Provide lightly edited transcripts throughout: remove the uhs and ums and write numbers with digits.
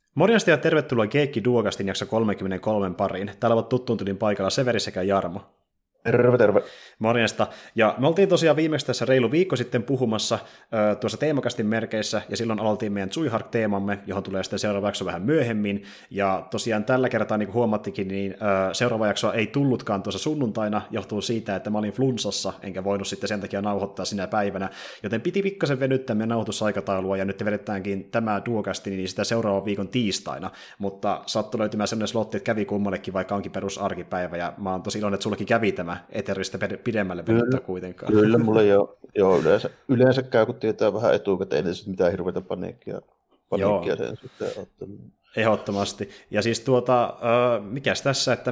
Morjesta ja tervetuloa Keikki Duokastin jakso 33 pariin. Täällä ovat tuttuun tylin paikalla Severi sekä Jarmo. Terve, terve. Morjesta. Ja me oltiin tosiaan viimeksi tässä reilu viikko sitten puhumassa tuossa teemakastin merkeissä, ja silloin aloitin meidän Zuihark-teemamme, johon tulee sitten seuraava jakso vähän myöhemmin. Ja tosiaan tällä kertaa, niin kuin huomattikin, niin seuraava jakso ei tullutkaan tuossa sunnuntaina, johtuu siitä, että mä olin flunssassa, enkä voinut sitten sen takia nauhoittaa sinä päivänä, joten piti pikkasen venyttää meidän nauhoitusaikataulua, ja nyt vedetäänkin tämä Duokasti niin sitä seuraavan viikon tiistaina, mutta sattui löytymään sellainen slotti, että kävi kummallekin, vaikka onkin perusarkipäivä, ja mä oon tosi iloinen, että sullekin kävi tämä Etheristä pidemmälle venyttää kuitenkaan. Kyllä, mulla jo yleensä käy, kun tietää vähän etukäteen, ei sitten mitään hirveätä paniikkia sen suhteen ottanut. Ehdottomasti. Ja siis mikäs tässä, että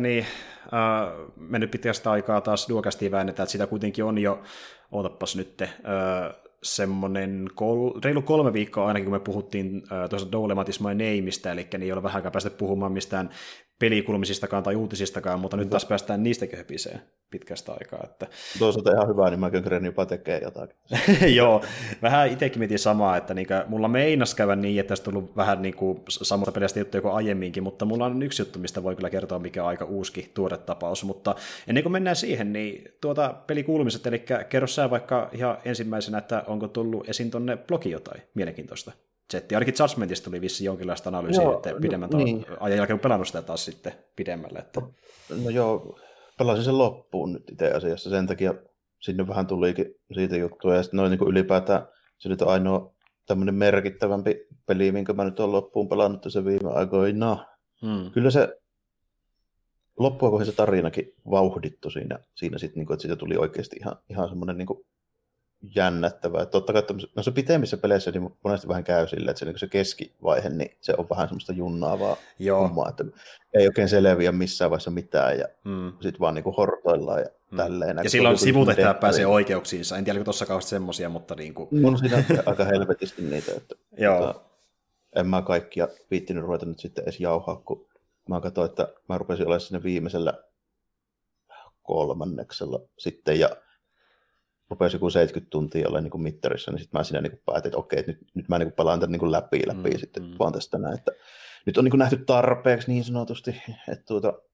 me nyt pitkästä aikaa taas Duokastiin väännetään, että sitä kuitenkin on jo, ootapas nyt, semmoinen reilu 3 viikkoa ainakin, kun me puhuttiin tuossa Dolematis My Nameista, eli niin ei ole vähänkään päästä puhumaan mistään pelikulmisistakaan tai uutisistakaan, mutta nyt taas päästään niistäkin höpiseen pitkästä aikaa. Että... Toisaalta ihan hyvä, niin mä kykenen jopa tekee jotakin. Joo, vähän itsekin mietin samaa, että mulla meinas käydä niin, että olisi tullut vähän samalta pelistä juttuja kuin aiemminkin, mutta mulla on yksi juttu, mistä voi kyllä kertoa, mikä on aika uusikin tuore tapaus, mutta ennen kuin mennään siihen, niin pelikuulumiset, eli kerro sä vaikka ihan ensimmäisenä, että onko tullut esiin tonne blogi jotain mielenkiintoista? Setti. Ainakin Judgmentista tuli vissiin jonkinlaista analyysiä, että pidemmän ajan jälkeen on pelannut sitä taas sitten pidemmälle. Että... No joo, pelasin sen loppuun nyt itse asiassa, sen takia sinne vähän tulikin siitä juttua, ja sitten noin niin ylipäätään se nyt on ainoa tämmöinen merkittävämpi peli, minkä mä nyt olen loppuun pelannut tässä viime aikoina. Kyllä se loppua kohdassa se tarinakin vauhdittui siinä sitten, että siitä tuli oikeasti ihan semmoinen niin jännättävää. Totta kai se pitemmissä peleissä niin monesti vähän käy silleen, että se keskivaihe, niin se on vähän semmoista junnaavaa hommaa, että ei oikein selviä missään vaiheessa mitään, ja sitten vaan niin hortoillaan ja tälleen. Ja silloin sivutehtävät pääsee oikeuksiinsa. En tiedä, onko tuossa kauheasti semmoisia, mutta No siinä on aika helvetisti niitä, että en mä kaikkia viittinyt ruveta nyt sitten edes jauhaa, kun mä katsoin, että mä rupesin olemaan sinne viimeisellä 3. sitten, ja rupesi joku 70 tuntia olla niin mittarissa, niin sitten mä siinä niin päätin, että okei, että nyt mä niin palaan tämän niin läpi sitten vaan tästä näin, että nyt on niin nähty tarpeeksi niin sanotusti, että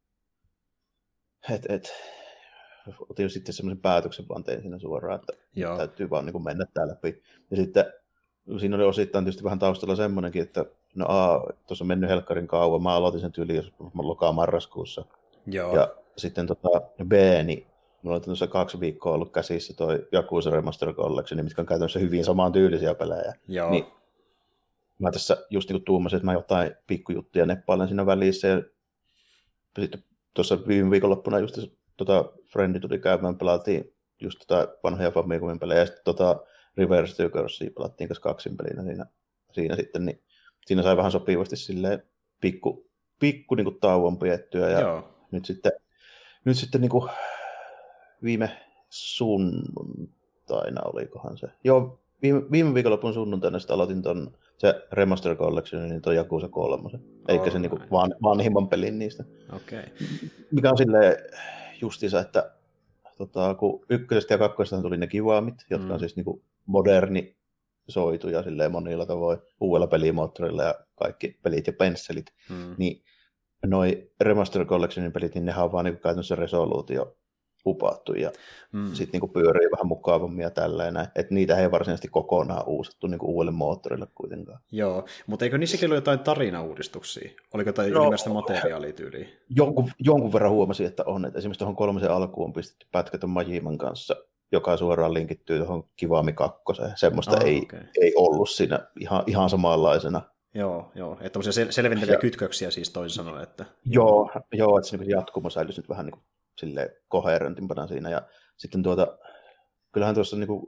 otin sitten semmoisen päätöksen vaan tein siinä suoraan, että täytyy vaan niin mennä tää läpi. Ja sitten siinä oli osittain tietysti vähän taustalla semmoinenkin, että tuossa on mennyt helkkarin kauan, mä aloitin sen tyyliin loka-marraskuussa. Ja sitten B, niin mulla on tuossa 2 viikkoa ollut käsissä toi Yakuza Remastered Collection, mitkä on käytännössä hyvin samaan tyylisiä pelejä. Niin mä tässä just niin kuin tuumasin, että mä jotain pikkujuttuja neppailen siinä välissä. Ja sitten tuossa viime viikonloppuna just Friendi tuli käymään, pelattiin just vanhoja Famicomin pelejä. Ja sitten Reverse Tycoursia pelattiin kanssa kaksinpelinä siinä sitten. Niin siinä sai vähän sopivasti silleen pikku niin kuin tauon piettyä. Ja nyt sitten niin kuin viime sunnuntaina, olikohan se? Joo, viime viikonlopun sunnuntaina sitten aloitin se Remastered Collection, niin tuon Yakuza 3. Eikä se niinku vanhimman pelin niistä. Okay. Mikä on silleen justiinsa, että kun 1. ja 2. tuli ne Kiwamit, jotka on siis niinku modernisoituja silleen monilla tavoin uudella pelimoottorilla ja kaikki pelit ja pensselit, niin noi Remastered Collectionin pelit, niin nehän on vaan niinku käytännössä resoluutio upattu ja sitten niinku pyörii vähän mukavammin ja tälleen. Että niitä ei varsinaisesti kokonaan uusattu niinku uudelle moottorille kuitenkaan. Joo, mutta eikö niissäkin ollut jotain tarinauudistuksia? Oliko jotain ylimääräistä materiaalityyliä? Jonkun verran huomasin, että on. Että esimerkiksi tuohon 3 alkuun pistetty pätkä ton Majiman kanssa, joka suoraan linkittyy tuohon Kiwami 2. Semmoista ei ollut siinä ihan samanlaisena. Joo, että tämmöisiä selventäviä kytköksiä siis toisin sanoen. Että... Joo, että se jatkumo säilyisi nyt vähän niin kuin silleen koherentimpana siinä, ja sitten kyllähän tuossa niinku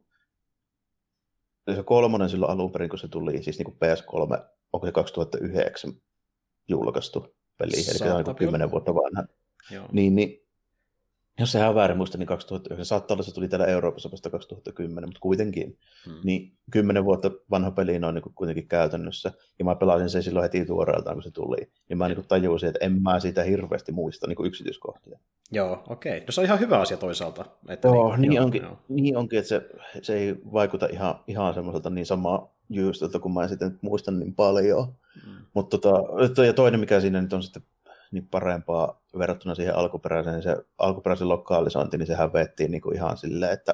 se 3 silloin alun perin, kun se tuli, siis niinku PS3, onko se 2009 julkaistu peli, eli se on niinku 10 vuotta vanha. Niin, jos se on väärin muista, niin 2009, saattaa olla, se tuli täällä Euroopassa vasta 2010, mutta kuitenkin, niin 10 vuotta vanha peli on niin kuitenkin käytännössä, ja mä pelasin sen silloin heti tuoreeltaan, kun se tuli, niin mä niin tajusin, että en mä siitä hirveästi muista niin yksityiskohtia. Joo, okei. No se on ihan hyvä asia toisaalta. Että niin onkin, että se ei vaikuta ihan semmoiselta niin samaa jyystöltä, kun mä en sitten muistan niin paljon. Ja toinen, mikä siinä nyt on sitten niin parempaa verrattuna siihen alkuperäiseen, niin se alkuperäisen lokalisointi, niin sehän vettiin niin kuin ihan silleen, että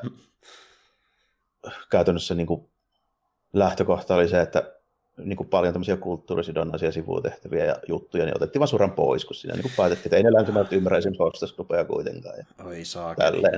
käytännössä niin kuin lähtökohta oli se, että niin kuin paljon tämmöisiä kulttuurisidonnaisia sivutehtäviä ja juttuja, niin otettiin vaan suoraan pois, kun siinä niin kuin päätettiin, että ei ne länsimaalaiset ymmärrä esimerkiksi hostess-klubeja kuitenkaan. Ja oi saa.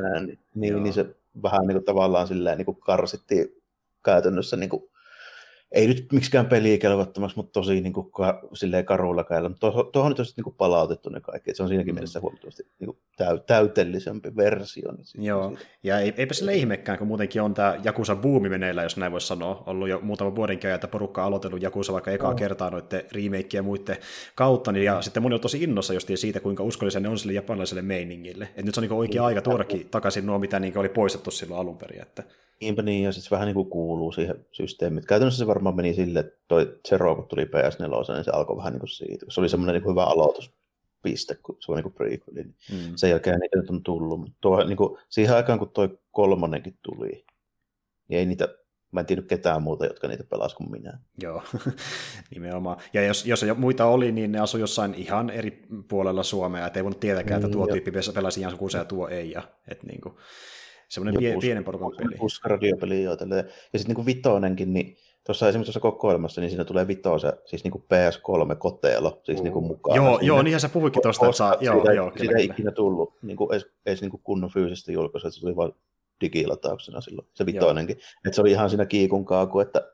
niin se vähän niin kuin tavallaan silleen niin kuin karsittiin käytännössä niin kuin ei nyt miksikään peliä kelvottomaksi, mutta tosi niin kuin, silleen karuilla käydä. Tuohon nyt on sitten niin palautettu ne kaikki. Et se on siinäkin mielessä huomattavasti niin kuin täytellisempi versio. Niin joo, ja eipä sille ihmekään, kun muutenkin on tämä Yakuza-buumi meneillä, jos näin voisi sanoa. Ollut jo muutama vuoden käy, että porukka on aloitellut Yakuza vaikka ekaa kertaa noiden remake ja muiden kautta. Niin, ja sitten moni on tosi innossa justiin siitä, kuinka uskollisia ne on sille japanilaiselle meiningille. Et nyt se on niin oikea aika tuodakin takaisin nuo, mitä niin oli poistettu silloin alun perin. Että niinpä niin, ja sitten vähän niin kuin kuuluu siihen systeemiin. Käytännössä se varmaan meni silleen, että toi Zero, kun tuli PS4, niin se alkoi vähän niin kuin siitä. Se oli semmoinen niin kuin hyvä aloituspiste, kun se on niin kuin prequel. Sen jälkeen niitä nyt on tullut. Tuo, niin kuin, siihen aikaan, kun toi 3:nkin tuli, niin ei niitä, mä en tiedä ketään muuta, jotka niitä pelasi kuin minä. Joo, nimenomaan. Ja jos muita oli, niin ne asui jossain ihan eri puolella Suomea, et ei voinut tietääkään, että tuo tyyppi pelasi ihan sukuisen ja tuo ei. Ja, et niin kuin semmoinen pienen porukan peli. Radiopeli joitelle. Ja sitten niin vitonenkin, niin tuossa esimerkiksi tuossa kokoelmassa, niin siinä tulee vitose, siis niin kuin PS3-kotelo, siis niin kuin mukaan. Joo, niinhän sä puhuikin tuosta, että saa, siitä ei ikinä tullut niin kuin edes niin kuin kunnon fyysistä julkaisua, että se tuli vain digilatauksena silloin, se vitonenkin. Että se oli ihan siinä kiikun kaaku, että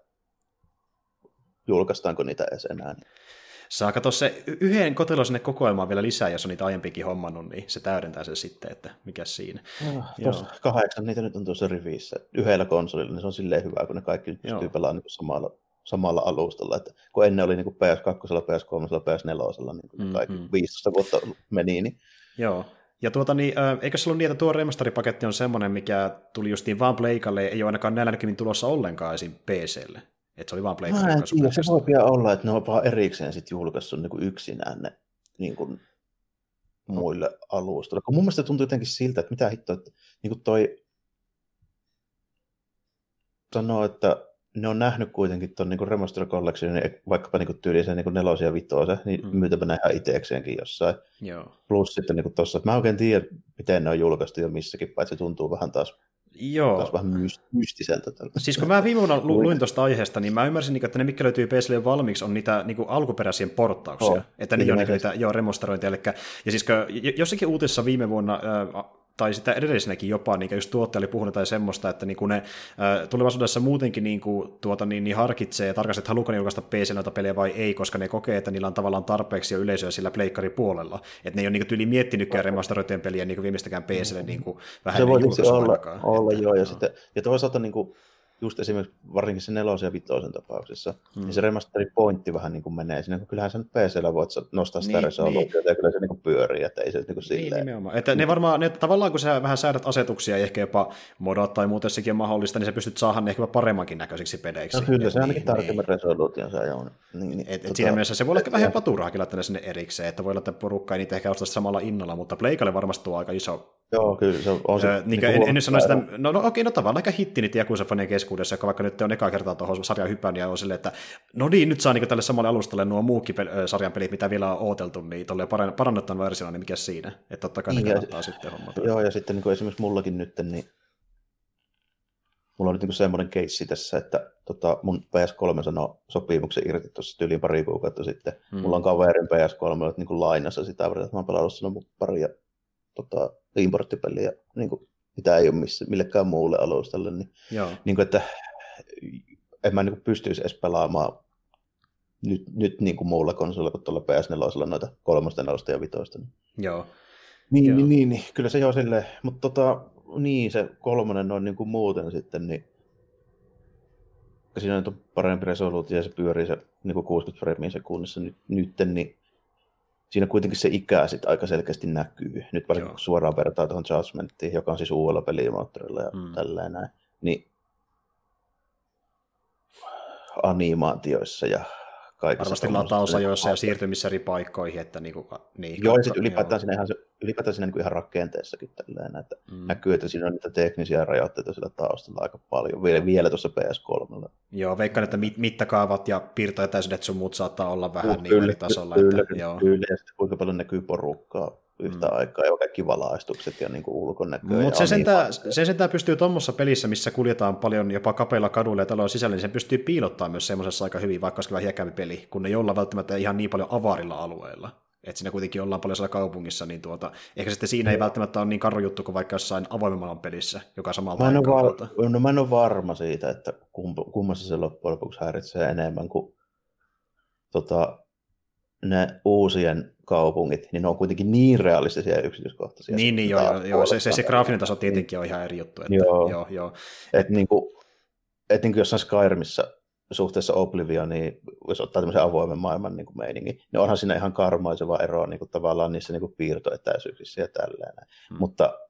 julkaistaanko niitä edes enää. Niin. Saa katsoa se yhden kotelon sinne kokoelmaan vielä lisää, jos on niitä aiempikin hommannut, niin se täydentää sen sitten, että mikä siinä. Tuossa 8 niitä nyt on tuossa rivissä. Yhdellä konsolilla, niin se on silleen hyvä, kun ne kaikki nyt pystyy pelaamaan niin samalla alustalla. Että kun ennen oli niin kuin PS2, PS3, PS4, niin kuin kaikki 15 vuotta meni. Niin. Joo. Ja eikö se ollut niin, että tuo remasteripaketti on semmoinen, mikä tuli justiin vaan Pleikalle, ei ole ainakaan näillä näkymin tulossa ollenkaan esim. PClle. Että se oli vaan Pleikka. Se voi pian olla, että ne on vaan erikseen sit julkaissut niin kuin yksinään ne niin kuin muille alustoille. Kun mun mielestä tuntuu jotenkin siltä, että mitä hittoa, että niin kuin toi sanoo, että ne on nähnyt kuitenkin tuon niin Remaster Collectionin, vaikkapa niin tyylisen niin 4 ja 5, niin myytävänä ihan itsekseenkin jossain. Joo. Plus sitten niin tuossa, että mä oikein tiedä, miten ne on julkaistu jo missäkin, paitsi se tuntuu vähän taas vähän mystiseltä. Siis kun mä viime vuonna luin tuosta aiheesta, niin mä ymmärsin, että ne, mitkä löytyy PC:lle valmiiksi, on niitä niin alkuperäisiä porttauksia. Että ne on niitä remasterointia. Ja siis jossakin uutisessa viime vuonna, tai sitä edellisenäkin jopa, niin just tuottaja oli puhunut tai semmoista, että niin ne tulevaisuudessa muutenkin niin harkitsee tarkasti, että haluuko ne julkaista PC-noita pelejä vai ei, koska ne kokee, että niillä on tavallaan tarpeeksi jo yleisöä sillä pleikkaripuolella. Että ne ei ole niin tyyli miettinytkään remasteroitujen peliä niin viimeistäkään PC:lle vähän se voi olla joo, ja toisaalta niin kuin, just esimerkiksi varsinkin se 4 ja 5 tapauksessa, niin se remasteri-pointti vähän niin kuin menee siinä, kun kyllähän sä nyt PC:llä voit nostaa sitä resoluutiota, ja kyllä se niin kuin pyörii, että ei se niin kuin silleen. Niin, nimenomaan. Että ne varmaan, tavallaan kun sä vähän säädät asetuksia ja ehkä jopa modat tai muuten sekin on mahdollista, niin sä pystyt saamaan ne ehkä paremmankin näköisiksi peleiksi. No kyllä, se ainakin tarkemmin resoluution saa joo. Siinä mielessä se voi olla vähän jopa turhaakin laittaa sinne erikseen, että voi olla, että porukka ei niitä ehkä ostaa samalla innolla, mutta Pleikalle varmasti tuo aika iso. Joo, kyllä se on se. En nyt sano sitä, no tavallaan aika hitti niitä Yakuza-fanien keskuudessa, joka vaikka nyt on ekaa kertaa tuohon sarjan hypännyt ja on silleen, että no niin, nyt saa niin tälle samalle alustalle nuo muukin sarjan pelit, mitä vielä on ooteltu, niin tolleen parannettaan versiona, niin mikä siinä, että totta kai ne kannattaa sitten hommata. Joo, ja sitten niin esimerkiksi mullakin nyt, niin mulla on nyt niin semmoinen keissi tässä, että mun PS3 sanoi sopimuksen irti tuossa tyyliin pari kuukautta sitten. Mulla on kaverin PS3 niin lainassa sitä varten, että mä oon pelannut sinne paria importtipeliä, niin kuin, mitä ei ole millekään muulle alustalle, niin, niin kuin, että en mä niin kuin pystyisi edes pelaamaan nyt niin kuin muulla konsolilla kuin tuolla PS4 noita 3, 4 ja 5. Joo. Niin, kyllä se jo silleen, mutta niin se 3 noin niin kuin muuten sitten, niin siinä on parempi resoluutio ja se pyörii se niin kuin 60 framea sekunnissa niin siinä kuitenkin se ikä sitten aika selkeästi näkyy. Nyt varsinkin kun suoraan vertaa tuohon Judgmentiin, joka on siis uudella pelimoottorilla ja tälleen näin, niin animaatioissa ja kaikissa. Varmasti latausajoissa ja siirtymissä eri paikkoihin. Että joo, ja sitten ylipäätään siinä niin kuin ihan rakenteessakin tällainen, että näkyy, että siinä on niitä teknisiä rajoitteita sillä taustalla aika paljon, vielä tuossa PS3. Joo, veikkaan, että mittakaavat ja piirtoetäisyydet sun muut saattaa olla vähän eri tasolla. Kyllä, ja sitten kuinka paljon näkyy porukkaa yhtä aikaa, ja kaikki valaistukset ja niin kuin ulkonäköä. Mutta se sentään pystyy tuommoissa pelissä, missä kuljetaan paljon jopa kapeilla kaduilla ja talojen sisällä, niin se pystyy piilottaa myös semmoisessa aika hyvin, vaikka olisi vähän hiekkämpi peli, kun ei olla välttämättä ihan niin paljon avarilla alueilla. Että siinä kuitenkin ollaan paljon siellä kaupungissa, niin ehkä sitten siinä ei välttämättä ole niin karu juttu kuin vaikka jossain avoimen maailman pelissä, joka samalta mä en ole varma siitä, että kummassa se loppujen lopuksi häiritsee enemmän kuin ne uusien kaupungit, niin ne on kuitenkin niin realistisia ja yksityiskohtaisia. Niin joo. Se graafinen taso tietenkin on ihan eri juttu. Että, joo. Että niin jossain Skyrimissä suhteessa Oblivion, niin jos ottaa tämmöisen avoimen maailman niin meiningin, niin onhan siinä ihan karmaiseva ero niin kuin tavallaan niissä niin kuin piirtoetäisyyksissä ja tälleen. Mutta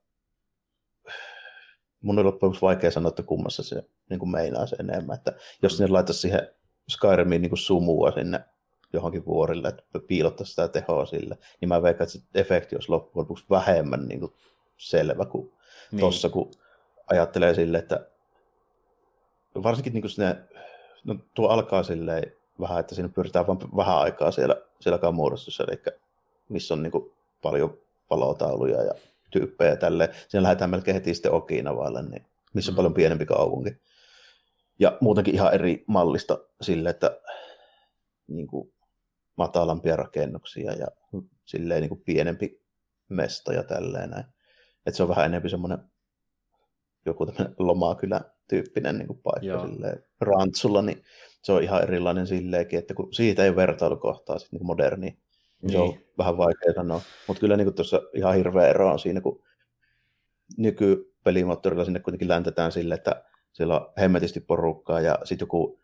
mun on loppujen vaikea sanoa, että kummassa se niin kuin meinaa se enemmän. Että jos ne laittaisi siihen Skyrimiin niin kuin sumua sinne johonkin vuorille, että piilottaisi sitä tehoa sille, niin mä veikkaan, että se efekti olisi loppujen lopuksi vähemmän niin kuin selvä kuin tuossa, kun ajattelee silleen, että varsinkin niin kuin sinne, tuo alkaa silleen vähän, että siinä pyritään vain vähän aikaa siellä kamuudustussa, eli missä on niin kuin paljon valotauluja ja tyyppejä ja tälleen. Siinä lähdetään melkein heti sitten Okinavalle, niin missä on paljon pienempi kaupunki. Ja muutenkin ihan eri mallista sille, että niin kuin matalampia rakennuksia ja silleen niin kuin pienempi mesta ja tälleen näin. Että se on vähän enemmän semmoinen joku tämmöinen lomakylä-tyyppinen niin kuin paikka silleen rantsulla, niin se on ihan erilainen silleenkin, että kun siitä ei vertailukohtaa sitten niin moderniin, niin se on vähän vaikea sanoa. Mutta kyllä niin tuossa ihan hirveä ero on siinä, kun nykypelimoottorilla sinne kuitenkin läntetään sille, että siellä on hemmetisti porukkaa ja sitten joku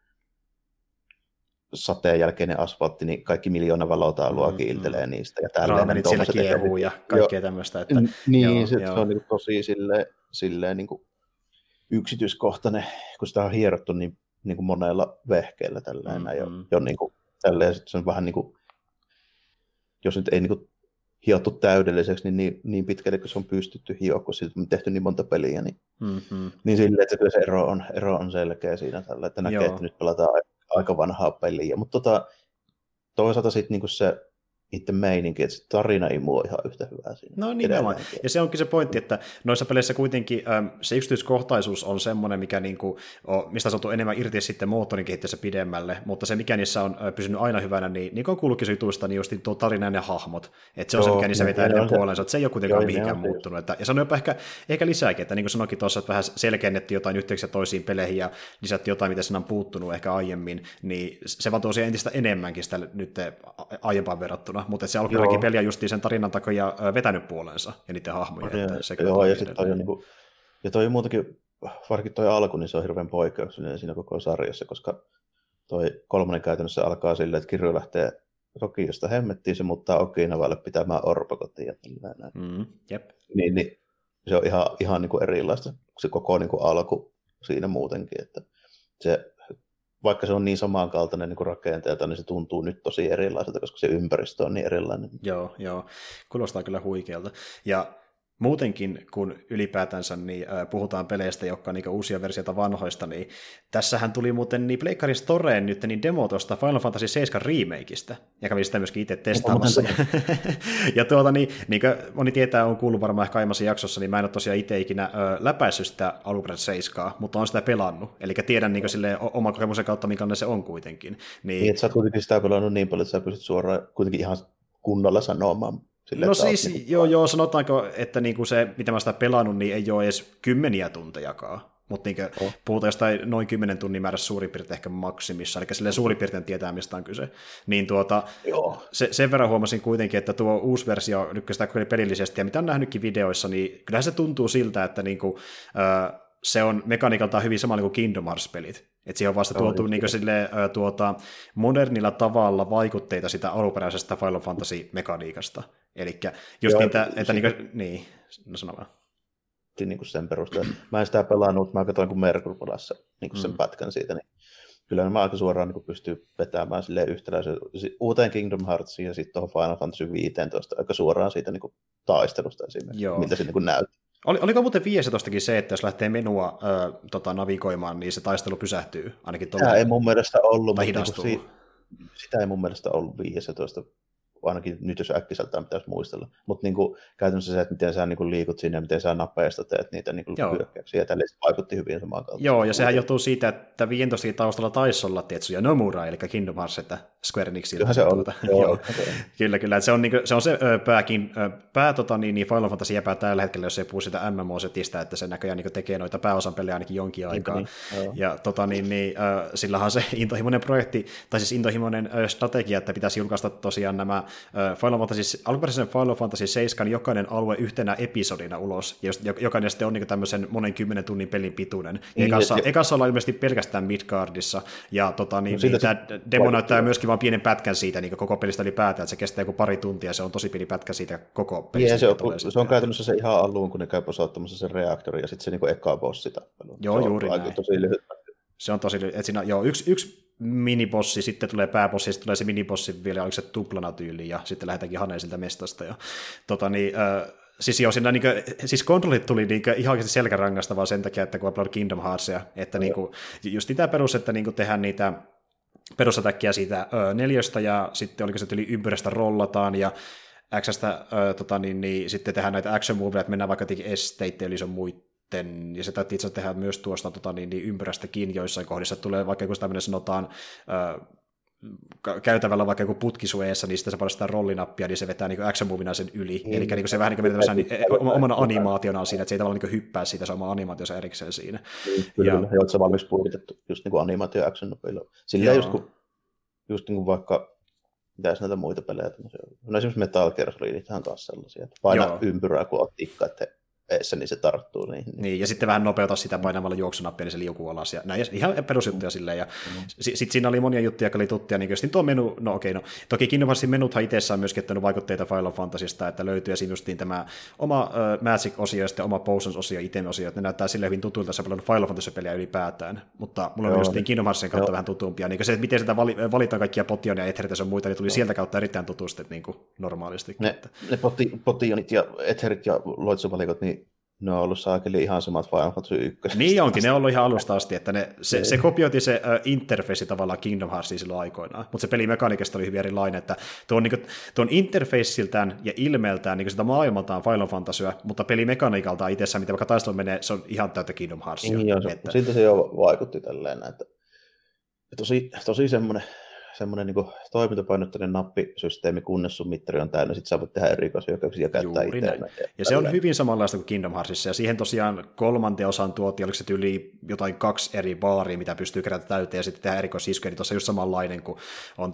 sateen jälkeinen asfaltti, niin kaikki miljoona valotaulua kiiltelee niistä. Ja raamenit siellä kiehuu ja kaikkea tämmöistä. Että, se on niin tosi silleen niin yksityiskohtainen, kun sitä on hierottu niin kuin monella vehkeellä tällainen. Jo niin kuin, tälleen, se on vähän niin kuin, jos nyt ei niin kuin hiottu täydelliseksi, niin pitkälle, kun se on pystytty hioa, kun siitä on tehty niin monta peliä, niin silleen, että kyllä se ero on selkeä siinä tällä, että näkee, että nyt pelataan aika vanhaa peliä. Mutta toisaalta sitten niinku se itse meininki, että se tarina ei mua ihan yhtä hyvää siinä. No nimenomaan. Ja se onkin se pointti, että noissa peleissä kuitenkin se yksityiskohtaisuus on semmoinen, mikä niinku, mistä on enemmän irti sitten moottorin kehittäessä pidemmälle, mutta se mikä niissä on pysynyt aina hyvänä, niin kun kuulukin jutuista, niin just tuo tarina ja hahmot. Että se on se, mikä niissä vetää ennen puolensa, että se ei ole kuitenkaan mihinkään muuttunut. Ja se on jopa ehkä lisääkin, että niin kuin sanoikin tuossa, että vähän selkeennettiin jotain yhteyksiä toisiin peleihin ja lisättiin jotain, mitä siinä on puuttunut ehkä aiemmin, niin se vaan tosiaan entistä enemmänkin sitä nyt aiempaan verrattuna. Mutta se alkuperäinen peli on justiin sen tarinan takia vetänyt puolensa ja niiden hahmoja. Ja sitten toi on niinku, ja toi muutenkin, varsinkin toi alku, niin se on hirveän poikkeuksellinen siinä koko sarjassa, koska toi 3 käytännössä alkaa silleen, että Kirju lähtee Tokiosta hemmettiin, se muuttaa Okinavalle pitämään orpokotiin. Jep. Niin se on ihan niinku erilaista, se koko niinku alku siinä muutenkin, että se vaikka se on niin samankaltainen niin kuin rakenteelta, niin se tuntuu nyt tosi erilaiselta, koska se ympäristö on niin erilainen. Joo. Kuulostaa kyllä huikealta. Ja muutenkin, kun ylipäätänsä niin puhutaan peleistä, jotka on niin uusia versioita vanhoista, niin tässähän tuli muuten niin Pleikkarin Storeen nyt niin demo tuosta Final Fantasy 7 remakeista, ja kävin sitä myöskin itse testaamassa. Ja niin kuin moni tietää, on kuullut varmaan ehkä aiemmassa jaksossa, niin mä en ole tosiaan itse ikinä läpäissyt sitä alkuperäistä 7, mutta olen sitä pelannut. Eli tiedän niin oman kokemuksen kautta, minkälainen se on kuitenkin. Niin, että sä oot kuitenkin sitä pelannut niin paljon, että sä pystyt suoraan kuitenkin ihan kunnolla sanomaan. No siis, niin sanotaanko, että niinku se, mitä mä sitä pelannut, niin ei ole edes 10 tuntejakaan. Mutta niinku puhutaan jostain noin 10 tunnin määrässä suurin piirtein ehkä maksimissa, eli silleen suurin piirtein tietää, mistä on kyse. Niin sen verran huomasin kuitenkin, että tuo uusi versio, nyt kun sitä pelillisesti, ja mitä on nähnytkin videoissa, niin kyllähän se tuntuu siltä, että niinku, se on mekaniikaltaan hyvin sama kuin Kingdom Hearts-pelit. Että siihen on vasta tuotu niin modernilla tavalla vaikutteita sitä alkuperäisestä Final Fantasy-mekaniikasta. Eli just niin, no sano vaan. Niin kuin sen perusteella. Mä en sitä pelannut, mä katsoin kun Merkur pelassa niin sen pätkän siitä, niin kyllä mä aika suoraan niin pystyy vetämään silleen yhtäläisen uuteen Kingdom Heartsiin ja sitten tuohon Final Fantasy 15 aika suoraan siitä niin taistelusta esimerkiksi, miltä se niin näyttää. Oliko muuten 15kin se, että jos lähtee menua navigoimaan, niin se taistelu pysähtyy ainakin tuolla? Sitä ei mun mielestä ollut. Tai hidastuu. Sitä ei mun mielestä ollut 15. Ainakin nyt jos äkkiseltään pitäisi muistella. Mutta niin käytännössä se, että miten sä niin liikut sinne ja miten sä nappeista teet niitä niin hyökkäyksiä. Ja tälleen se vaikutti hyvin samaan kautta. Joo, ja sehän johtuu siitä, että 15 taustalla taisi olla Tetsuya Nomura, eli Kingdom Hearts, että Square Enixiltä. Kyllähän se on. Joo. Okay. Kyllä. Että se on se Final Fantasy jäpää tällä hetkellä, jos ei puhu sitä MMO-setistä, että se näköjään niin tekee noita pääosan pelejä ainakin jonkin aikaa. Ja sillähän se intohimoinen projekti, tai siis intohimoinen strategia, että pitäisi julkaista tosiaan nämä alkuperäisen Final Fantasy 7 jokainen alue yhtenä episodina ulos, ja jokainen sitten on niin tämmöisen monen 10 tunnin pelin pituinen. Ekassa ollaan ilmeisesti pelkästään Midgardissa, ja tämä demo näyttää myöskin vain pienen pätkän siitä niin koko pelistä ylipäätään, että se kestää joku pari tuntia, se on tosi pieni pätkä siitä koko pelistä. Se on käytännössä se ihan alun, kun ne käy posauttamassa sen reaktorin, ja sitten se niin eka bossi tappelu. Joo, juuri näin. Tosi lyhyt. Se on tosi lyhyt. Että siinä on yksi minibossi, sitten tulee pääbossi, sitten tulee se minibossi vielä, oliko se tuplana tyyli, ja sitten lähdetäänkin haneen siltä mestasta. Ja, siis joo, siinä siis kontrollit tuli ihan oikeasti selkärangasta vaan sen takia, että kun on Kingdom Heartsia, että just tämä perus, että tehdään niitä perusatäkkiä siitä 4, ja sitten oliko se yli ympyrästä rollataan, ja X:stä sitten tehdään näitä action moveja, että mennään vaikka esteitteen, eli se on muitten, ja se täytyy itse tehdä myös tuosta ympyrästäkin joissain kohdissa, tulee vaikka kun tämmöinen sanotaan käytävällä vaikka joku putkisueessa, niin sitten se paljon sitä rollinappia, niin se vetää action-movina sen yli. Eli se vähän omana animaationaan siinä, että se ei tavallaan hyppää siitä, se oma animaationsa erikseen siinä. Kyllä, ja se on valmis puolitettu just animaatio action-nopeilla. Sillä just vaikka mitäs näitä muita pelejä. No esimerkiksi Metal Gear Solidithan kanssa sellaisia, että paina ympyrää, kun olet tikka, että eessä, niin se tarttuu niihin. Niin, ja sitten vähän nopeuta sitä painamalla juoksunappia, niin se liukuu alas. Ja näin, ihan perusjuttuja silleen. Ja sitten siinä oli monia juttuja, jotka oli tuttuja. Niin just tuo menu, toki Kingdom Heartsin menuthan itsessään myöskin ottanut vaikutteita Final Fantasysta, että löytyy esiin justiin tämä oma Magic-osio ja sitten oma Potions-osio, Item-osio, että ne näyttää silleen hyvin tutuilta, se on paljon Final Fantasy-peliä ylipäätään. Mutta mulla on justiin Kingdom Heartsin kautta vähän tutumpia. Niin se, että miten sitä valitaan kaikkia Potionia ja Etherit ja muita, niin tuli sieltä kautta erittäin tutusti niin normaalisti. Ne Potionit ja Etherit ja loitsuvalikot, niin ne on ollut saakeli ihan samat Final Fantasy 1. Niin onkin, ne on ollut ihan alusta asti, että se kopioiti se interface tavallaan Kingdom Heartsiin silloin aikoinaan, mutta se pelimekaniikasta oli hyvin erilainen, että tuon interfaceiltään ja ilmeeltään niin sitä maailmaltaan Final Fantasyä, mutta pelimekaniikaltaan itsessään, mitä vaikka taistelu menee, se on ihan täyttä Kingdom Heartsia. Niin, siltä se jo vaikutti tälleen, että tosi semmoinen niin toimintapainotteinen nappisysteemi, kunnes sun mittari on täynnä, sitten sä voit tehdä erikoishyökkäyksiä ja käyttää itse. Ja se on hyvin samanlaista kuin Kingdom Heartsissa, ja siihen tosiaan 3. osaan tuotiin, oliko se yli jotain 2 eri baaria, mitä pystyy kerätä täyteen, ja sitten tehdä erikoisiskuja, niin tuossa just samanlainen kuin on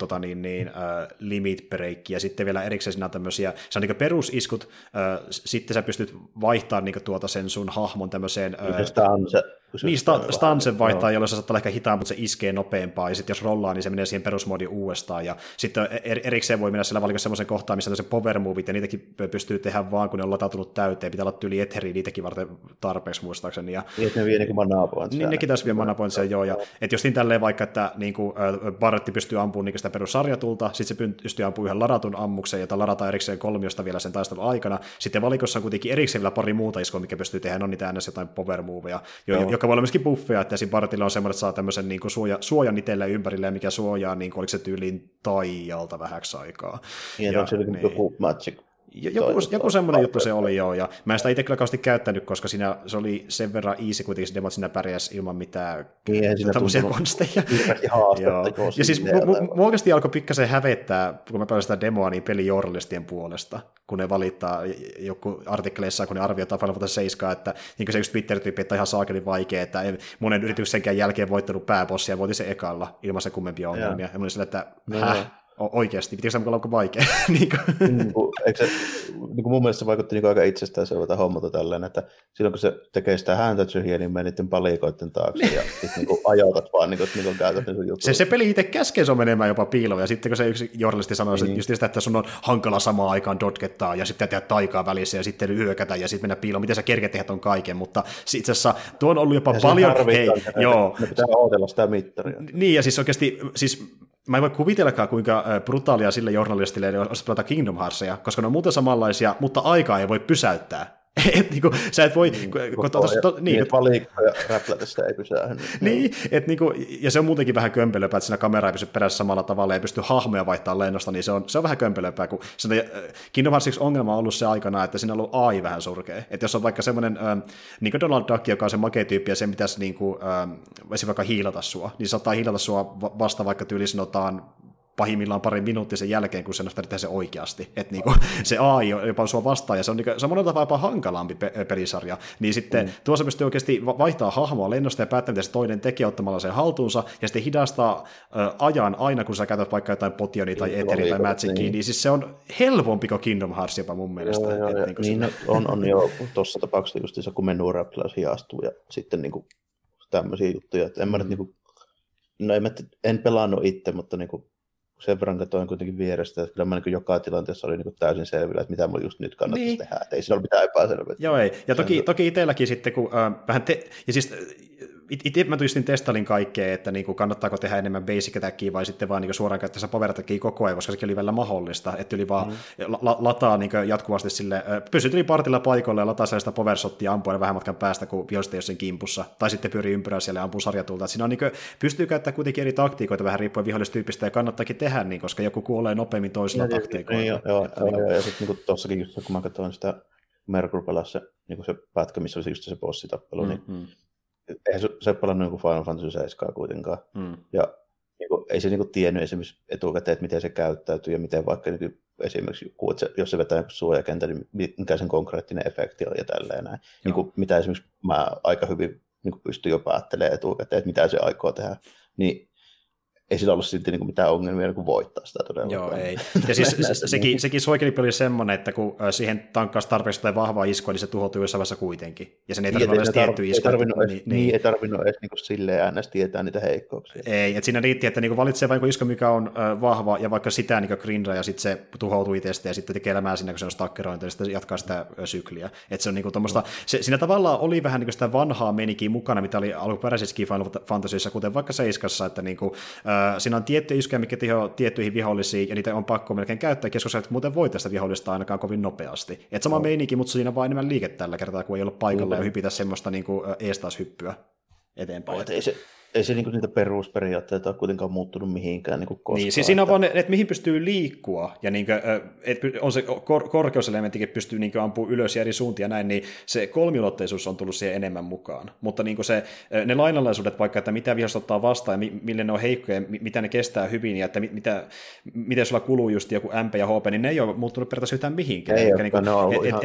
limit break, ja sitten vielä erikseen siinä on tämmöisiä, se on niin perusiskut, sitten sä pystyt vaihtamaan niin sen sun hahmon tämmöiseen niin, stansen vaihtaa, jolloin se saattaa ehkä hitaan, mutta se iskee nopeampaa, ja sitten jos rollaa, niin se menee siihen perusmoodiin uudestaan, ja sitten erikseen voi mennä siellä valikossa semmoisen kohtaan, missä on se power moveit, ja niitäkin pystyy tehdä vaan, kun ne on latautunut täyteen, pitää olla tyyli etheriä niitäkin varten tarpeeksi muistaakseni. Ja ne vie niin manapointsia. Niin, nekin taisi vie manapointsia, joo, ja että just niin tälleen vaikka, että niin Barretti pystyy ampumaan niin sitä perussarjatulta, sitten se pystyy ampumaan yhden ladatun ammuksen, jota ladataan erikseen 3 vielä sen taistelun aikana, sitten valikossa on kuitenkin erikseen vielä pari muuta iskoa, mikä pystyy tehdä, on niitä ns. Jotain power moveja, joka voi olla myöskin buffeja, että siinä Barrettilla on semmoinen, että saa tämmöisen niin suojan itselleen ympärille, mikä suojaa, niin oliko se tyyliin taialta vähäksi aikaa. Niin, onko se joku magic? Joku semmoinen juttu se oli, joo, ja mä en sitä itse kyllä kauheasti käyttänyt, koska se oli sen verran easy kuitenkin se demo, että siinä pärjäsi ilman mitään tämmöisiä konsteja. Ja siis mua oikeasti alkoi pikkasen hävettää, kun mä pelasin sitä demoa, niin pelijournalistien puolesta, kun ne valittaa joku artikkeleissa, kun ne arvioitaan Final Fantasy 7, että niin se yksi Twitter-tyyppi, että ihan saakelin vaikea, että monen yrityksenkään jälkeen voittanut pääbossia, voitin se ekalla ilman se kummempia ongelmia. Ja mä olin sillä, että oikeasti? Pitikö se olla vaikea? Eikö se, mun mielestä se vaikutti aika itsestäänselvältä hommalta tällainen, että silloin kun se tekee sitä hääntätsyhiä, niin menee niiden palikoiden taakse ja sitten ajoitat vaan, että on käytännössä sun juttu. Se peli itse käskee se on menemään jopa piiloon, ja sitten kun se yksi journalisti sanoi, just sitä, että sun on hankala samaan aikaan dodgettaa, ja sitten tehdä taikaa välissä, ja sitten hyökätä, ja sitten mennä piiloon. Miten sä kerkeät tehdä ton kaiken, mutta itse asiassa tuo on ollut jopa paljon... Ne pitää odotella sitä mittaria. Niin, ja siis oikeasti... Mä en voi kuvitellakaan, kuinka brutaalia sille journalistille olisi pelata Kingdom Heartsia, koska ne on muuten samanlaisia, mutta aikaa ei voi pysäyttää. Niinku, sä et voi... Valikkoja räplätästä ei pysähdy. Niin, ja se on muutenkin vähän kömpelöpää, että siinä kamera ei pysy perässä samalla tavalla, ei pysty hahmoja vaihtamaan lennosta, niin se on vähän kömpelöpää, kun Kingdom Hearts ongelma on ollut se aikana, että siinä on ollut AI vähän surkea. Että jos on vaikka semmoinen, niin kuin Donald Duck, joka on se makea tyyppi, ja sen pitäisi vaikka hiilata sua, niin saattaa hiilata sua vasta vaikka tyyli sanotaan pahimmillaan pari minuuttia sen jälkeen, kun sen on tehdä se oikeasti. Että se AI on jopa sua vastaan, ja se on monella tavalla jopa hankalampi pelisarja. Niin sitten tuossa pystyy oikeasti vaihtaa hahmoa lennosta ja päättää, mitä se toinen tekee ottamalla sen haltuunsa, ja sitten hidastaa ajan aina, kun sä käytät vaikka jotain potionia tai eteriä tai magicia, niin siis se on helpompi kuin Kingdom Hearts jopa mun mielestä. On jo tuossa tapauksessa just se, kun menuräpläys hiastuu, ja sitten tämmöisiä juttuja. Että en pelannut itse, mutta sen verran katsoin kuitenkin vierestä, että kyllä mä joka tilanteessa oli täysin selvillä, että mitä mulla just nyt kannattaisi tehdä, että ei siinä ole mitään epäselvää. Joo, ei. Ja toki itselläkin sitten, kun vähän ja siis itse mä tyystin testailin kaikkea, että kannattaako tehdä enemmän basic attackia vai sitten vaan suoraan käyttäessä power attackia koko ajan, koska sekin oli välillä mahdollista, että yli vaan lataa jatkuvasti sille, pysyt yli partilla paikoilla ja lataa sellaista power shottia ampuen vähän matkan päästä, kun vihollista jossain kimpussa, tai sitten pyörii ympyrää siellä ja ampuu sarjatulta. Siinä on pystyy käyttämään kuitenkin eri taktiikoita vähän riippuen vihollistyypistä ja kannattaakin tehdä niin, koska joku kuolee nopeammin toisilla taktiikoilla. Ja sitten tuossakin just, kun mä katsoin sitä Merkur pelasi se pätkä, missä oli just se bossitappelu, niin eihän se pelannut Final Fantasy 7 kuitenkaan. Ja ei se tiennyt esimerkiksi etukäteen, että miten se käyttäytyy ja miten vaikka esimerkiksi jos se vetää suojakentän, niin mikä sen konkreettinen efekti on ja tälleen näin. Mitä esimerkiksi mä aika hyvin pystyn jo päättelemään etukäteen, että mitä se aikoo tehdä. Niin ei sillä ollut silti mitään ongelmia voittaa sitä todella. Joo, ei. Ja siis sekin suojelipeli oli semmoinen, että kun siihen tankkaasi tarpeeksi tai vahvaa iskua, niin se tuhoutui jossain vaiheessa kuitenkin. Ja sen ei tarvinnut edes tiettyä iskua. Ei tarvinnut edes silleen äänestä tietää niitä heikkouksia. Ei, että siinä riitti, että valitsee vain isko, mikä on vahva, ja vaikka sitä grindaa, ja sitten se tuhoutuu itsestä, ja sitten tekee elämää siinä, kun se on stakkerointi, ja sitten jatkaa sitä sykliä. Että se on tommoista, siinä tavallaan oli vähän sitä vanhaa menikiä mukana, mitä oli alkuperäisessäkin Final Fantasyissa, kuten vaikka Seiskassa, että siinä on tiettyjä iskuja, mikä tehoaa tiettyihin vihollisiin, ja niitä on pakko melkein käyttää, koska sä et muuten voi tästä vihollista ainakaan kovin nopeasti. Et sama meininki, mutta siinä on vain enemmän liike tällä kertaa, kun ei ole paikalla ja hypitä semmoista eestaashyppyä eteenpäin. Ei se niitä perusperiaatteita ole kuitenkaan muuttunut mihinkään koskaan. Niin, siis siinä on vaan, että mihin pystyy liikkua, ja että on se korkeuselementtikin pystyy ampumaan ylös ja eri suuntia näin, niin se kolmiulotteisuus on tullut siihen enemmän mukaan. Mutta ne lainalaisuudet vaikka, että mitä vihollista ottaa vastaan, ja millä ne on heikkoja, mitä ne kestää hyvin, ja että miten sulla kuluu just joku MP ja HP, niin ne ei ole muuttunut periaatteessa yhtään mihinkään. Ei ole, ne on ollut ihan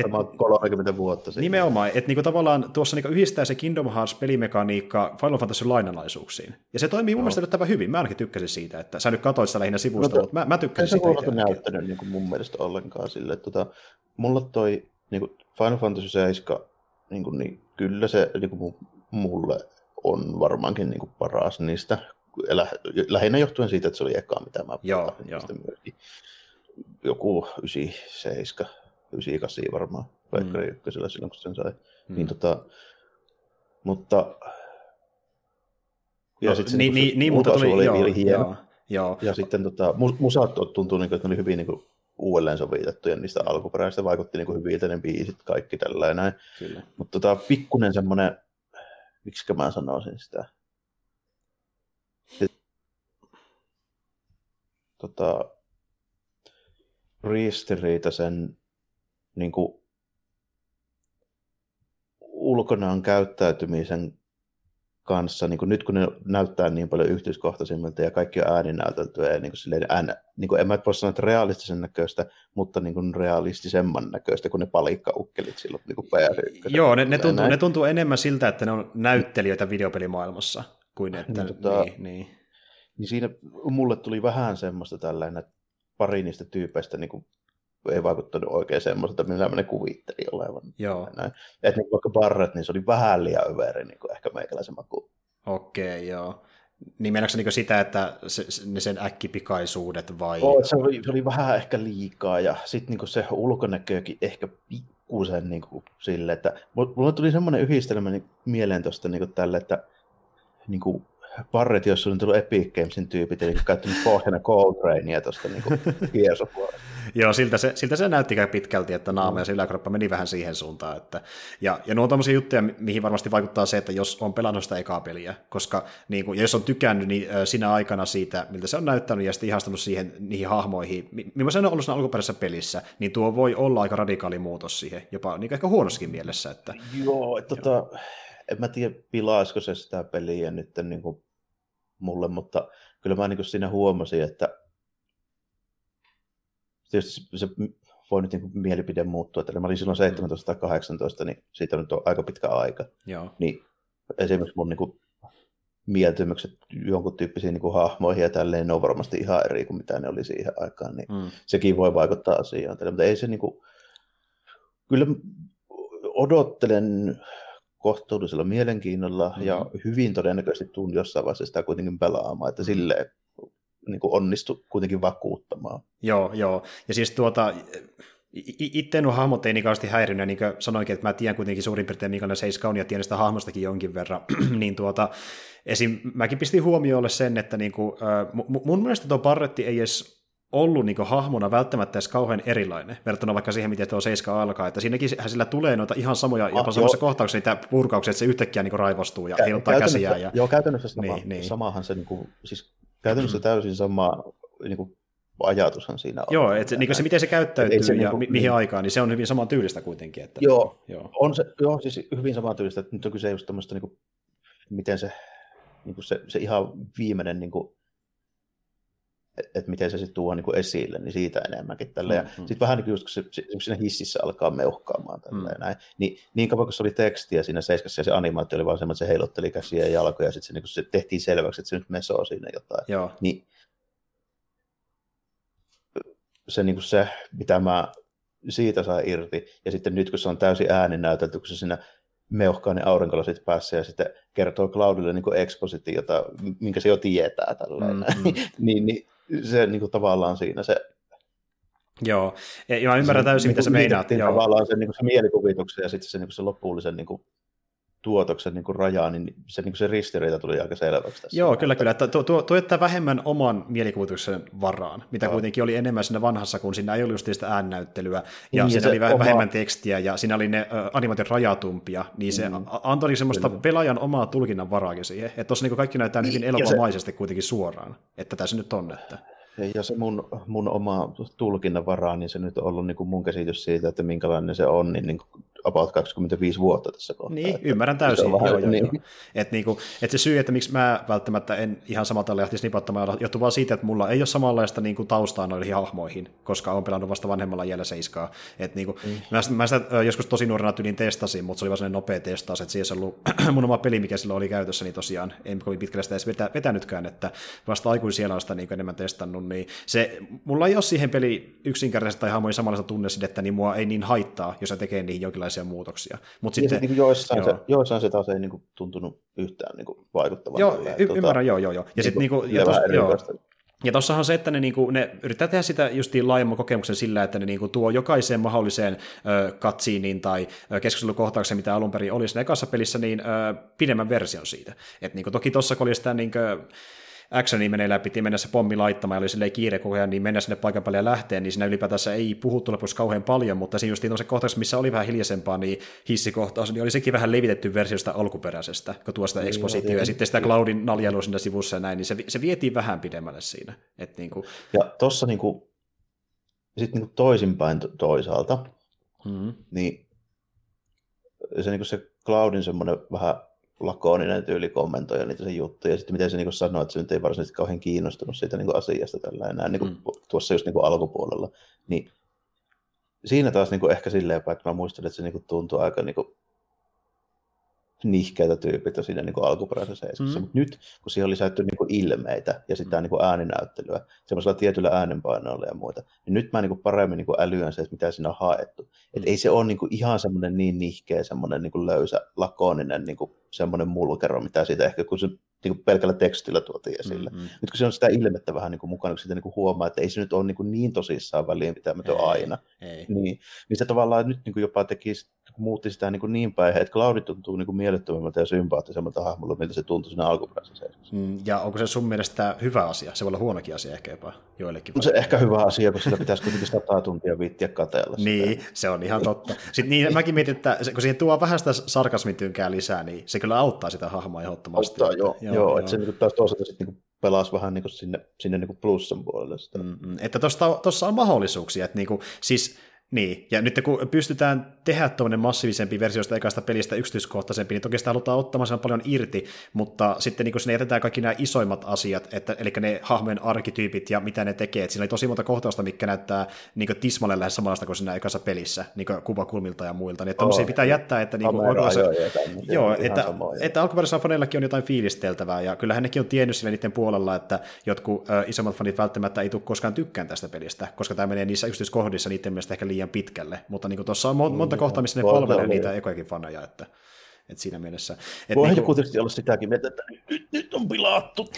30 vuotta sitten. Nimenomaan, että tavallaan tuossa yhdistää se Kingdom Hearts-pelimekaniikka Final Fantasy lainalaisuuksiin. Ja se toimii mun mielestä yllättävän hyvin. Mä ainakin tykkäsin siitä, että sä nyt katsoit sitä lähinnä sivusta, mutta mä tykkäsin siitä itse. Se ei näyttänyt mun mielestä ollenkaan sille. Mulla toi Final Fantasy 7, niin kyllä se mulle on varmaankin paras niistä. Lähinnä johtuen siitä, että se oli eka, mitä mä pelasin. Joku 97, 98 varmaan, Pleikkari ykkösellä silloin, kun sen sai. Mutta ja sitten mutta oli hieno. Ja sitten musat tuntuu, että ne oli hyvin uudelleen sovitettuja, niistä alkuperäistä vaikutti hyviltä ne biisit, kaikki tällainen. Mutta pikkunen semmoinen, miksi mä sanoisin sitä, ristiriita sen ulkonaan käyttäytymisen kanssa, nyt kun ne näyttää niin paljon yksityiskohtaisimmilta ja kaikki on ääninäyteltyä ja en mä voi sanoa, että realistisen näköistä, mutta realistisemman näköistä kuin ne palikkaukkelit silloin PS1. Joo, ne tuntuu enemmän siltä, että ne on näyttelijöitä videopelimaailmassa kuin että... Niin siinä mulle tuli vähän semmoista tällainen, että pari niistä tyypeistä niin kuin, ei vaikuttanut oikein semmoiselta, millä mä ne kuvitteli olevan. Joo. Että niin vaikka Barrett, niin se oli vähän liian överi, niin kuin ehkä meikäläisen makuun. Okei, joo. Niin meinaatko niin sitä, että ne sen äkkipikaisuudet vai? Se oli vähän ehkä liikaa, ja sitten niin se ulkonäköäkin ehkä pikkusen niin sille, että mulle tuli semmoinen yhdistelmä niin mieleen tuosta niin tälle, että niin Barrett, jos on tullut Epic Gamesin tyypit, eli käyttänyt pohjana Coltranea tuosta niin Gears-puolesta. Joo, siltä se näytti pitkälti, että naama ja se yläkroppa meni vähän siihen suuntaan. Että, ja nuo on tommosia juttuja, mihin varmasti vaikuttaa se, että jos on pelannut sitä ekaa peliä, koska niin kuin, jos on tykännyt niin, sinä aikana siitä, miltä se on näyttänyt, ja sitten ihastunut niihin hahmoihin, millaisia ne on ollut siinä alkuperäisessä pelissä, niin tuo voi olla aika radikaali muutos siihen, jopa niin ehkä huonossakin mielessä. Että, joo. En mä tiedä, pilaisiko se sitä peliä nyt niin kuin mulle, mutta kyllä mä niin kuin siinä huomasin, että tietysti se voi nyt niin mielipide muuttua, että mä olin silloin 17 tai 18, niin siitä nyt on aika pitkä aika. Joo. Niin esimerkiksi mun niin kuin mieltymykset jonkun tyyppisiin niin kuin hahmoihin ja tälleen, ne on varmasti ihan eri kuin mitä ne oli siihen aikaan, niin sekin voi vaikuttaa asiaan. Mutta ei se niin kuin, kyllä odottelen kohtuullisella mielenkiinnolla ja hyvin todennäköisesti tuun jossain vaiheessa sitä kuitenkin pelaamaan, että silleen niin kuin onnistu kuitenkin vakuuttamaan. Joo. Ja siis itse nuo hahmot ei niin kauheasti häirinyt, ja niin kuin sanoinkin, että mä tiedän kuitenkin suurin piirtein minkälainen Seiska on, ja tiedän sitä hahmostakin jonkin verran, niin esim. Mäkin pistin huomioon sen, että niin kuin, mun mielestä tuo Barretti ei edes ollut niin kuin hahmona välttämättä edes kauhean erilainen, verrattuna vaikka siihen, miten tuo Seiska alkaa, että siinäkin sillä tulee noita ihan samoja, jopa samassa kohtauksessa niitä purkauksia, että se yhtäkkiä niin kuin raivostuu ja heiluttaa käsiään. Joo, käytännössä samahan se, niin kuin, siis käytännössä täysin sama niin kuin ajatushan siinä on. Joo, että niin se miten se käyttäytyy se, ja mihin aikaan, niin se on hyvin saman tyylistä kuitenkin. Että, joo. On se siis hyvin saman tyylistä, että nyt on kyse just tämmöistä, niin kuin, miten se, niin kuin se ihan viimeinen, niin kuin, että miten se sitten tuodaan niin esille, niin siitä enemmänkin. Ja sitten vähän niin kuin just, kun se siinä hississä alkaa meuhkaamaan, näin, niin kauan kun se oli tekstiä siinä seiskassa, ja se animaatio oli vaan semmoinen, että se heilotteli käsiä ja jalkoja, ja sitten se, niin se tehtiin selväksi, että se nyt mesoo siinä jotain. Joo. Niin se, niin kuin se, mitä mä siitä sain irti, ja sitten nyt kun se on täysin ääninäytelty, kun se siinä meuhkaa ne aurinkolasit päässä ja sitten kertoo Cloudille niin kuin expositiota, minkä se jo tietää tällainen, niin se niin kuin tavallaan siinä se... Joo, ja mä ymmärrän täysin, mitä sä meinaat. Tavallaan se, niin kuin se mielikuvituksen ja sitten se, niin kuin se loppullisen niin kuin tuotoksen niin kuin rajaa, niin se ristiriita tuli aika selväksi tässä. Joo, kyllä. Tuo jättää vähemmän oman mielikuvituksen varaan, mitä kuitenkin oli enemmän siinä vanhassa, kun siinä ei ollut just sitä äännäyttelyä, ja siinä oli vähemmän tekstiä, ja siinä oli ne animaatiot rajatumpia, niin se antoi semmoista pelaajan omaa tulkinnan varaakin siihen, että tuossa niin kaikki näyttää hyvin elokuvamaisesti kuitenkin suoraan, että tässä nyt on, että... Ja se mun oma tulkinnan varaa, niin se nyt on ollut niin kuin mun käsitys siitä, että minkälainen se on, niin about 25 vuotta tässä kohtaa. Niin, ymmärrän täysin. Joo. Että se syy, että miksi mä välttämättä en ihan samalta lähtisi nipattamaan, johtuu vaan siitä, että mulla ei ole samanlaista niin kuin taustaa noihin hahmoihin, koska olen pelannut vasta vanhemmalla iällä Seiskaa. Mä sitä joskus tosi nuorena tyylin testasin, mutta se oli vaan sellainen nopea testaus, että siihen ollut mun oma peli, mikä silloin oli käytössä, niin tosiaan en kovin pitkälle sitä edes vetänytkään, että vasta aikuisiellä on sitä niin enemmän testannut, niin mulla ei ole siihen peli yksinkertaisesti tai hahmoihin samanlaista tunnesidettä, niin mua ei niin haittaa, jos se tekee niihin jonkinlaisia muutoksia. Sitten, niin joissain se taas ei niin kuin tuntunut yhtään niin kuin vaikuttavan. Joo, ymmärrän, joo. Ja sitten ja tossahan se, että ne yrittää tehdä sitä justiin laajemman kokemuksen sillä, että ne tuo jokaiseen mahdolliseen cutsceneen tai keskustelukohtaukseen, mitä alun perin oli siinä ekassa pelissä, niin pidemmän version siitä. Et toki tuossa, kun oli sitä actionia meneillään, piti mennä se pommi laittamaan, ja oli silleen kiire koko ajan, niin mennä sinne paikan päälle ja lähteä, niin siinä ylipäätänsä ei puhuttu lopuksi kauhean paljon, mutta siinä justiin tuossa kohtauksessa, missä oli vähän hiljaisempaa, niin hissikohtaus, niin oli sekin vähän levitetty versio sitä alkuperäisestä, kun tuo sitä expositioa, ja sitten sitä Cloudin naljailua siinä sivussa ja näin, niin se vietiin vähän pidemmälle siinä. Ja tuossa sitten toisinpäin toisaalta, niin se Cloudin semmoinen vähän lakoninen tyyli kommentoi niitä sen juttuja, ja sitten miten se sanoo, että se nyt ei varsinaisesti kauhean kiinnostunut siitä asiasta tällä enää, tuossa just alkupuolella, niin siinä taas ehkä silleen, että mä muistan, että se tuntui aika nihkeitä tyypitä siinä niin alkuperäisessä Seiskassa. Mutta nyt, kun siihen on lisätty niin kuin ilmeitä ja sitä niin kuin ääninäyttelyä, semmoisella tietyllä äänenpainoilla ja muuta, niin nyt mä niin kuin paremmin niin kuin älyän se, että mitä siinä on haettu. Että ei se ole niin kuin ihan semmoinen niin nihkeä, semmoinen niin kuin löysä, lakoninen niin kuin semmoinen mulkero, mitä siitä ehkä, kun se niin kuin pelkällä tekstillä tuotiin esille. Nyt kun se on sitä ilmettä vähän niin kuin mukana, kun sitä niin kuin huomaa, että ei se nyt ole niin tosissaan väliinpitämätön aina. Niin se tavallaan nyt niin kuin jopa muutti sitä niin päin, että Cloud tuntuu niin kuin miellyttävämmältä ja sympaattisemmalta hahmolla, miltä se tuntui siinä alkuperäisessä. Ja onko se sun mielestä hyvä asia? Se voi olla huonokin asia ehkä jopa joillekin. Se ehkä hyvä asia, koska sillä pitäisi kuitenkin 100 tuntia viittiä kateella. Niin, se on ihan totta. Sitten niin, mäkin mietin, että kun siihen tuo vähän sitä sarkasmitynkää lisää, niin se kyllä auttaa sitä hahmoa ehdottomasti. Auttaa, joo. Että se niin taas toisaalta sitten niin pelasi vähän niin sinne niin plussan puolelle sitä. Että tuossa on mahdollisuuksia, että niin kuin, siis niin, ja nyt kun pystytään tehdä tuommoinen massiivisempi versio sitä ekasta pelistä yksityiskohtaisempi, niin toki sitä halutaan ottamaan paljon irti, mutta sitten niin sinne jätetään kaikki nämä isoimmat asiat, eli ne hahmojen arkityypit ja mitä ne tekee, että siinä oli tosi monta kohtausta, mikä näyttää niin tismalleen lähes samanlaista kuin siinä ekassa pelissä, niin kuvakulmilta ja muilta, niin tommosia pitää jättää, että että alkuperäisellä faneillakin on jotain fiilisteltävää, ja kyllähän nekin on tiennyt sille niiden puolella, että jotkut isommat fanit välttämättä ei tule koskaan tykkään tästä pelistä, koska tämä menee niissä yksityiskohdissa niiden mielestä ehkä liian pitkälle, mutta niin tuossa on monta kohtaa, missä ne palvelee niitä ekojakin faneja, että siinä mielessä. Voi niin kuitenkin olla sitäkin mieltä, että nyt on pilattu.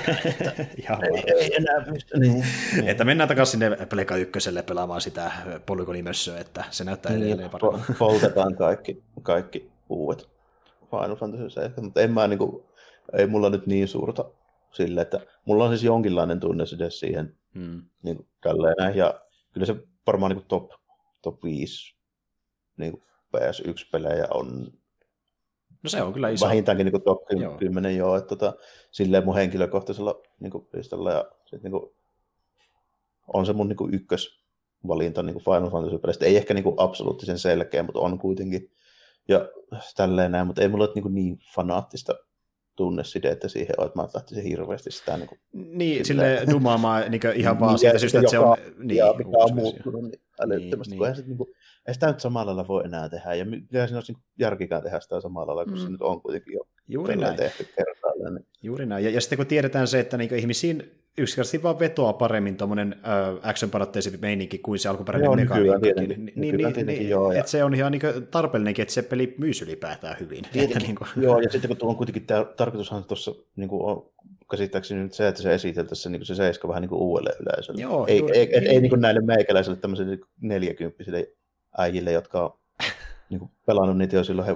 ei enää pysty. Niin. Että mennään takaisin sinne Pleikka ykköselle pelaamaan sitä polygonimössöä, että se näyttää edelleen paremmin. Poltetaan kaikki uudet Final Fantasy 7, mutta ei mulla nyt niin suurta sille, että mulla on siis jonkinlainen tunne siihen niin tälleen, ja kyllä se varmaan niin top 5 niin PS1-pelejä on. No se on kyllä iso. Vähintäänkin niin top 10 joo, että silleen mun henkilökohtaisella niin listalla, ja sit, niin kuin, on se mun niin ykkösvalinta niin Final Fantasy-peleistä. Ei ehkä niin absoluuttisen selkeä, mutta on kuitenkin. Ja tälleen näin, mutta ei mulla ole niin fanaattista tunnesidettä siihen on, että mä lähtisin hirveästi sitä niin silleen dumaamaan niin ihan vaan siitä syystä, että se on niin, ja mikä on muuttunut niin älyttömästi, kun ei sitä nyt samalla lailla voi enää tehdä, ja mikä siinä olisi järkikään tehdä sitä samalla lailla, kun se nyt on kuitenkin jo tehty kertaalleen. Niin. Juuri näin, ja sitten kun tiedetään se, että niin ihmisiin yksinkertaisesti vaan vetoaa paremmin tuommoinen action-panotteisempi meininki kuin se alkuperäinen mekaniikkakin. Niin, että se on ihan tarpeellinenkin, että se peli myys ylipäätään hyvin. Joo, ja sitten kun on kuitenkin tämä tarkoitushan tuossa on käsittääkseni nyt se, että se esiteltäisiin se 7 vähän uudelle yleisölle. Joo, ei näille meikäläisille tämmöisille 40-kymppisille äijille, jotka on pelannut niitä jo silloin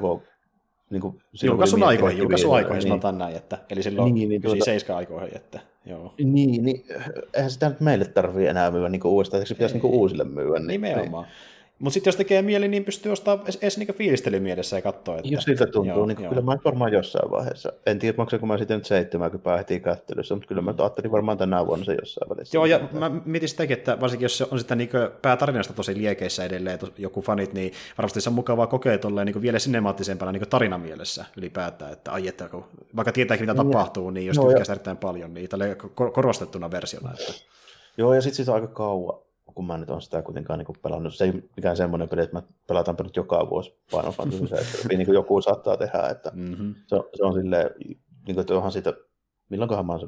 julkaisuaikoihin sanotaan näin, että, eli silloin 97 aikoihin, että joo. Niin, eihän sitä nyt meille tarvitse enää myyä uudestaan, eikö se pitäisi uusille myyä? Nimenomaan. Mutta sitten jos tekee mieli, niin pystyy ostamaan edes fiilistelymielessä ja katsoa. Että jos siltä tuntuu, niin kyllä mä varmaan jossain vaiheessa. En tiedä, maksaako mä sitten nyt 70 heti kättelyssä, mutta kyllä mä ajattelin varmaan tänä vuonna se jossain välissä. Joo, ja mä mietin sitäkin, että varsinkin jos se on sitten päätarinasta tosi liekeissä edelleen joku fanit, niin varmasti se on mukavaa kokea tolleen vielä sinemaattisempana tarinamielessä ylipäätään, että ai että vaikka tietääkin mitä tapahtuu, niin jos tykkää sitä erittäin paljon, niin tälleen korostettuna versiona. Että. Joo, ja sitten siitä on aika kauan. Kun mä nyt on sitä kuitenkaan pelannut. Se ei mikään semmoinen peli, että mä pelataanpa nyt joka vuosi Final Fantasy 7, niin joku saattaa tehdä, että se on silleen, että onhan siitä, milloinkohan mä oon se,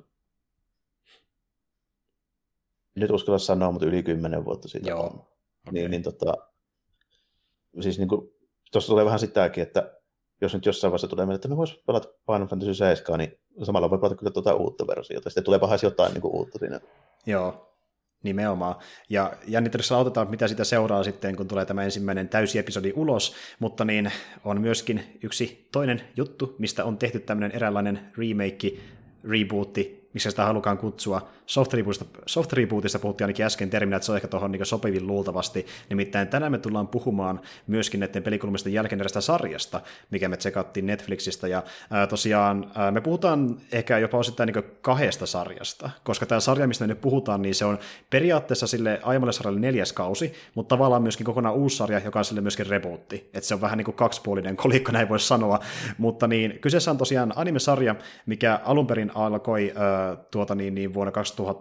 nyt uskalla sanoa, mutta yli 10 vuotta siitä on. Okay. Siis tuossa tulee vähän sitäkin, että jos nyt jossain vaiheessa tulee, että me vois pelata Final Fantasy 7, niin samalla voi pelata kyllä uutta versiota, sitten tulee vähän jotain uutta siinä. Joo. Nimenomaan. Ja jännityksellä otetaan, mitä sitä seuraa sitten, kun tulee tämä ensimmäinen täysi episodi ulos, mutta niin on myöskin yksi toinen juttu, mistä on tehty tämmöinen eräänlainen remake, rebootti, miksi sitä halukaan kutsua. Soft rebootista puhuttiin ainakin äsken terminä, että se on ehkä tuohon sopivin luultavasti. Nimittäin tänään me tullaan puhumaan myöskin näiden pelikulmisten jälkeenjäärästä sarjasta, mikä me tsekattiin Netflixistä. Ja tosiaan me puhutaan ehkä jopa osittain kahdesta sarjasta, koska tämä sarja, mistä me nyt puhutaan, niin se on periaatteessa sille aiemmalle sarjalle 4. kausi, mutta tavallaan myöskin kokonaan uusi sarja, joka on sille myöskin rebootti. Että se on vähän kaksipuolinen kolikko, näin voisi sanoa. Mutta niin, kyseessä on tosiaan anime-sarja, mikä alun perin alkoi vuonna 2000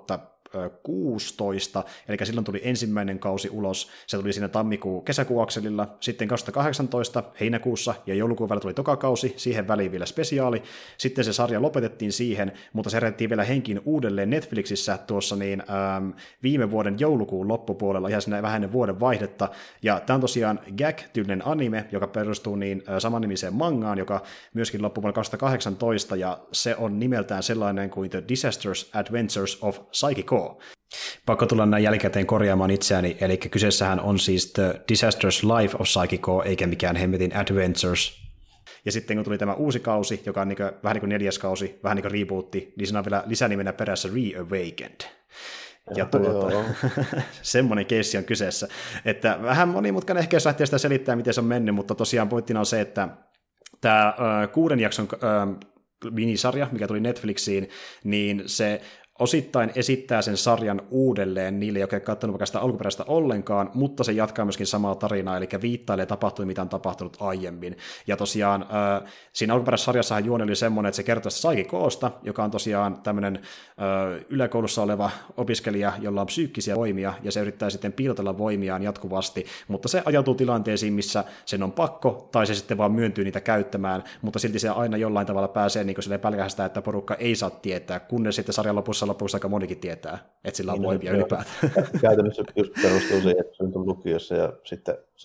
2016, eli silloin tuli ensimmäinen kausi ulos, se tuli siinä kesäkuun akselilla, sitten 2018 heinäkuussa ja joulukuun välillä tuli toka kausi, siihen väliin vielä spesiaali, sitten se sarja lopetettiin siihen, mutta se herättiin vielä henkiin uudelleen Netflixissä tuossa viime vuoden joulukuun loppupuolella, ihan siinä vähän ennen vuoden vaihdetta, ja tämä on tosiaan gag-tyylinen anime, joka perustuu samannimiseen mangaan, joka myöskin loppui vuonna 2018, ja se on nimeltään sellainen kuin The Disastrous Adventures of Psychico. Pakko tulla näin jälkikäteen korjaamaan itseäni, eli kyseessähän on siis The Disastrous Life of Psychico, eikä mikään hemmetin Adventures. Ja sitten kun tuli tämä uusi kausi, joka on vähän niin kuin 4. kausi, vähän niin kuin rebootti, niin siinä on vielä lisänimenä perässä Reawakened. Ja semmoinen keissi on kyseessä. Että vähän monimutkainen ehkä, jos lähtee sitä selittämään, miten se on mennyt, mutta tosiaan pointtina on se, että tämä 6 jakson minisarja, mikä tuli Netflixiin, niin se osittain esittää sen sarjan uudelleen niille, jotka ei katsonut vaikka sitä alkuperäistä ollenkaan, mutta se jatkaa myöskin samaa tarinaa, eli viittailee tapahtumia, mitä on tapahtunut aiemmin. Ja tosiaan siinä alkuperäisessä sarjassahan juoni oli semmoinen, että se kertoo Psychicoosta, joka on tosiaan tämmöinen yläkoulussa oleva opiskelija, jolla on psyykkisiä voimia, ja se yrittää sitten piilotella voimiaan jatkuvasti, mutta se ajautuu tilanteisiin, missä sen on pakko, tai se sitten vaan myöntyy niitä käyttämään, mutta silti se aina jollain tavalla pääsee niin silleen pelkästään, että porukka ei saa tietää, kunnes sitten sarjan lopussa aika monikin tietää, että sillä on voimia ylipäätään. Käytännössä just perustuu siihen, että se on lukiossa ja sitten se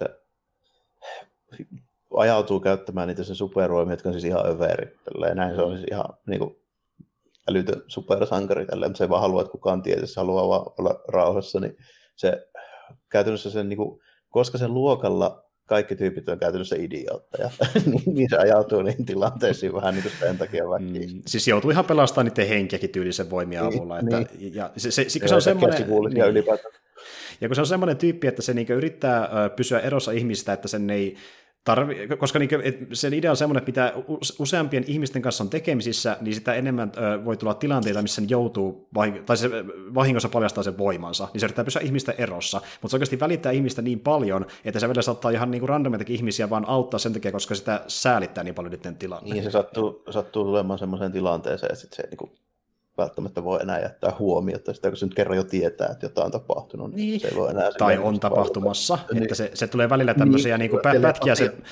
ajautuu käyttämään niitä sen supervoimia, jotka on siis ihan överi. Näin se on siis ihan niin kuin älytön supersankari, mutta se ei vaan halua, että kukaan tietää, se haluaa vaan olla rauhassa, niin se käytännössä sen, niin kuin, koska sen luokalla kaikki tyypit on käytännössä idiootteja, niin se ajautuu niihin tilanteisiin vähän niin kuin sen takia väkkiin. Siis joutuu ihan pelastamaan niiden henkiäkin tyylisen voimia avulla. Ja se on semmoinen, ja kun se on semmoinen tyyppi, että se niinku yrittää pysyä erossa ihmistä, että sen ei koska sen idea on semmoinen, että mitä useampien ihmisten kanssa on tekemisissä, niin sitä enemmän voi tulla tilanteita, missä sen joutuu, tai se vahingossa paljastaa sen voimansa, niin se yrittää pysyä ihmistä erossa, mutta se oikeasti välittää ihmistä niin paljon, että se välillä saattaa ihan niin kuin randomitakin ihmisiä vaan auttaa sen takia, koska sitä säälittää niin paljon niiden tilanne. Niin se sattuu tulemaan semmoiseen tilanteeseen, että sitten se niin kuin välttämättä voi enää jättää huomiota sitä, kun se nyt kerran jo tietää, että jotain on tapahtunut, niin se ei voi enää... Tai on tapahtumassa, että se tulee välillä tämmöisiä niin pätkiä.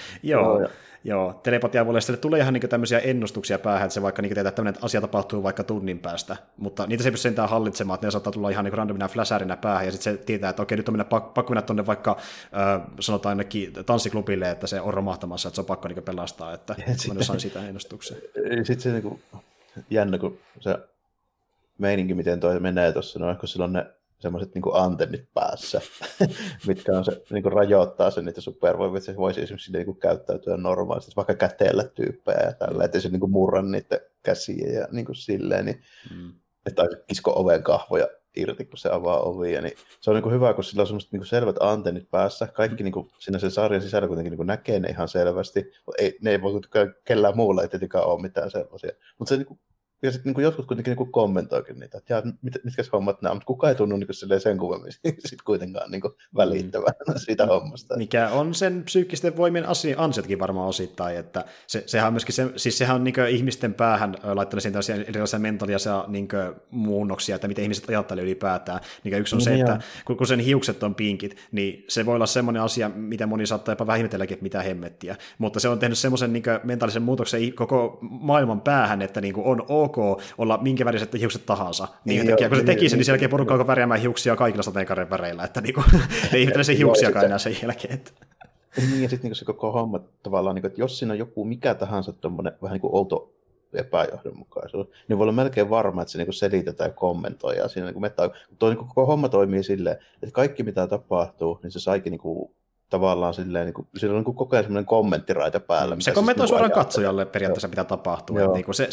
Joo, telepatiavuolelle tulee ihan niin tämmöisiä ennustuksia päähän, että se vaikka niin tietää, että tämmöinen asia tapahtuu vaikka tunnin päästä, mutta niitä se ei pysty sentään hallitsemaan, että ne saattaa tulla ihan niin randomina flasherina päähän, ja sitten se tietää, että okei, nyt on pakko mennä tuonne vaikka sanotaan ainakin tanssiklubille, että se on romahtamassa, että se on pakko niin pelastaa, että mä sain sitä ennustuksia. Sitten se niin jännä, kun se meininki, miten toi menee tuossa, no kun sillä on ne semmoiset niin antennit päässä, mitkä on se, niin rajoittaa sen niitä supervoimia, että se voisi esimerkiksi niin käyttäytyä normaalisti, vaikka käteellä tyyppejä ja tällä, ettei se niin murra niitä käsiä ja niin silleen, niin, että kisko oven kahvoja irti, kun se avaa ovia, niin se on niin hyvä, kun sillä on semmoiset niin selvät antennit päässä, kaikki niin siinä sen sarjan sisällä kuitenkin niin näkee ne ihan selvästi, ne ei voi kellään muulla, ei tietenkään ole mitään sellaisia, mutta se niin ja sitten niin jotkut kuitenkin niin kommentoikin niitä, että mitkä se hommat nämä, mutta kukaan ei tunnu niin sen kuvemmin sit kuitenkaan niin välittävän siitä hommasta. Mikä on sen psyykkisten voimien ansiotkin varmaan osittain, että sehän on myöskin sehän on niin ihmisten päähän laittanut tällaisia erilaisia mentaalisia niin muunnoksia, että miten ihmiset ajattelee ylipäätään. Niin yksi on se, että kun sen hiukset on pinkit, niin se voi olla semmoinen asia, mitä moni saattaa jopa vähän ihmetelläkin, että mitä hemmettiä. Mutta se on tehnyt semmoisen niin mentaalisen muutoksen koko maailman päähän, että niin on ok olla minkä väriset hiukset tahansa. Niin takia, kun se teki sen, niin sen jälkeen porukka alkoi värjäämään hiuksia kaikilla sateenkaaren väreillä, että niinku, ei ihmetele sen hiuksiakaan enää sen jälkeen. Niin, ja sitten se koko homma tavallaan, että jos siinä on joku mikä tahansa tommoinen vähän niin kuin outo epäjohdonmukaisuus, niin voi olla melkein varma, että se niin selitetään ja kommentoi. Ja siinä niin koko homma toimii silleen, että kaikki mitä tapahtuu, niin se saikin niin kuin tavallaan silleen, niin kuin, sillä on niin koko ajan semmoinen kommenttiraita päällä. Se kommentoi suoraan katsojalle periaatteessa, mitä tapahtuu. Niin kuin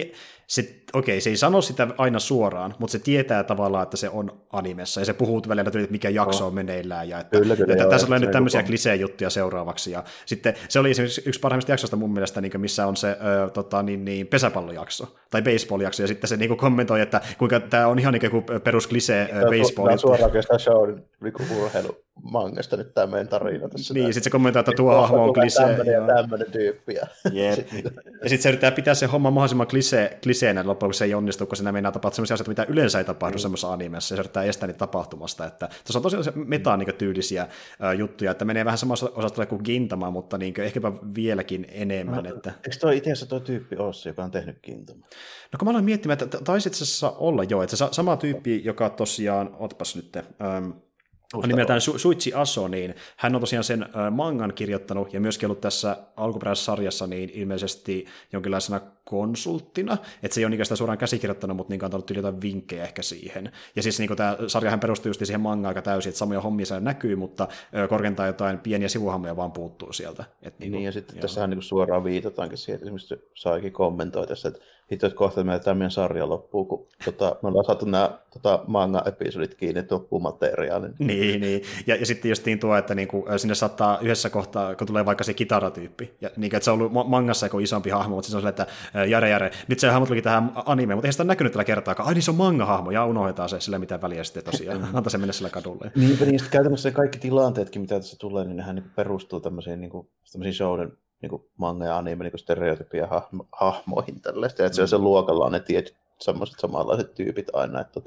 se ei sano sitä aina suoraan, mutta se tietää tavallaan, että se on animessa, ja se puhuu välillä, että mikä jakso on meneillään, ja että tässä tulee nyt tämmöisiä klisee-juttuja seuraavaksi. Ja sitten se oli esimerkiksi yksi parhaimmista jaksoista mun mielestä, niin missä on se pesäpallojakso, tai baseball-jakso, ja sitten se niin kuin kommentoi, että kuinka tämä on ihan niin kuin perusklisee baseball. Tämä on suoraan kestä show, urheilu mangasta nyt tämä meidän tarina tässä. Niin, sitten se kommentoi, että tuo hahmo on klisee. Tämmöinen tyyppi. Ja sitten se yrittää pitää se homma mahdollisimman kliseenä loppujen, kun se ei onnistu, kun siinä meinaa tapahtua sellaisia asioita, mitä yleensä ei tapahdu semmoisessa animessa, ja se yrittää estää niitä tapahtumasta. Että tuossa on tosiaan meta-tyylisiä juttuja, että menee vähän samassa osastolle kuin Gintama, mutta niin ehkäpä vieläkin enemmän. Että... Eikö tuo itse asiassa tuo tyyppi ole se, joka on tehnyt Gintama? No kun mä aloin miettimään, että taisi itse asiassa olla jo, että se sama tyyppi, joka tosiaan, ootpas nyt, on nimeltään Shuichi Aso, niin hän on tosiaan sen mangan kirjoittanut ja myöskin ollut tässä alkuperäisessä sarjassa niin ilmeisesti jonkinlaisena konsulttina, että se ei ole niinkään sitä suoraan käsikirjoittanut, mutta niin antanut jotain vinkkejä ehkä siihen. Ja siis niin tämä sarjahan perustuu just siihen mangaan aika täysin, että samoja hommia siellä näkyy, mutta korkeintaan jotain pieniä sivuhahmoja vaan puuttuu sieltä. Niin, ja sitten tässähän niin suoraan viitataankin siihen, että esimerkiksi Saikin kommentoi tässä, että hitto, että kohta tämä meidän sarja loppuu, kun me ollaan saatu nämä manga-episodit kiinni, että loppuu materiaalin. Niin. Ja sitten justiin tuo, että niinku, sinne saattaa yhdessä kohtaa, kun tulee vaikka se kitaratyyppi, ja niinku, että se on ollut mangassa joku isompi hahmo, mutta se on silleen, että Jare, nyt se hahmo tulikin tähän animeen, mutta ei sitä ole näkynyt tällä kertaakaan. Ai niin, se on manga-hahmo, ja unohdetaan se, sillä mitään väliä sitten tosiaan. Antaa se mennä sillä kadulle. Niinpä, niin käytännössä kaikki tilanteetkin, mitä tässä tulee, niin nehän niinku perustuu tämmöisiin showden manga ja anime niin stereotypia hahmoihin tällaista, että se luokalla on ne tietyt semmoiset samanlaiset tyypit aina, että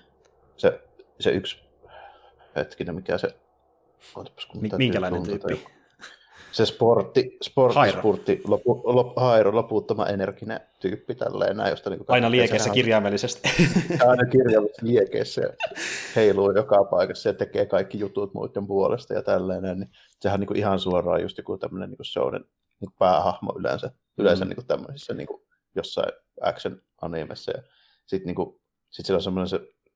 se yksi hetkinen, mikä se... Minkälainen tyyppi? Se spurtti, Hairo, loputtoman energinen tyyppi tälleen näin, josta niin aina liekeissä kirjaimellisesti. Aina kirjaimellisesti liekeissä heiluu joka paikassa ja tekee kaikki jutut muiden puolesta ja tälleen näin, niin sehän on niin ihan suoraan just joku tämmöinen niin showden niin päähahmo yleensä niin tämmöisissä niin jossain action-animessa ja sitten niin siellä on semmoinen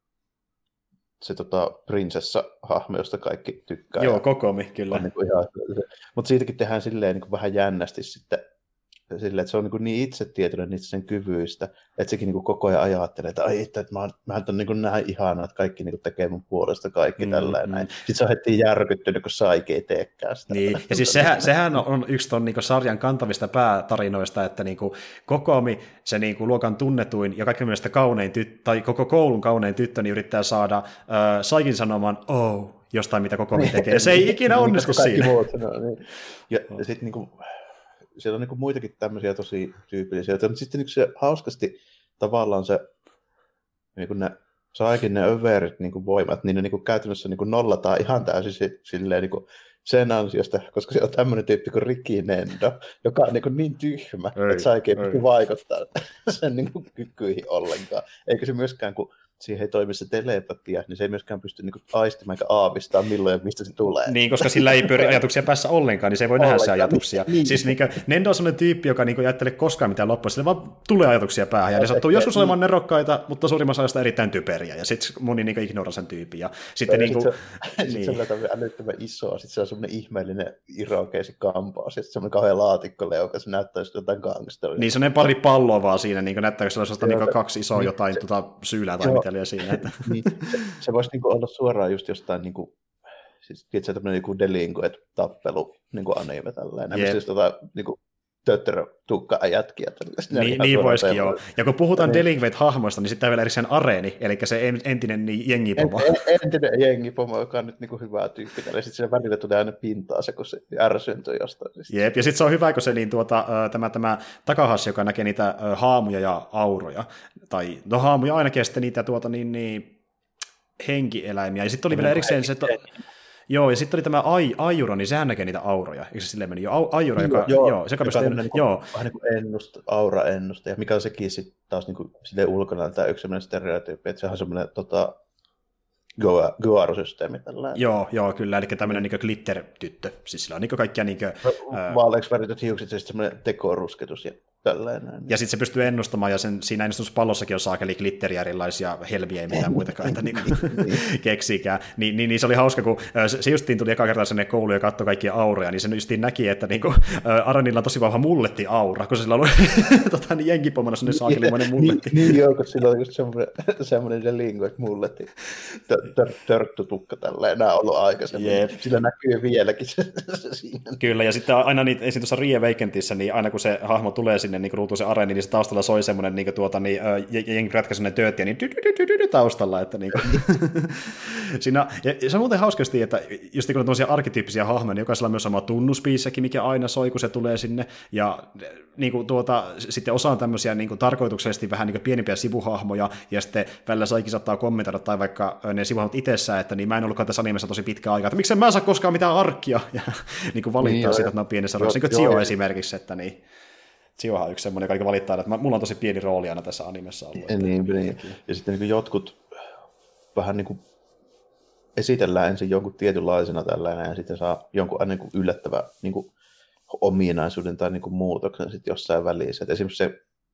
se prinsessa-hahmo, josta kaikki tykkää. Joo, Kokomi, kyllä. Niin mutta siitäkin tehdään silleen niin vähän jännästi sitten, silleen, että se on niin itsetietoinen niistä sen kyvyistä, että sekin niin koko ajan ajattelee, että ai että mä on niin näin ihanaa, että kaikki niin tekee mun puolesta kaikki tällä näin. Sitten se on heti järkyttynyt, kun Saiki ei teekään sitä. Niin, ja siis sehän on yksi ton niin sarjan kantavista päätarinoista, että niin Kokomi, se niin luokan tunnetuin ja kaikki mielestä kaunein tai koko koulun kaunein tyttö, niin yrittää saada Saikin sanomaan jostain, mitä Kokomi tekee. Se ei ikinä onnistu siinä. Ja sitten niin siellä on niin muitakin tämmöisiä tosi tyypillisiä, mutta sitten niin se hauskasti tavallaan se, niin ne Saikin ne överit niin voimat, niin ne niin käytännössä niin nollataan ihan täysin silleen niin sen ansiosta, koska se on tämmöinen tyyppi kuin Riki Nendo, joka on niin tyhmä, että Saikin ei vaikuttaa sen niin kykyihin ollenkaan. Eikä se myöskään, kun siihen ei toimi se telepatia, niin se ei myöskään pysty aistimaan eikä aavistamaan milloin ja mistä se tulee. Niin, koska sillä ei pyöri ajatuksia päässä ollenkaan, niin se ei voi nähdä se ajatuksia. Niin. Siis Nendo on sellainen tyyppi, joka ei ajattele koskaan mitään loppua, sillä vaan tulee ajatuksia päähän, ja ne sattuu joskus olemaan nerokkaita, mutta suurimmassa ajasta erittäin typeriä, ja sitten moni ignoraa sen tyypin. Ja sitten se on älyttömän iso, sitten se on semmoinen ihmeellinen irokeisi kampaa, sitten semmoinen kauhean laatikkoleuka, se näyttää jotain gangsteria. Niin, semmoinen pari palloa vaan siinä, näyttääkö sellaista kaksi isoa jotain syylää tai siinä. Että. Niin, se voisi olla suoraan just jostain, siis tietysti tämmöinen Delinquent-tappelu anime tällainen, yep. Siis tötterö-tukka-jätkiä. Niin voisikin joo. Ja kun puhutaan Delinquent-hahmoista, niin sitten vielä erikseen Areeni, eli se entinen jengipomo. Entinen jengipomo, joka on nyt hyvä tyyppi. Ja sitten siinä välillä tulee aina pintaa se, kun se ärsyntyy jostain. Jep, ja sitten se on hyvä, kun se tämä Takahashi, joka näkee niitä haamuja ja auroja, tai haamuja ainakin, ja sitten niitä henkieläimiä. Ja sitten oli vielä erikseen se, joo, ja sitten oli tämä Aijuro, niin sehän näkee niitä auroja. Eikö se silleen meni? Aijuro, se vähän niin kuin aura-ennuste, ja mikä on sekin sitten taas niin silleen ulkona tämä yksi sellainen stereotyyppi, että sehän on semmoinen Guaro-systeemi tällainen. Joo, kyllä, eli tämmöinen glitter-tyttö. Siis sillä on kaikkia vaaleiksi värityt hiukset ja sitten semmoinen tekorusketus ja tällainen. Ja sitten se pystyy ennustamaan, ja siinä ennustuspallossakin on saakeli glitteriä, erilaisia helviä ja mitään muitakaan, että keksikään. Niin se oli hauska, kun se justiin tuli eka kertaa sinne kouluun ja katsoi kaikkia auroja, niin se justiin näki, että Aranilla on tosi vahva mulletti-aura, kun sillä on ollut jenkipomana sellainen saakelimainen mulletti. Niin joo, kun sillä on just semmoinen delinquent mulletti. Törttutukka tällainen, nämä on ollut aikaisemmin. Yep. Sillä näkyy vieläkin se siinä. Kyllä, ja sitten aina esim. Tuossa Rie Vacantissa, niin aina kun se hahmo tulee sinne, sinne niin ruutuisen areeniin, niin se taustalla soi semmoinen niin jengi rätkä semmoinen tööttiä, niin taustalla, että niin siinä, ja se on muuten hauskasti, että just kun on tämmöisiä arkityyppisiä hahmoja, niin jokaisella on myös sama tunnuspiissäkin, mikä aina soi, kun se tulee sinne, ja niin kuin sitten osa on tämmöisiä niin kuin tarkoituksellisesti vähän niin kuin pienempiä sivuhahmoja, ja sitten välillä Saikin saattaa kommentoida, tai vaikka ne sivuhahmot itsessään, että niin mä en ollutkaan tässä animessa tosi pitkä aikaa, että miksen mä saa koskaan mitään arkkia, ja niin kuin valittaa siitä, että ne on pienessä roolissa, niin kuin Zio esimerkiksi, että niin. Ziohan on yksi semmoinen, joka valittaa, että mulla on tosi pieni rooli aina tässä animessa ollut. Niin. Ja sitten niin jotkut vähän niin kuin esitellään ensin jonkun tietynlaisena tällainen, ja sitten saa jonkun aina niin yllättävä niin kuin ominaisuuden tai niin kuin muutoksen sitten jossain välissä. Et esimerkiksi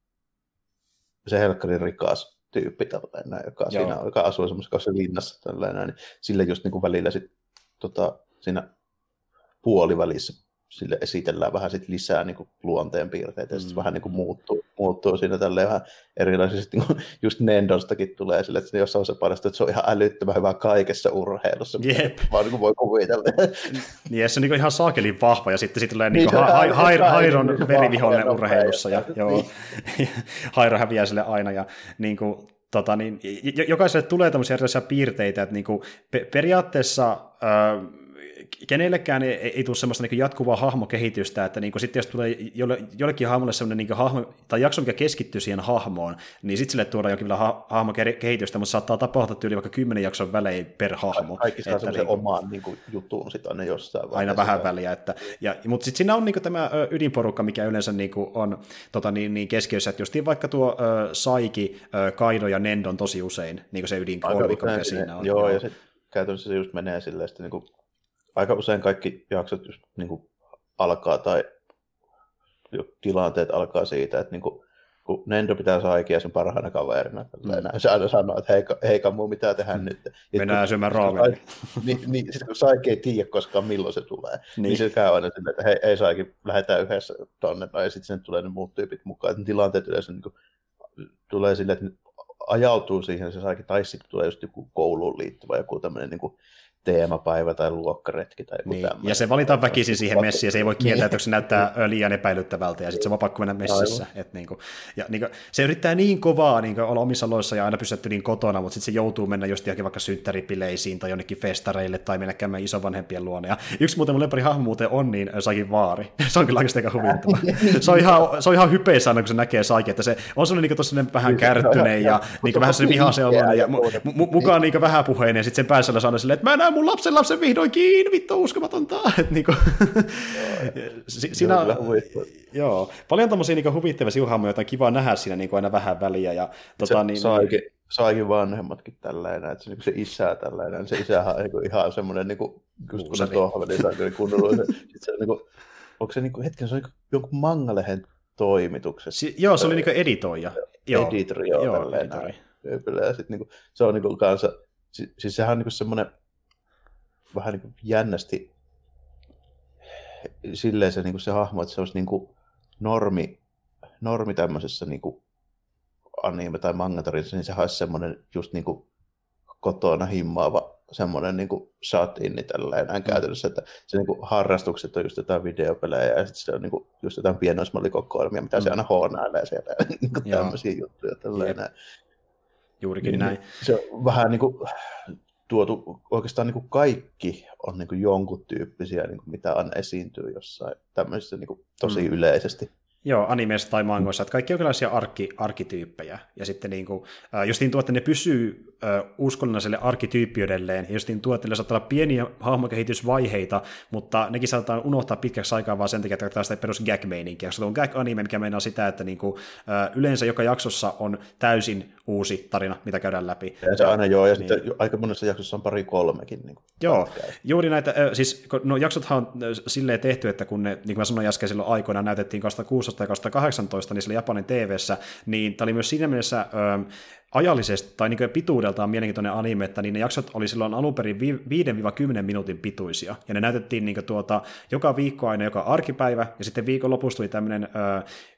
se helkkarin rikas tyyppi, tällainen, joka asuu semmoisessa linnassa, tällainen, niin sille just niin kuin välillä sit, siinä puolivälissä sille esitellään vähän sit lisää niin kuin luonteenpiirteitä, ja sitten vähän niin kuin muuttuu siinä tälleen vähän erilaisesti, niin kuin just Nendostakin tulee sille, että jossain se paljastuu, että se on ihan älyttömän hyvä kaikessa urheilussa, vaan niin kuin voi kuvitella. Niin, se on niin ihan saakelin vahva, ja sitten tulee niin Hairon verivihollinen urheilussa, ja Hairo häviää sille aina, ja niin kuin, jokaiselle tulee tämmöisiä erilaisia piirteitä, että niin kuin, periaatteessa kenellekään ei tule semmoista niin jatkuvaa hahmokehitystä, että niin sitten jos tulee jollekin hahmolle semmoinen niin hahmo, tai jakso, mikä keskittyy siihen hahmoon, niin sitten sille tuodaan jonkin hahmokehitystä, mutta saattaa tapahtua yli vaikka 10 jakson välein per hahmo. Kaikki saa semmoisen omaan niin jutun sitten aina jossain vaiheessa. Aina vähän väliä. Mutta sitten siinä on niin tämä ydinporukka, mikä yleensä niin on keskiössä, että justiin vaikka tuo Saiki, Kaido ja Nendon tosi usein, niin se ydinkolmikko, mikä siinä on. Joo, ja sitten käytännössä se just menee silleen, että niin aika usein kaikki jaksot just niin kuin alkaa, tai tilanteet alkaa siitä, että niin kuin, kun Nendo pitää Saikia sen parhaana kaverina, se aina sanoo, että hei Kammu, mitä tehdään nyt. Mennään syömään raamia. Niin, sitten kun Saiki ei tiedä koskaan milloin se tulee, niin se käy aina silleen, että hei Saiki, lähdetään yhdessä tonne, ja sitten sinne tulee ne muut tyypit mukaan. Että tilanteet yleensä niin kuin, tulee silleen, että ne ajautuu siihen se Saiki, tai sitten tulee just joku kouluun liittyvä joku tämmöinen niin kuin teemapäivä tai luokkaretki tai joku tämmöinen. Ja se valitaan väkisin siihen messiin, ja se ei voi kieltää, että se näyttää liian epäilyttävältä, ja sitten se on pakko mennä messissä. Se yrittää niin kovaa olla omissa oloissa ja aina pysytty niin kotona, mutta sitten se joutuu mennä just johonkin vaikka synttäripileisiin tai jonnekin festareille tai mennä käymään isovanhempien luona. Ja yksi muuten mun lempari hahmo muuten on niin Saikin vaari. Se on kyllä oikeasti aika huvittava. Se on ihan hypeissä aina, kun se näkee Saikin, että se on sellainen niin vähän kärttyneen ja niin vähän sellainen vihaisen oloinen ja mukaan niin vähäpuheinen, ja sitten sen päässä sanoo silleen, että mä näen mun lapsen vihdoinkin, vittu uskomatonta. Niinku, siinä joo, paljon tommosia niinku huvittavia sivuhahmoja, joita on kiva nähdä siinä niinku aina vähän väliä. Ja, Saikin vanhemmatkin tällainen, että se isä tällainen, se isähän on ihan semmoinen, niinku, just kun se tohveli sai kunnolla, se onko se hetken, se on jonkun mangalehen toimituksessa. Joo, se oli niinku editoija. Editori, joo, tällainen. Ja sitten niinku, se on niinku kanssa, siis sehän on niinku semmoinen, vähän niin kuin jännästi silleen se, niin kuin se hahmo, että se olisi niin kuin normi tämmöisessä niin kuin anime- tai manga-tarinassa, niin se olisi semmoinen just niin kuin kotona himmaava semmoinen niin kuin shot-inni tällainen käytännössä, että se niin kuin harrastukset on just jotain videopelejä ja sitten se on niin kuin just jotain pienoismallikokoelmia, mitä se aina hoonailee siellä, niin kuin tämmöisiä juttuja tällainen. Juurikin näin. Se on vähän niin kuin tuotu, oikeastaan niin kuin kaikki on niin kuin jonkun tyyppisiä, niin kuin mitä aina esiintyy jossain tämmöisissä niin kuin tosi yleisesti. Joo, animeissa tai mangoissa, että kaikki on jonkinlaisia arkityyppejä, ja sitten niin kuin, justiin tuo, että ne pysyy uskonnolliselle arkityyppiydelleen, ja justiin tuo, että ne saattaa olla pieniä hahmokehitysvaiheita, mutta nekin saattaa unohtaa pitkäksi aikaa vaan sen takia, että tämä sitä perus gag-meininkiä, koska tuo on gag-anime, mikä meinaa sitä, että niin kuin, yleensä joka jaksossa on täysin uusi tarina, mitä käydään läpi. Ja se aina joo, ja niin. Sitten aika monessa jaksossa on 2-3kin. Niin joo, juuri näitä, siis no jaksothan on silleen tehty, että kun ne, niin kuin mä sanoin äsken silloin aikoinaan, näytettiin 2016 ja 2018 niin sillä Japanin TV:ssä, niin tämä oli myös siinä mielessä ajallisesti tai niin pituudeltaan mielenkiintoinen anime, että niin ne jaksot oli silloin alun perin 5-10 minuutin pituisia, ja ne näytettiin niin joka viikko aina joka arkipäivä, ja sitten viikonlopussa tuli tämmöinen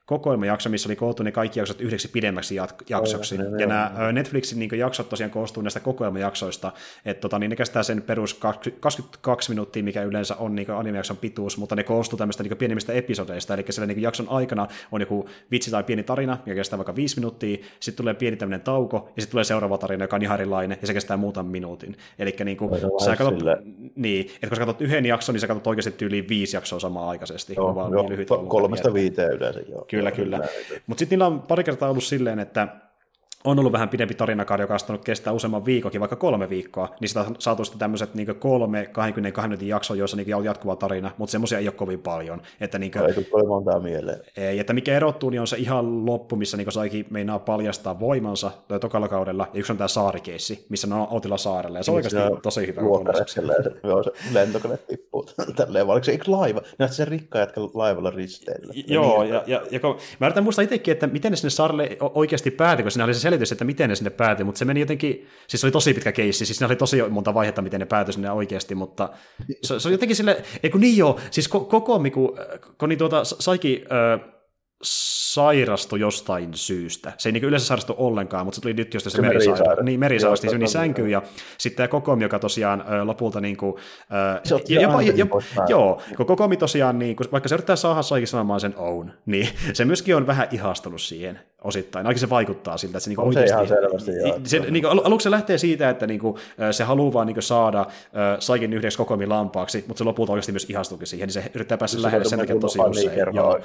kokoelmajakso, missä oli koottu ne kaikki jaksot yhdeksi pidemmäksi jaksoksi. Ja nämä Netflixin niin jaksot tosiaan koostuu näistä kokoelmajaksoista, että niin ne kestää sen perus 22 minuuttia, mikä yleensä on niin anime-jakson pituus, mutta ne koostuu tämmöistä niin pienemmistä episodeista, eli siellä niin jakson aikana on joku vitsi tai pieni tarina, joka kestää vaikka 5 minuuttia, sitten tulee pieni tämmöinen tauko, ja sitten tulee seuraava tarina, joka on ihan erilainen, ja se kestää muutaman minuutin. Eli niin kuin, sä katsot, niin, että kun sä katsot yhden jakson, niin sä katsot oikeasti tyyliin 5 jaksoa samaan aikaisesti. Joo, niin 3-5 yleensä. Joo. Kyllä. Mutta sitten niillä on pari kertaa ollut silleen, että on ollut vähän pidempi tarinakaari, joka on saanut kestää useamman viikokin, vaikka 3 viikkoa, niin sitä on saatu sitten tämmöiset niin 3 22 minuutin jaksoa, joissa niin on jatkuva tarina, mutta semmoisia ei ole kovin paljon. Että, niin kuin, ei tule montaa mieleen. Ei, että mikä erottuu, niin on se ihan loppu, missä niin Saiki meinaa paljastaa voimansa tokalla kaudella, ja yksi on tämä saarikeissi, missä ne on Outilla saarella, ja se on oikeasti tosi hyvä. Luottareksellä, ja se lentokone tippuu tälleen, vai oliko se laiva? Näytti sen rikkaa jätkä laivalla risteillä. Joo, ja kun, mä yritän muistaa itsekin, että miten ne sinne saarelle oikeasti päätyi, kun siinä oli se selitys, että miten ne sinne päätyi, mutta se meni jotenkin, siis se oli tosi pitkä keissi, siis siinä oli tosi monta vaihetta, miten ne päätyi sinne oikeasti, mutta se on jotenkin sille, siis koko kun niin Saiki sairastui jostain syystä. Se ei niin yleensä sairastu ollenkaan, mutta se tuli nyt jostain se merisairaus. Niin, merisairaus, niin se meni sänkyyn, ja sitten tämä Kokomi, joka tosiaan lopulta niin kuin, kun Kokomi tosiaan, niin kuin, vaikka se yrittää saada Saiki sanomaan sen own, niin se myöskin on vähän ihastunut siihen osittain. Ainakin se vaikuttaa siltä, että se niin oikeasti... Niin aluksi se lähtee siitä, että niin kuin, se haluaa vaan niin saada Saikin yhdeksi Kokomin lampaaksi, mutta se lopulta oikeasti myös ihastuukin siihen, niin se yrittää päästä lähelle sen takia tosi usein.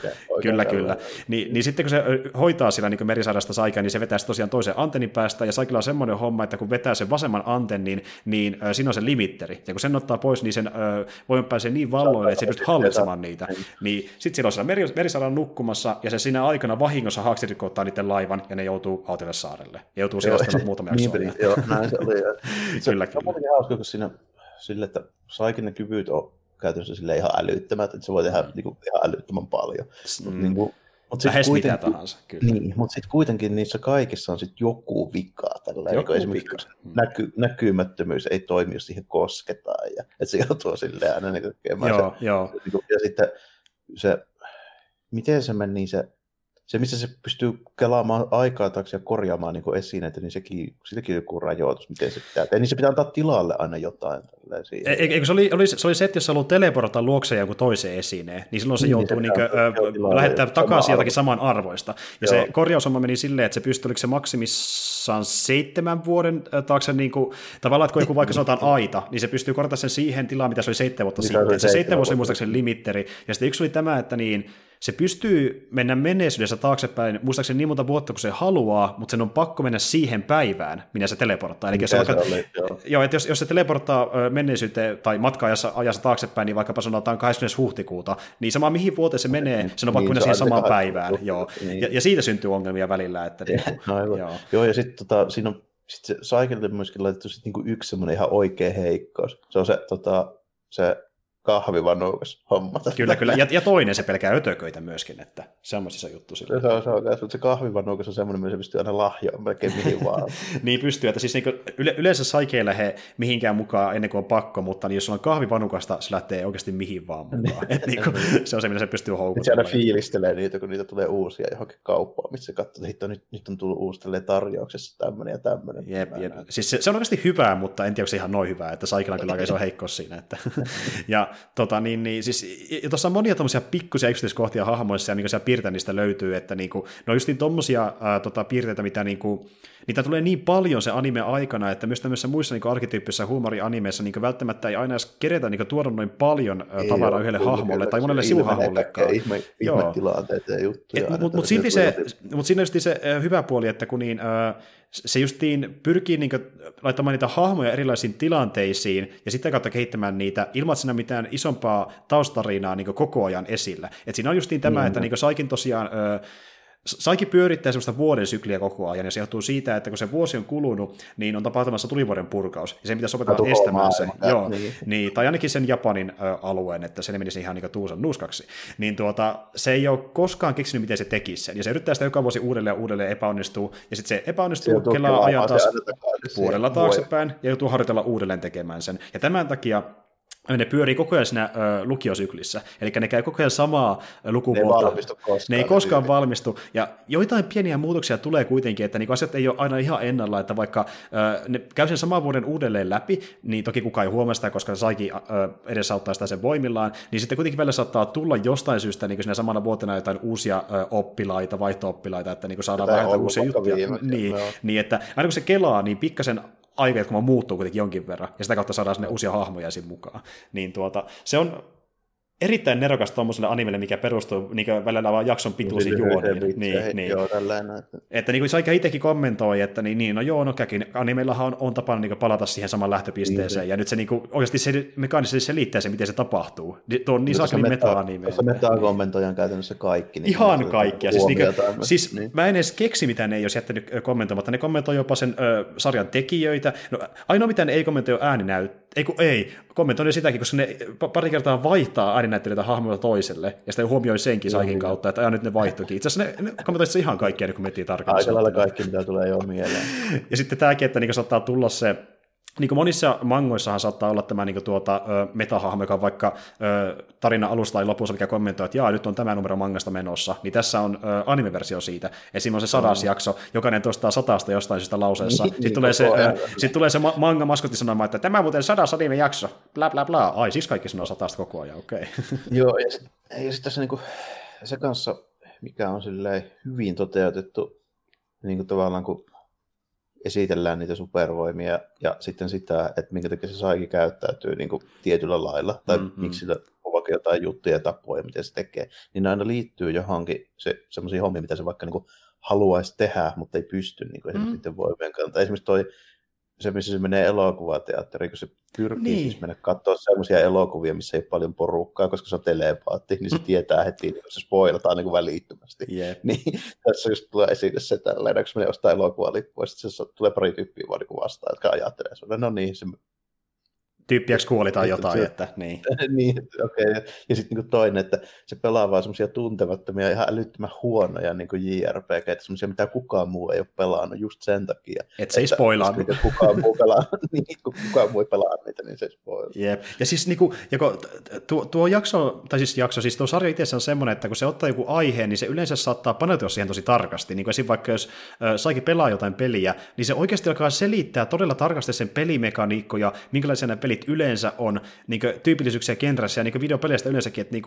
Kyllä. Niin sitten kun se hoitaa sillä niin merisairasta Saikia, niin se vetää tosiaan toisen antennin päästä, ja Saikilla on semmoinen homma, että kun vetää sen vasemman antennin, niin siinä on se limitteri, ja kun sen ottaa pois, niin sen voima pääsee niin valloille, että se ei pysty hallitsemaan niitä. Niin sitten siellä on siellä merisairaan nukkumassa, ja se siinä aikana vahingossa haaksirikkouttaa niiden laivan, ja ne joutuu Outille saarelle. Ja joutuu sijastamaan muutamia jaksoa. Joo, näin se oli. Kyllä. Se on kuitenkin hauska, kun siinä sille, että Saikin ne kyvyt on käytännössä sille ihan älyttömät, että se voi tehdä niin ihan älyttömän paljon. Lähes mitä tahansa, kyllä. Niin, mutta sitten kuitenkin niissä kaikissa on sitten joku vika. Joku esimerkiksi näkymättömyys ei toimi, jos siihen kosketaan. Ja, että se joutuu silleen aina niin tekemään. Joo. Ja sitten se, miten se meni se, missä se pystyy kelaamaan aikaa taakse ja korjaamaan niin esineitä, niin sitäkin joku rajoitus, miten se pitää tehdä. Niin se pitää antaa tilalle aina jotain. Eikö se oli se, että jos haluaa teleportaa luokseen jonkun toisen esineen, niin silloin se joutuu lähettää takaisin jotakin saman arvoista. Ja se korjaushomma meni silleen, että se pystyy, oliko se maksimissaan 7 vuoden taakse, niin kuin, tavallaan, että kun joku vaikka sanotaan aita, niin se pystyy korjata sen siihen tilaan, mitä se oli 7 vuotta sitten. Se 7 vuotta oli muistaakseni limitteri. Ja sitten yksi oli tämä, että niin, se pystyy mennä menneisyydessä taaksepäin, muistaakseni niin monta vuotta kuin se haluaa, mutta sen on pakko mennä siihen päivään, minä se teleporttaa. Eli jos se teleporttaa menneisyyteen tai matka-ajassa taaksepäin, niin vaikkapa sanotaan 20. huhtikuuta, niin sama mihin vuoteen se menee, sen on pakko mennä siihen samaan päivään. Niin. Ja siitä syntyy ongelmia välillä. Että joo, ja sitten siinä on se Saikille myöskin laitettu niinku yksi semmoinen ihan oikea heikkous. Se on se kahvivanukas homma. Kyllä. Ja toinen se pelkää ötököitä myöskin, että semmoisissa juttu sillä. Se kahvivanukas on semmoinen, missä pystyy aina lahjoamaan melkein mihin vaan. Niin pystyy, että siis niinku, yleensä Saiki ei lähde mihinkään mukaan ennen kuin on pakko, mutta niin jos sulla on kahvivanukasta, se lähtee oikeasti mihin vaan mukaan. Niinku, se on se, millä se pystyy houkuttelemaan. Se aina fiilistelee niitä, kun niitä tulee uusia johonkin kauppaan, missä se katsoo, että nyt on tullut uusi tarjouksessa tämmöinen ja tämmöinen. Jep. Siis se on oikeasti hyvää, mutta en tiedä, onko se ihan noin hyvää, että Saikilla on kyllä aika iso heikkous siinä. Että ja siis, tuossa on monia tommosia pikkusia yksityiskohtia hahmoissa, ja niin siellä piirteistä löytyy, että niinku, ne on just niin tommosia piirteitä, mitä niinku, niitä tulee niin paljon se anime aikana, että myös tämmöisissä muissa niinku arkkityyppisissä huumorianimeissa niinku välttämättä ei aina edes keretä niinku tuoda noin paljon tavaraa yhdelle hahmolle tai monelle sivuhahmollekaan. Ihmetilanteita ja juttuja. Mutta siinä on se hyvä puoli, että kun se justiin pyrkii niinku laittamaan niitä hahmoja erilaisiin tilanteisiin ja sitä kautta kehittämään niitä ilman, että siinä mitään isompaa taustarinaa niinku koko ajan esillä. Et siinä on justiin tämä, että niinku Saikin tosiaan Saiki pyörittää sellaista vuoden sykliä koko ajan, ja se johtuu siitä, että kun se vuosi on kulunut, niin on tapahtumassa tulivuoden purkaus, ja sen pitäisi opetella estämään se. Niin, tai ainakin sen Japanin alueen, että se menisi ihan niin tuusan nuuskaksi. Niin se ei ole koskaan keksinyt, miten se tekisi sen, ja se yrittää sitä joka vuosi uudelleen epäonnistuu, ja sitten se epäonnistuu, kelaa ajan taas vuodella taaksepäin, ja joutuu harjoitella uudelleen tekemään sen. Ja tämän takia ne pyörii koko ajan siinä lukiosyklissä, eli ne käy koko ajan samaa lukuvuotta. Ne ei koskaan valmistu, ja joitain pieniä muutoksia tulee kuitenkin, että niin asiat ei ole aina ihan ennalla, että vaikka ne käy sen saman vuoden uudelleen läpi, niin toki kukaan ei huomaa sitä, koska se saikin edesauttaa sitä sen voimillaan, niin sitten kuitenkin välillä saattaa tulla jostain syystä niin siinä samana vuotena jotain uusia oppilaita, vaihto-oppilaita, että niin saadaan vähän uusia juttuja. Niin, että aina kun se kelaa, niin pikkasen aikajatkuma muuttuu kuitenkin jonkin verran, ja sitä kautta saadaan sinne uusia hahmoja siinä mukaan. Niin se on erittäin nerokas tuommoiselle animelle, mikä perustuu niin välillä vaan jakson pituisiin juoniin. Niin. Joo, tällainen. Että niin kuin Saika itsekin kommentoi, että animeillahan on tapana niin palata siihen samaan lähtöpisteeseen, ja nyt se niin kuin, oikeasti se mekaanisesti selittää se, miten se tapahtuu. Tuo on niin saakeli meta-anime. Tuossa meta-kommentoja on käytännössä kaikki. Niin ihan kaikkia. Siis mä en edes keksi, mitä ne ei olisi jättänyt kommentoimatta. Ne kommentoi jopa sen sarjan tekijöitä. No, ainoa, mitä ne ei kommentoi, on ääninäyttö. Kommentoi sitäkin, koska ne pari kertaa vaihtaa ääninäyttelijöitä hahmoilta toiselle, ja sitten huomioi senkin Saikin kautta, että nyt ne vaihtoikin. Itse asiassa ne kommentoi ihan kaikkia, kun miettii tarkemmin. Aika lailla kaikki, mitä tulee jo mieleen. Ja sitten tämäkin, että niin saattaa tulla se, niin kuin monissa mangoissahan saattaa olla tämä niin metahahmo, joka on vaikka tarina alusta tai lopussa, mikä kommentoi, että nyt on tämä numero mangasta menossa, niin tässä on anime-versio siitä. Esimerkiksi on se 100. jakso, jokainen toistaa 100 jostain syystä lauseessa. Sitten tulee se manga-maskotti sanomaan, että tämä on muuten 100 anime-jakso, bla bla bla. Ai, siis kaikki sanoo 100 koko ajan, okei. Joo, ja sitten tässä niinku, se kanssa, mikä on hyvin toteutettu, niin kuin tavallaan kun esitellään niitä supervoimia ja sitten sitä, että minkä takia se Saikin käyttäytyy niin kuin tietyllä lailla, tai miksi sillä on vaikka jotain juttuja ja tapoja, miten se tekee, niin ne aina liittyy johonkin semmoisiin hommiin, mitä se vaikka niin kuin haluaisi tehdä, mutta ei pysty niin kuin esimerkiksi niiden voimien kannalta. Esimerkiksi se, missä se menee elokuvateatteriin, kun se pyrkii siis mennä katsoa sellaisia elokuvia, missä ei ole paljon porukkaa, koska se on telepaatti, niin se tietää heti, niin se spoilataan niin välittömästi. Yep. Niin tässä just tulee esille se tällainen, kun se menee ostaa elokuvalippua, ja sitten se tulee pari tyyppiä vaan niin vastaan, jotka ajattelee sinne, no niin, se tyyppiäksi kuoli tai jotain, että niin. Niin, okei. Ja sitten niin toinen, että se pelaa vaan semmoisia tuntemattomia, ihan älyttömän huonoja niin JRPG, että semmoisia, mitä kukaan muu ei ole pelannut just sen takia. Että se ei spoilaa. Kukaan muu pelaa, niin kun kukaan muu ei pelaa niitä, niin se ei spoilaa. Jep. Ja siis niin kuin, tuo jakso, siis tuo sarja itse on semmoinen, että kun se ottaa joku aiheen, niin se yleensä saattaa paneutua siihen tosi tarkasti. Niin kuin esim. Vaikka jos Saikin pelaa jotain peliä, niin se oikeasti alkaa selittää todella tarkasti sen pelimekaniikkoja, minkälaisia nämä pelit yleensä on niin tyypillisyyksiä genressä ja niin videopeleistä yleensäkin, että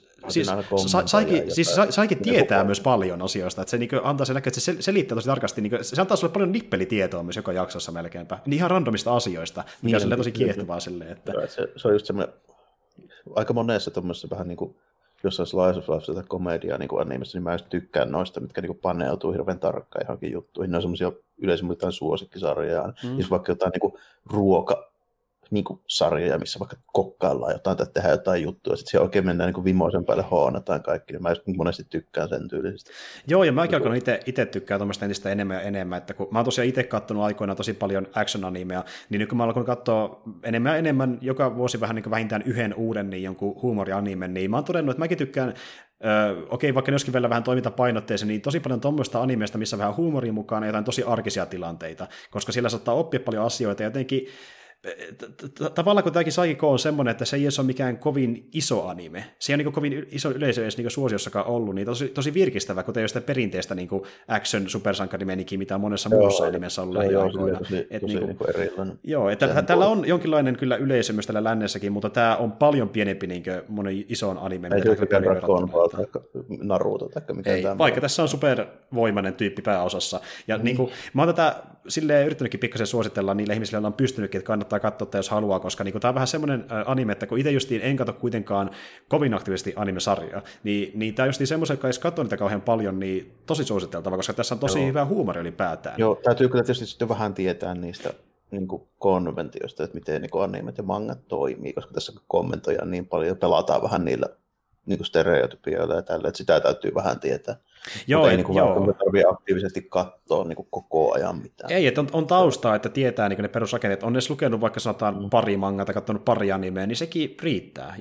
Saikin tietää myös paljon asioista, että se niin antaa sen näkö, että se selittää tosi tarkasti, niin se antaa sulle paljon nippelitietoa myös joka jaksossa melkeinpä, niin ihan randomista asioista, mikä on tosi kiehtovaa silleen. Että se on just semmoinen, aika monessa tuommoisessa vähän niin kuin jossain slice of life tai komediaa niin animessa, niin mä just tykkään noista, mitkä niin paneutuu hirveän tarkkaan johonkin juttuihin. Ne on semmoisia yleensä jotain suosikkisarjaa. Jos vaikka jotain niin sarjoja, missä vaikka kokkaillaan jotain tai tehdään jotain juttua, sitten siellä oikein mennään niin vimoisen päälle hoonataan kaikki, niin mä monesti tykkään sen tyylisesti. Joo, ja mäkin alkanut itse tykkään tuommoista entistä enemmän ja enemmän, että kun mä oon tosiaan itse katsonut aikoinaan tosi paljon action-animea, niin nyt kun mä alkanut katsoa enemmän ja enemmän joka vuosi vähän niin vähintään yhden uuden niin jonkun huumorianimen, niin mä oon todennut, että mäkin tykkään vaikka ne olisikin vielä vähän toimintapainotteisia, niin tosi paljon tuommoista animesta, missä on vähän huumoria mukana ja jotain tosi arkisia tilanteita, koska siellä saattaa oppia paljon asioita ja jotenkin tavallaan kun tämäkin Saikiko on semmoinen, että se ei ole mikään kovin iso anime. Se ei ole niin kovin iso yleisö edes niin suosiossakaan ollut, niin tosi virkistävä, kun ei ole sitä perinteistä niin action supersankarimenikin, mitä on monessa muussa animessa ollut lähiaikoina. Joo, että tällä on jonkinlainen kyllä yleisö myös tällä lännessäkin, mutta tämä on paljon pienempi niin monen ison anime. Ei ole mikään Dragon Ball tai Naruto tai mikä tämä. Vaikka tässä on supervoimainen tyyppi pääosassa. Ja niin kuin, mä oon tätä silleen yrittänytkin pikkasen suositella niille ihmisille, joilla on pystynytkin, että kannattaa katsoa, jos haluaa, koska niin tämä on vähän semmoinen anime, että kun itse justiin en katso kuitenkaan kovin aktiivisesti anime-sarjaa, niin tämä justiin semmoisen, joka ei katso niitä kauhean paljon, niin tosi suositeltava, koska tässä on tosi hyvä huumori ylipäätään. Joo, täytyy kyllä tietysti sitten vähän tietää niistä niin konventioista, että miten niin animet ja mangat toimii, koska tässä kommentoidaan niin paljon, pelataan vähän niillä niin stereotypioilla ja tällä, että sitä täytyy vähän tietää. Joo, ei niin tarvitse aktiivisesti katsoa niin koko ajan mitään. Ei, että on taustaa, että tietää niin ne perusrakenteet. On edes lukenut vaikka sanotaan pari mangaa tai katsonut pari animea, niin sekin riittää.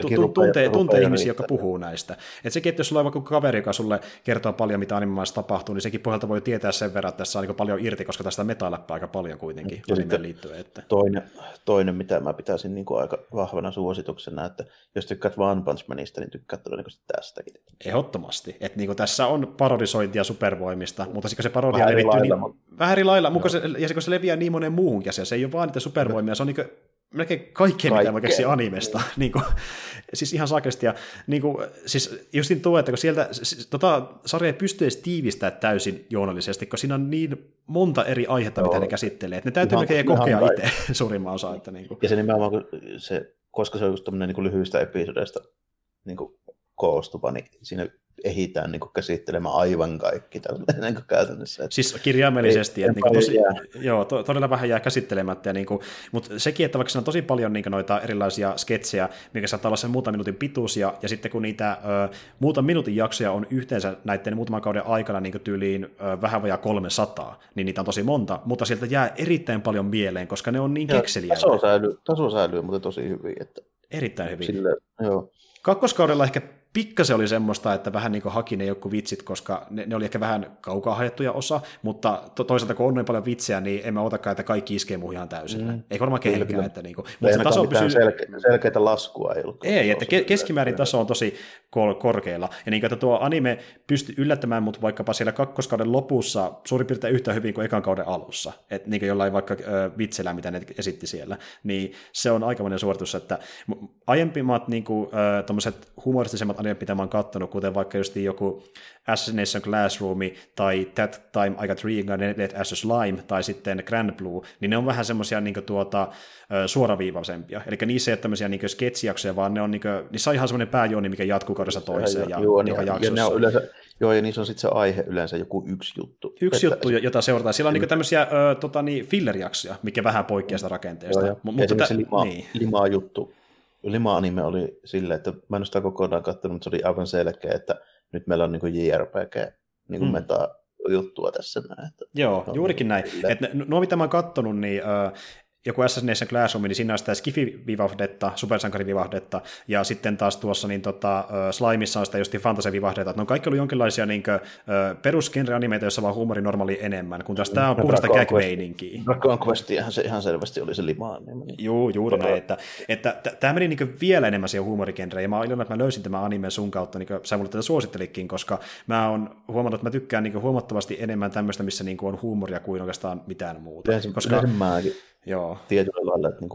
Tuntee ihmisiä, jotka puhuu näistä. Että sekin, että jos sulla on vaikka kaveri, joka sulle kertoo paljon, mitä animaissa tapahtuu, niin sekin pohjalta voi tietää sen verran, että tässä on niin paljon irti, koska tästä metaläppää aika paljon kuitenkin animeen liittyen. Että. Toinen, mitä mä pitäisin niin aika vahvana suosituksena, että jos tykkäät One Punch Manista, niin tykkäät todennäköisesti tästäkin. Ehdottomasti. Että niin tässä on parodisointia supervoimista, mutta se parodia levittyy vähän eri lailla, ja se leviää niin monen muuhun käsiä. Se ei ole vaan niitä supervoimia, se on niin melkein kaikkea, mitä voi keksiä animesta. Niin kuin, siis ihan saakesti. Ja niin kuin, siis justin tuo, että kun sieltä sarja ei pysty edes tiivistämään täysin journalisesti, kun siinä on niin monta eri aihetta, mitä ne käsittelee. Että ne täytyy melkein kokea itse suurimman osa. Että niin kuin. Ja se nimenomaan, koska se on just tämmöinen niin lyhyistä episodeista niin koostuva, niin siinä ehditään niin käsittelemään aivan kaikki tällainen niin käytännössä. Siis kirjaimellisesti, että todella vähän jää käsittelemättä. Ja mutta sekin, että vaikka siinä on tosi paljon noita erilaisia sketsejä, mikä saattaa olla sen muutaman minuutin pituisia, ja sitten kun niitä muutaman minuutin jaksoja on yhteensä näiden muutaman kauden aikana tyyliin vähän vajaa 300, niin niitä on tosi monta, mutta sieltä jää erittäin paljon mieleen, koska ne on niin kekseliä. Taso säilyy mutta tosi hyvin. Että erittäin hyvin. Joo. Kakkoskaudella ehkä pikkasen oli semmoista, että vähän niin kuin haki ne joku vitsit, koska ne oli ehkä vähän kaukaa haettuja osa, mutta toisaalta kun on noin paljon vitsejä, niin en mä otakaan, että kaikki iskee muuhun ihan täysillä. Ei varmaan kehenkään. Mutta se taso pysyy selkeitä laskua ei ollut. Ei, että keskimäärin taso on tosi korkealla. Ja niin, että tuo anime pystyi yllättämään mut vaikkapa siellä kakkoskauden lopussa suurin piirtein yhtä hyvin kuin ekan kauden alussa. Että niin jollain vaikka vitsellä, mitä ne esitti siellä. Niin se on aikamoinen suoritus, että aiempimmat tommoset humoristisemmat animet, mitä mä oon kattonut, kuten vaikka just joku Assassination Classroom tai That Time I Got Reincarnated as a Slime tai sitten Grand Blue, niin ne on vähän semmoisia suoraviivaisempia. Eli niissä ei ole tämmöisiä sketsijaksoja, vaan ne on niissä on ihan semmoinen pääjuoni, mikä jatkuu kaudessa toiseen ja joka jaksossa. Ja niissä on sitten se aihe yleensä joku yksi juttu. Yksi juttu, jota seurataan. Siellä on tämmöisiä filler-jaksoja, mikä vähän poikkeaa sitä rakenteesta. Mutta se Lima-juttu. Lima-anime oli silleen, että mä en ole sitä kokonaan katsonut, mutta se oli aivan selkeä, että nyt meillä on JRPG meta-juttua tässä näin. Että joo, juurikin näin. Että nuo mitä mä oon katsonut, niin joku Assassination Classroom, niin siinä on sitä Skifi-vivahdetta, supersankarivivahdetta, ja sitten taas tuossa Slimeissa on sitä just fantasy-vivahdetta, että ne on kaikki ollut jonkinlaisia perusgenre-animeita, joissa vaan huumori normaali enemmän, kun taas tämä on puhdasta gag-meininkiä. Dragon Questiahan se ihan selvästi oli se Lima-anime. Joo, juuri näin, että tämä meni vielä enemmän siihen huumorigenreen, ja mä oon iloinen, että mä löysin tämän animen sun kautta, niin kuin sä mulle tätä suosittelikin, koska mä oon huomannut, että mä tykkään huomattavasti enemmän tämmöistä, missä on huumoria kuin oikeastaan mitään muuta. Koska joo. Tietyllä lailla, että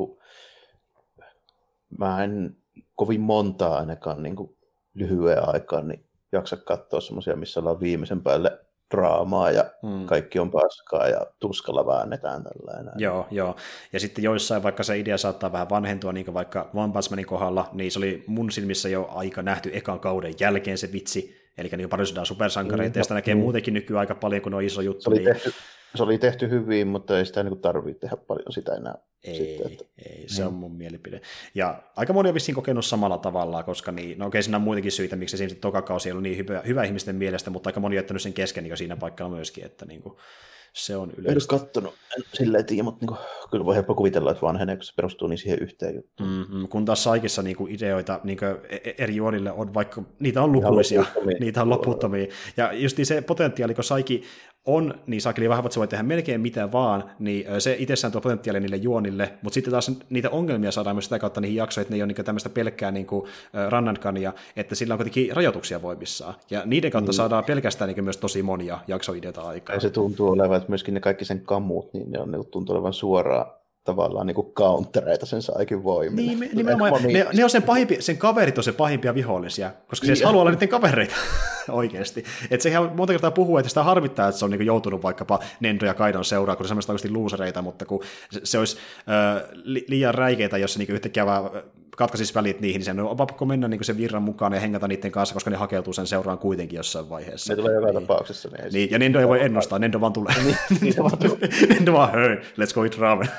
mä en kovin montaa ainakaan lyhyen aikaan niin jaksa katsoa semmoisia, missä ollaan viimeisen päälle draamaa ja kaikki on paskaa ja tuskalla väännetään tällainen. Joo. Ja sitten joissain, vaikka se idea saattaa vähän vanhentua, niin kuin vaikka One Punch Manin kohdalla, niin se oli mun silmissä jo aika nähty ekan kauden jälkeen se vitsi, eli parodisoidaan supersankareita, ja sitä näkee muutenkin nykyään aika paljon, kun on iso juttu. Se oli tehty hyvin, mutta ei sitä tarvitse tehdä paljon sitä enää. Ei, se on mun mielipide. Ja aika moni on vissiin kokenut samalla tavalla, koska okei, siinä on muitakin syitä, miksi se toka kausi ei ollut niin hyvä ihmisten mielestä, mutta aika moni on jättänyt sen kesken jo siinä paikalla myöskin, että se on yleistä. En ole kattonut silleen tiedä, mutta kyllä voi helppo kuvitella, että vanhenee, kun se perustuu niin siihen yhteen juttuun. Kun taas Saikissa ideoita eri juonille on, vaikka niitä on lukuisia, niitä on loputtomia. Ja just se potentiaali, kun Saiki on niin saakeli vahva, että se voi tehdä melkein mitä vaan, niin se itsessään tuo potentiaali niille juonille, mutta sitten taas niitä ongelmia saadaan myös sitä kautta niihin jaksoihin, että ne ei ole tämmöistä pelkkää rannankania, että sillä on kuitenkin rajoituksia voimissaan. Ja niiden kautta saadaan pelkästään myös tosi monia jaksoideita aikaa. Ja se tuntuu olevan, että myöskin ne kaikki sen kamut, niin ne tuntuu olevan suoraan tavallaan countereita sen Saikin voimille. Niin, nimenomaan. Ne on sen kaverit on se pahimpia vihollisia, koska se haluaa olla niiden kavereita oikeasti. Että se ihan monta kertaa puhuu, että sitä harvittaa, että se on joutunut vaikkapa Nendo ja Kaidon seuraa, kun se on semmoista oikeasti luusereita, mutta kun se olisi liian räikeitä, jos se yhtäkkiä vaan katkaisisi välit niihin, niin se on pakko mennä sen virran mukaan ja hengata niiden kanssa, koska ne hakeutuu sen seuraan kuitenkin jossain vaiheessa. Ne tulee joka tapauksessa. Niin, ja Nendo ei voi ennustaa, Nendo vaan tulee. Nendo vaan, hei, let's go eat ramen.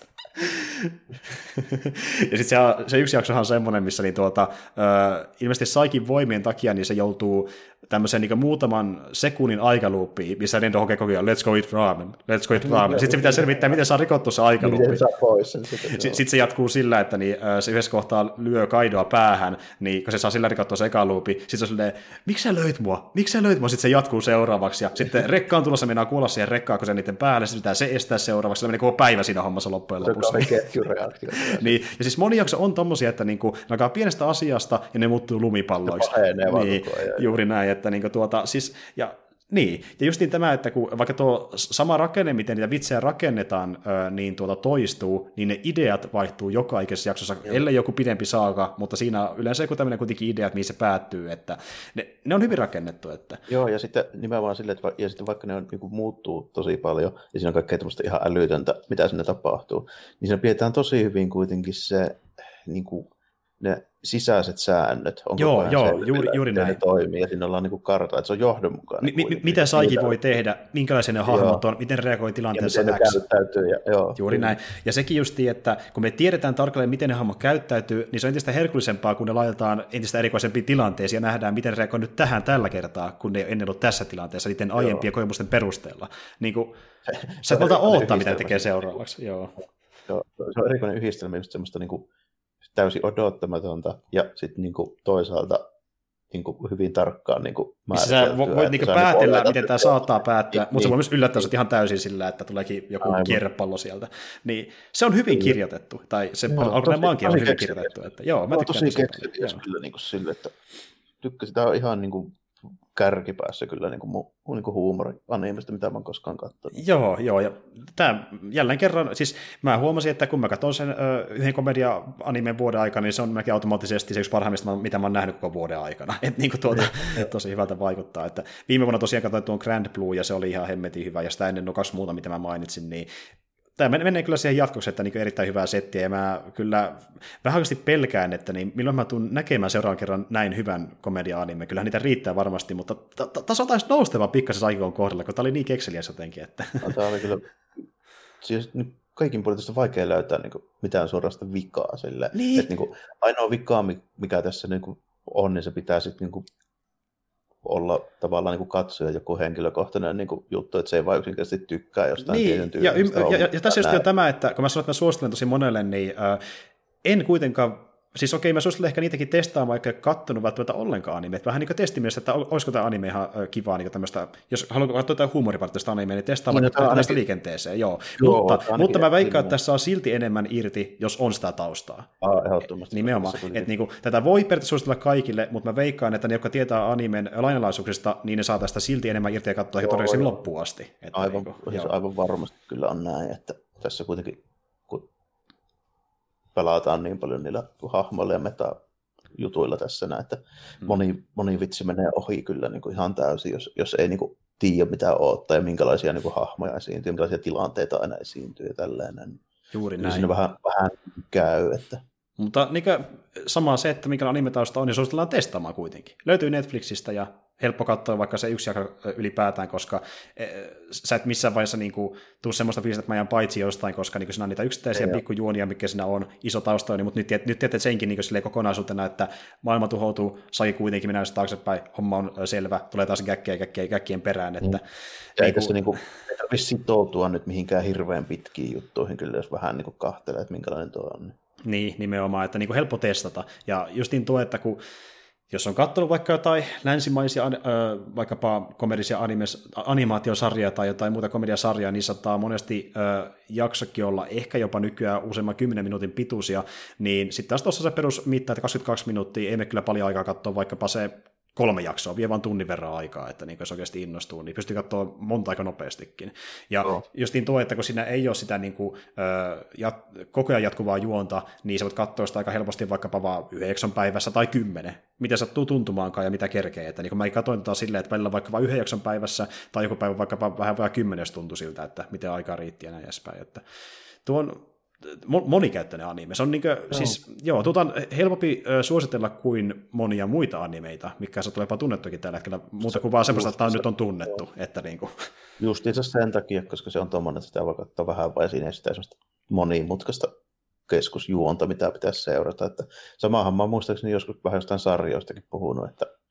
Ja sitten se yksi jaksohan on semmoinen, missä ilmeisesti Saikin voimien takia niin se joutuu tämmöisen niin muutaman sekunnin aikaluuppiin, missä Nendo hokee koko ajan, let's go eat ramen. Sitten se pitää selvittää, miten saa rikottu se aikaluuppi. Miten saa pois sen sitten se jatkuu sillä, että se yhdessä kohtaa lyö Kaidoa päähän, niin kun se saa sillä rikottua se aikaluuppi, sitten se on silleen, miksi sä löit mua? Sitten se jatkuu seuraavaksi, ja sitten rekka on tulossa, mennään kuolla siihen rekkaan, kun se niiden päälle, sitten pitää se estää seuraavaksi, se menee koko päivä siinä hommassa loppujen lopuksi. Niin, ja siis moni jakso on tommosia, että niinku, ne alkaa pienestä asiasta, ja ne muuttuu lumipalloiksi. Niin, juuri näin, että niinku siis, ja niin, ja justiin tämä, että kun vaikka tuo sama rakenne, miten niitä vitsejä rakennetaan, niin toistuu, niin ne ideat vaihtuu joka ikisessä jaksossa, ellei joku pidempi saaga, mutta siinä on yleensä joku tämmöinen kuitenkin idea, että mihin se päättyy, että ne on hyvin rakennettu. Että. Joo, ja sitten nimenomaan silleen, että ja sitten vaikka ne on, niin kuin muuttuu tosi paljon, ja siinä on kaikkea tämmöistä ihan älytöntä, mitä sinne tapahtuu, niin siinä pidetään tosi hyvin kuitenkin se, niin kuin, ne sisäiset säännöt. Joo, juuri näin. Ne toimii, ja siinä ollaan niin kuin karta, että se on johdonmukainen. Mitä Saiki voi tehdä, minkälaisia ne hahmot on, miten reagoi tilanteessa X. Juuri näin. Ja sekin justiin, että kun me tiedetään tarkalleen, miten ne hahmot käyttäytyy, niin se on entistä herkullisempaa, kun ne laitetaan entistä erikoisempiin tilanteisiin ja nähdään, miten ne reagoi nyt tähän tällä kertaa, kun ne ei ennen ollut tässä tilanteessa, niiden aiempien kokemusten perusteella. Niin kuin, sä et valta odottaa, mitä tekee seuraavaksi. Joo. Se on erikoinen yhdistelmä, just semmoista niin kuin täysin odottamatonta ja sitten niinku toisaalta niinku hyvin tarkkaan niinku määriteltyä. Sä voit niinku päätellä, niinku miten tämä saattaa päättyä, mutta se voi myös yllättää ihan täysin sillä, että tuleekin joku kierrepallo sieltä. Niin se on hyvin kirjoitettu, tai se alkuperäinen on hyvin kirjoitettu. Että, joo, mä tykkään tosi kekseliäs kyllä niinku sille, että tykkäsin, tämä on ihan niinku kärkipäässä kyllä niinku huumori-animesta, mitä mä oon koskaan katsonut. Joo, ja tämä jälleen kerran, siis mä huomasin, että kun mä katson sen yhden komedia-animen vuoden aikana, niin se on melkein automaattisesti se yksi parhaimmista, mitä mä oon nähnyt koko vuoden aikana. Että niinku tosi hyvältä vaikuttaa. Että viime vuonna tosiaan katsoin tuon Grand Blue, ja se oli ihan hemmetin hyvä, ja sitä ennen nuo 2 muuta, mitä mä mainitsin, niin tämä menee kyllä siihen jatkoksi, että niin erittäin hyvää settiä, ja mä kyllä vähän oikeasti pelkään, että niin milloin mä tuun näkemään seuraavan kerran näin hyvän komedia-anime. Kyllähän niitä riittää varmasti, mutta taso taisi noustava pikkasen Saikon kohdalla, kun tämä oli niin kekseliäs jotenkin. Että. Tämä oli kyllä, siis kaikin puolin tästä vaikea löytää niin kuin, mitään suorasta vikaa sille. Niin. Että, niin kuin, ainoa vikaa, mikä tässä niin kuin, on, niin se pitää sitten niin kuin, olla tavallaan niin katsoja joku henkilökohtainen niin kuin juttu, että se ei vain yksinkertaisesti tykkää jostain tietyn tyylistä. Ja tässä just on tämä, että kun mä sanon, että mä suosittelen tosi monelle, niin en kuitenkaan, siis okei, mä suosittelen ehkä niitäkin testaamaan, vaikka ei kattonut välttämättä ollenkaan anime, että vähän niin kuin testimielessä, että olisiko tämä anime ihan kivaa, niin tämmöistä, jos haluaa katsoa jotain huumoripartista animea, niin testaa vaikka tällaista liikenteeseen, joo. Mutta mä veikkaan, että tässä on silti enemmän irti, jos on sitä taustaa. Ehdottomasti. Nimenomaan, että niin kuin, tätä voi periaatteessa suositella kaikille, mutta mä veikkaan, että ne, jotka tietää animen lainalaisuuksista, niin ne saa tästä silti enemmän irti ja katsoa todennäköisesti loppuun asti. Että aivan varmasti kyllä on näin, että tässä kuitenkin pelataan niin paljon niillä hahmoilla ja meta-jutuilla tässä, että moni vitsi menee ohi kyllä niin kuin ihan täysin, jos ei niin kuin tiedä mitä odottaa ja minkälaisia niin kuin hahmoja esiintyy, minkälaisia tilanteita aina esiintyy ja tällainen. Juuri näin. Siinä vähän käy. Että. Mutta niin sama se, että minkälainen animetausta on, niin suositellaan testaamaan kuitenkin. Löytyy Netflixistä ja helppo katsoa vaikka se yksi jakso ylipäätään, koska sä et missään vaiheessa niin kuin, tuu semmoista fiilistä, että mä jään paitsi jostain, koska niin siinä on niitä yksittäisiä pikkujuonia, mikä siinä on iso tausta, niin, mutta nyt tiedät senkin niin kokonaisuutena, että maailma tuhoutuu, sai kuitenkin mennä taaksepäin, homma on selvä, tulee taas käkkien perään. Että, ja ei tässä ei tarvitse sitoutua nyt mihinkään hirveän pitkiin juttuihin, kyllä jos vähän niin kahtelee, että minkälainen tuo on. Niin, nimenomaan, että niin helppo testata. Ja justiin tuo, että jos on katsonut vaikka jotain länsimaisia, vaikkapa komedisia animaatiosarjaa tai jotain muuta komediasarjaa, niin saattaa monesti jaksokin olla ehkä jopa nykyään useamman 10 minuutin pituisia, niin sitten taas tuossa se perusmitta, että 22 minuuttia, ei me kyllä paljon aikaa katsoa vaikkapa se 3 jaksoa, vie vaan tunnin verran aikaa, että niin jos oikeasti innostuu, niin pystyy katsoa monta aika nopeastikin. Ja justiin tuo, että kun siinä ei ole sitä niin kuin, koko ajan jatkuvaa juonta, niin sä voit katsoa sitä aika helposti vaikkapa vaan 9 päivässä tai 10, mitä sattuu tuntumaankaan ja mitä kerkee. Että niin mä katsoin tätä silleen, että välillä vaikka vain 9 päivässä tai joku päivä vaikkapa vähän 10 tuntui siltä, että miten aikaa riitti ja näin edespäin. Että tuo on monikäyttöinen anime. Se on siis, tuota on helpompi suositella kuin monia muita animeita, mikä se tulee jopa tunnettukin tällä hetkellä, muuta kuin vaan semmoista, että nyt on tunnettu. Että Justiinsa sen takia, koska se on tuommoinen, että sitä voi katsoa vähän, vai siinä ei sitä semmoista monimutkaista keskusjuonta, mitä pitäisi seurata. Että samahan mä muistaakseni joskus vähän jostain sarjoistakin puhunut, että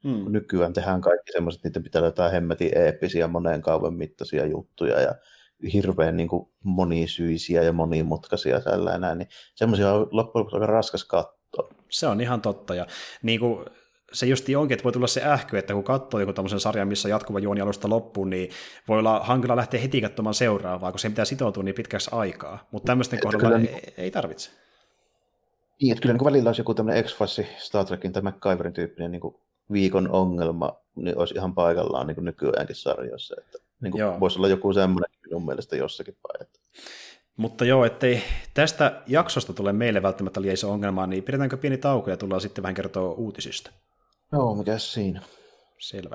Kun nykyään tehdään kaikki semmoiset, niiden pitää olla jotain hemmetin eeppisiä, moneen kauan mittaisia juttuja ja hirveän niin kuin monisyisiä ja monimutkaisia tällainen, niin semmoisia on loppujen lopuksi aika raskas katsoa. Se on ihan totta, ja niin kuin se justi onkin, että voi tulla se ähky, että kun katsoo joku tämmöisen sarjan, missä jatkuva juoni alusta loppuun, niin voi olla hankala lähteä heti katsomaan seuraavaa, kun se pitää sitoutua niin pitkäksi aikaa, mutta tämmöisten kohdalla kyllä, ei tarvitse. Niin, että kyllä niin välillä olisi joku tämmöinen X-Files, Star Trekin tai MacGyverin tyyppinen niin kuin viikon ongelma, niin olisi ihan paikallaan niin kuin nykyäänkin sarjoissa, että niin kuin voisi olla joku semmoinen minun mielestä jossakin paikassa. Mutta joo, ettei tästä jaksosta tule meille välttämättä liian iso ongelmaa, niin pidetäänkö pieni tauko ja tullaan sitten vähän kertoa uutisista? Joo, mikäs siinä? Selvä.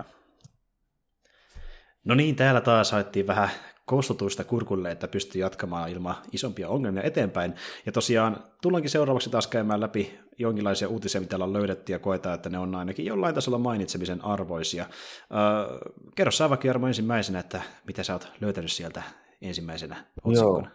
No niin, täällä taas haettiin vähän kostutuista kurkulle, että pystyy jatkamaan ilman isompia ongelmia eteenpäin. Ja tosiaan tullaankin seuraavaksi taas käymään läpi jonkinlaisia uutisia, mitä ollaan löydetty ja koetaan, että ne on ainakin jollain tasolla mainitsemisen arvoisia. Kerro sä vaikka Jarmo ensimmäisenä, että mitä sä oot löytänyt sieltä ensimmäisenä otsikkona.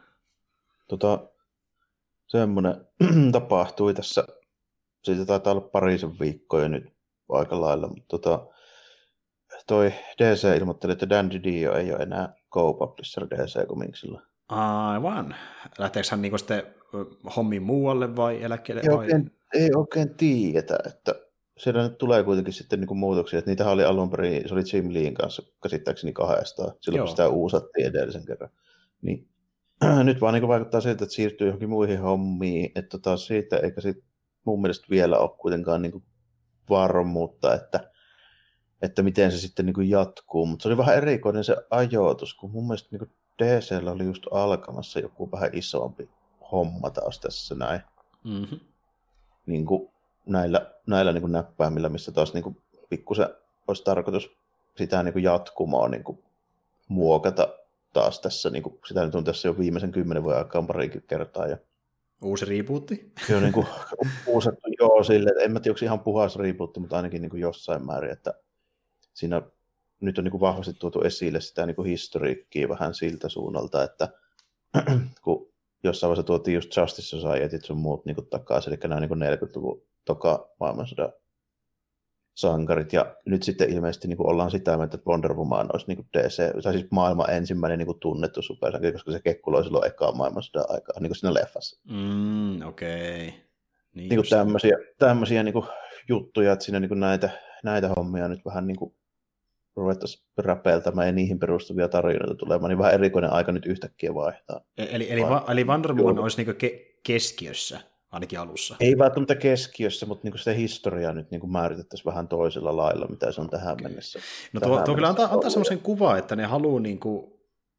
Semmoinen tapahtui tässä, siitä taitaa olla parisen viikkoa nyt aika lailla, mutta toi DC ilmoitteli, että Dan DiDio ei ole enää co-publisher DC-komiksilla. Aivan. Lähteekö hän niinku sitten hommiin muualle vai eläkkeelle? Ei oikein tiedetä, että siellä nyt tulee kuitenkin sitten niinku muutoksia, että niitähän oli alun perin, se oli Jim Leen kanssa käsittääkseni 200, silloin kun sitä uusattiin edellisen kerran. Niin, nyt vaan niinku vaikuttaa siltä, että siirtyy johonkin muihin hommiin, että siitä eikä sit mun mielestä vielä ole kuitenkaan niinku varmuutta, että miten se sitten niin kuin jatkuu, mutta se oli vähän erikoinen se ajoitus, kun mun mielestä niin DC:llä oli just alkamassa joku vähän isompi homma taas tässä näin. Mm-hmm. Niin kuin näillä niin kuin näppäimillä, missä taas niin kuin pikkusen olisi tarkoitus sitä niin kuin jatkumoa niin kuin muokata taas tässä, niin kuin sitä nyt on tässä jo viimeisen 10 vuoden aikaan parikin kertaa. Ja uusi rebootti? Se on niin kuin uusattu silleen, että en mä tiedä, onko ihan puhas rebootti, mutta ainakin niin kuin jossain määrin, että siinä nyt on niin kuin vahvasti tuotu esille sitä niin kuin historiikkiä vähän siltä suunnalta, että kun jossain vaiheessa tuotiin just Justice Societyt sun muut niin kuin takaisin, eli nämä niin kuin 40-luvun toka maailmansodan sankarit, ja nyt sitten ilmeisesti niin kuin ollaan sitä mieltä, että Wonder Woman olisi niin kuin DC, tai siis maailman ensimmäinen niin kuin tunnettu supersankari, koska se kekkuloi silloin ekaa maailmansodan aikaa, niin kuin siinä leffassa. Okei. Niin kuin tämmöisiä niin kuin juttuja, että siinä niin kuin näitä hommia nyt vähän niin kuin ruvettaisiin räpeltämään ja niihin perustuvia tarinoita tulemaan, niin vähän erikoinen aika nyt yhtäkkiä vaihtaa. Eli Wonder Woman olisi niin keskiössä, ainakin alussa. Ei välttämättä keskiössä, mutta niin sitä historiaa nyt niin määritettäisiin vähän toisella lailla, mitä se on tähän mennessä. No tuo kyllä antaa semmoisen kuvan, että ne haluaa niin kuin,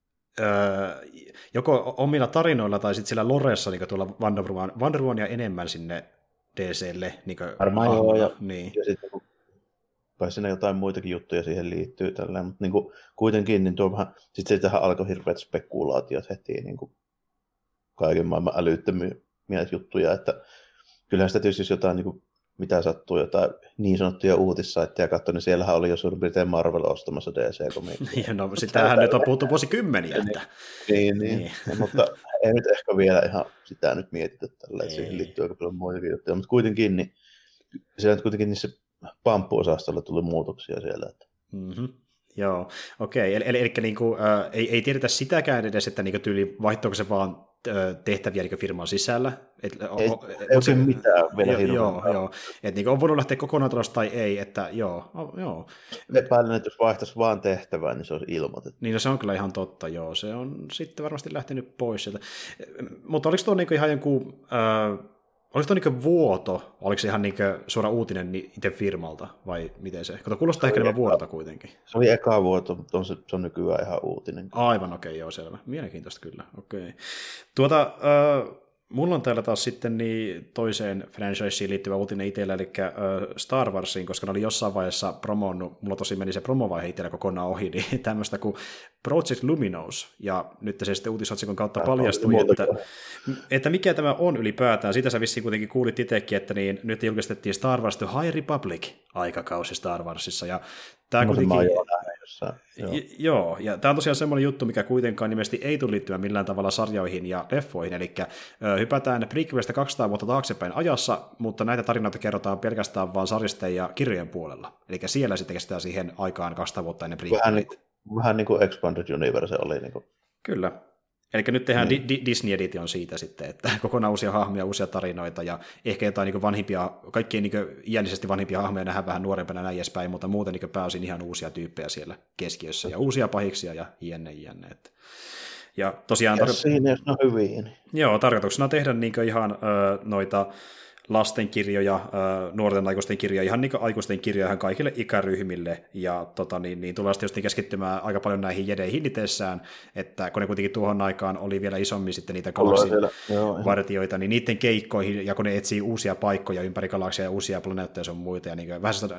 joko omilla tarinoilla tai sitten sillä loressa niin tuolla Wonder Womania enemmän sinne DC:lle. Niin varmaan joo, ja sitten kai siinä jotain muitakin juttuja siihen liittyy tällä, mutta niin kuin, kuitenkin niin tuo vähän, sitten tähän alkoi hirveät spekulaatiot heti, niin kuin kaiken maailman älyttömiä juttuja, että kyllähän sitä tietysti jos jotain, niin kuin, mitä sattuu, jotain niin sanottuja uutissaitteja katsoa, niin siellähän oli jo suurin piirtein Marvel ostamassa DC-komiiksia. No sitähän nyt on puhuttu vuosikymmeniä. Niin. Mutta ei nyt ehkä vielä ihan sitä nyt mietitä tällä, siihen liittyy aika paljon muitakin juttuja, mutta kuitenkin, niin siellä nyt kuitenkin niissä pamppu-osastolla tuli muutoksia siellä. Mm-hmm. Joo, okei. Eli niinku, ei tiedetä sitäkään edes, että niinku tyyli vaihtoako se vaan tehtäviä niinku firman sisällä. Ei oikein mitään vielä hirveän. Joo. Että niinku on voinut lähteä kokonaan tulosta tai ei, että joo. Epäilen, että jos vaihtaisi vaan tehtävää, niin se olisi ilmoitettu. Niin, no se on kyllä ihan totta, joo. Se on sitten varmasti lähtenyt pois sieltä. Mutta oliko tuo niinku ihan joku... Oliko tuo niinku vuoto, oliko se ihan niinku suora uutinen itse firmalta, vai miten se? Kato, kuulostaa ehkä enemmän vuodolta kuitenkin. Se oli eka vuoto, mutta se on nykyään ihan uutinen. Aivan, okei, joo, selvä. Mielenkiintoista kyllä, okei. Mulla on täällä taas sitten niin toiseen franchiseen liittyvä uutinen itsellä, eli Star Warsiin, koska ne oli jossain vaiheessa promonnut, mulla tosi meni se promovaihe itsellä kokonaan ohi, niin tämmöistä kuin Project Luminous, ja nyt se sitten uutisotsikon kautta paljastui, että mikä tämä on ylipäätään. Sitä sä vissiin kuitenkin kuulit itsekin, että niin, nyt julkistettiin Star Wars The High Republic aikakausi Star Warsissa, ja tämä kuitenkin... Joo, ja tämä on tosiaan semmoinen juttu, mikä kuitenkaan nimesti ei tule liittymään millään tavalla sarjoihin ja leffoihin, eli hypätään prequelistä 200 vuotta taaksepäin ajassa, mutta näitä tarinoita kerrotaan pelkästään vaan sarjisten ja kirjojen puolella, eli siellä sitten kestää siihen aikaan 200 vuotta ennen prequelit. Vähän niin kuin Expanded Universe oli. Niin kuin. Kyllä. Eli nyt tehdään Disney Edition siitä sitten, että kokonaan uusia hahmoja, uusia tarinoita ja ehkä jotain niin vanhimpia, kaikkien niin iällisesti vanhimpia hahmoja nähdään vähän nuorempana näin edespäin, mutta muuten niin pääosin ihan uusia tyyppejä siellä keskiössä ja uusia pahiksia ja jne. Ja tosiaan... siinä, jos ne on hyviä. Niin. Joo, tarkoituksena tehdä niin ihan noita lastenkirjoja, nuorten aikuisten kirjoja, ihan niin kuin aikuisten kirjoja ihan kaikille ikäryhmille, ja tullaan sitten keskittymään aika paljon näihin jedeihin itsessään, että kun ne kuitenkin tuohon aikaan oli vielä isommin sitten niitä galaksin vartioita, niin niiden keikkoihin, ja kun ne etsii uusia paikkoja ympäri galaksia ja uusia planeettoja ja sun muita, ja vähän sitä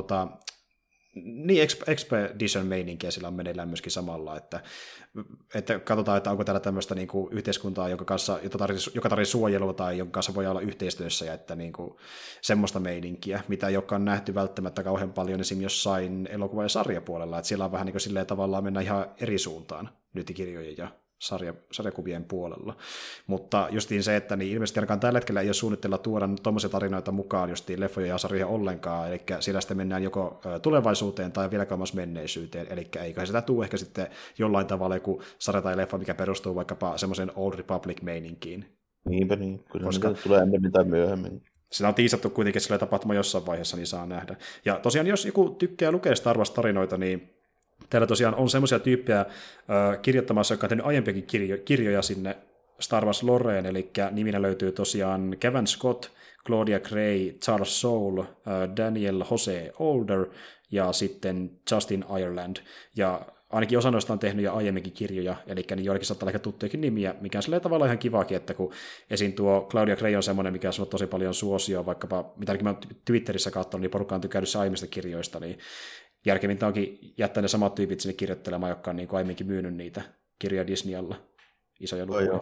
Expedition-meininkiä sillä on meneillään myöskin samalla, että katsotaan, että onko täällä tämmöistä niin kuin yhteiskuntaa, joka tarvitsee suojelua tai jonka kanssa voi olla yhteistyössä, ja että niin kuin, semmoista meininkiä, mitä ei olekaan nähty välttämättä kauhean paljon esimerkiksi jossain elokuva- ja sarjapuolella, että siellä on vähän niin kuin silleen tavallaan mennä ihan eri suuntaan nyt kirjojen ja sarjakuvien puolella. Mutta justiin se, että niin ilmeisesti ainakaan tällä hetkellä ei ole suunnitella tuoda tuommoisia tarinoita mukaan justiin leffoja ja sarjoja ollenkaan, eli siellä sitten mennään joko tulevaisuusuuteen tai vielä kauemmas menneisyyteen, eli eiköhän sitä tule ehkä sitten jollain tavalla joku sarja tai leffa, mikä perustuu vaikkapa semmoisen Old Republic-meininkiin. Niinpä niin, kyllä koska tulee ennemmin tai myöhemmin. Sitä on tiisattu kuitenkin sillä tapahtuma jossain vaiheessa, niin saa nähdä. Ja tosiaan, jos joku tykkää lukea Star Wars-tarinoita, niin täällä tosiaan on semmoisia tyyppejä kirjoittamassa, jotka on tehnyt aiempiakin kirjoja sinne Star Wars Loreen, eli niminä löytyy tosiaan Kevin Scott, Claudia Gray, Charles Soule, Daniel Jose Older ja sitten Justin Ireland. Ja ainakin osa noista on tehnyt jo aiemminkin kirjoja, eli niin joillekin saattaa olla tuttujakin nimiä, mikä on silleen tavallaan ihan kivaakin, että kun esiin tuo Claudia Gray on semmoinen, mikä on saanut tosi paljon suosioa, vaikkapa, mitä ainakin mä Twitterissä katsonut, niin porukka on tykännyt aiemmista kirjoista, niin järkevintä onkin jättää ne samat tyypit sinne kirjoittelemaan, jotka on niin kuin aiemminkin myynyt niitä kirjoja Disney alla. Isoja lukuja.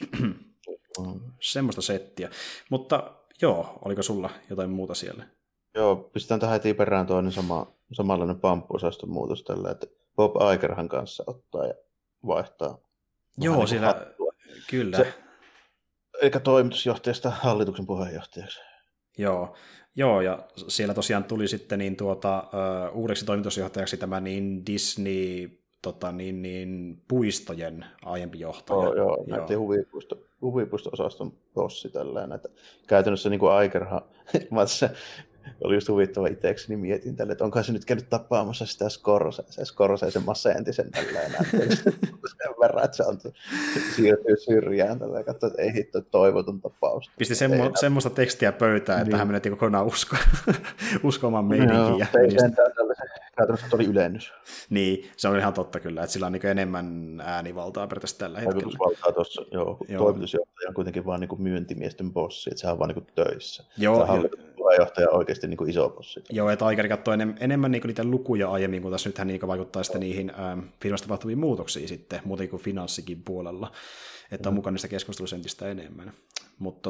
Semmoista settiä. Mutta joo, oliko sulla jotain muuta siellä? Joo, pistetään tähän heti perään toinen samanlainen pamppu-osaston muutos tällä, että Bob Igerhan kanssa ottaa ja vaihtaa. Joo, niin siellä hattua. Kyllä. Eikä toimitusjohtajasta hallituksen puheenjohtajaksi. Joo, ja siellä tosiaan tuli sitten uudeksi toimitusjohtajaksi tämä niin Disney puistojen aiempi johtaja. Joo, näytti huvipuisto-osaston bossi tällään. Että käytännössä niin kuin Igerhan, oli just huvittava itsekseni, mietin tälle, että onko se nyt käynyt tapaamassa sitä Scorseisen masentisen tällään. Sen verran, että se on siirtyy syrjään tällä ja katsoo, että ei hitto toivotun tapaus. Pisti semmoista tekstiä pöytään, että hän menettiin kokonaan uskomaan meininkiin. Käytännössä oli ylennys. Niin, se on ihan totta kyllä, että sillä on niin enemmän äänivaltaa periaatteessa tällä hetkellä. Vaikutusvaltaa tuossa, toimitusjohtaja on kuitenkin vaan niin myyntimiesten bossi, että sehän on vaan niin töissä. Joo, puheenjohtaja on oikeasti niin iso bossi. Joo, että Iger katsoo enemmän niin niitä lukuja aiemmin, kun tässä nythän niin vaikuttaa sitten niihin firmasta tapahtuviin muutoksiin sitten, muuten kuin finanssikin puolella, että on mukana niistä keskustelussa entistä enemmän. Mutta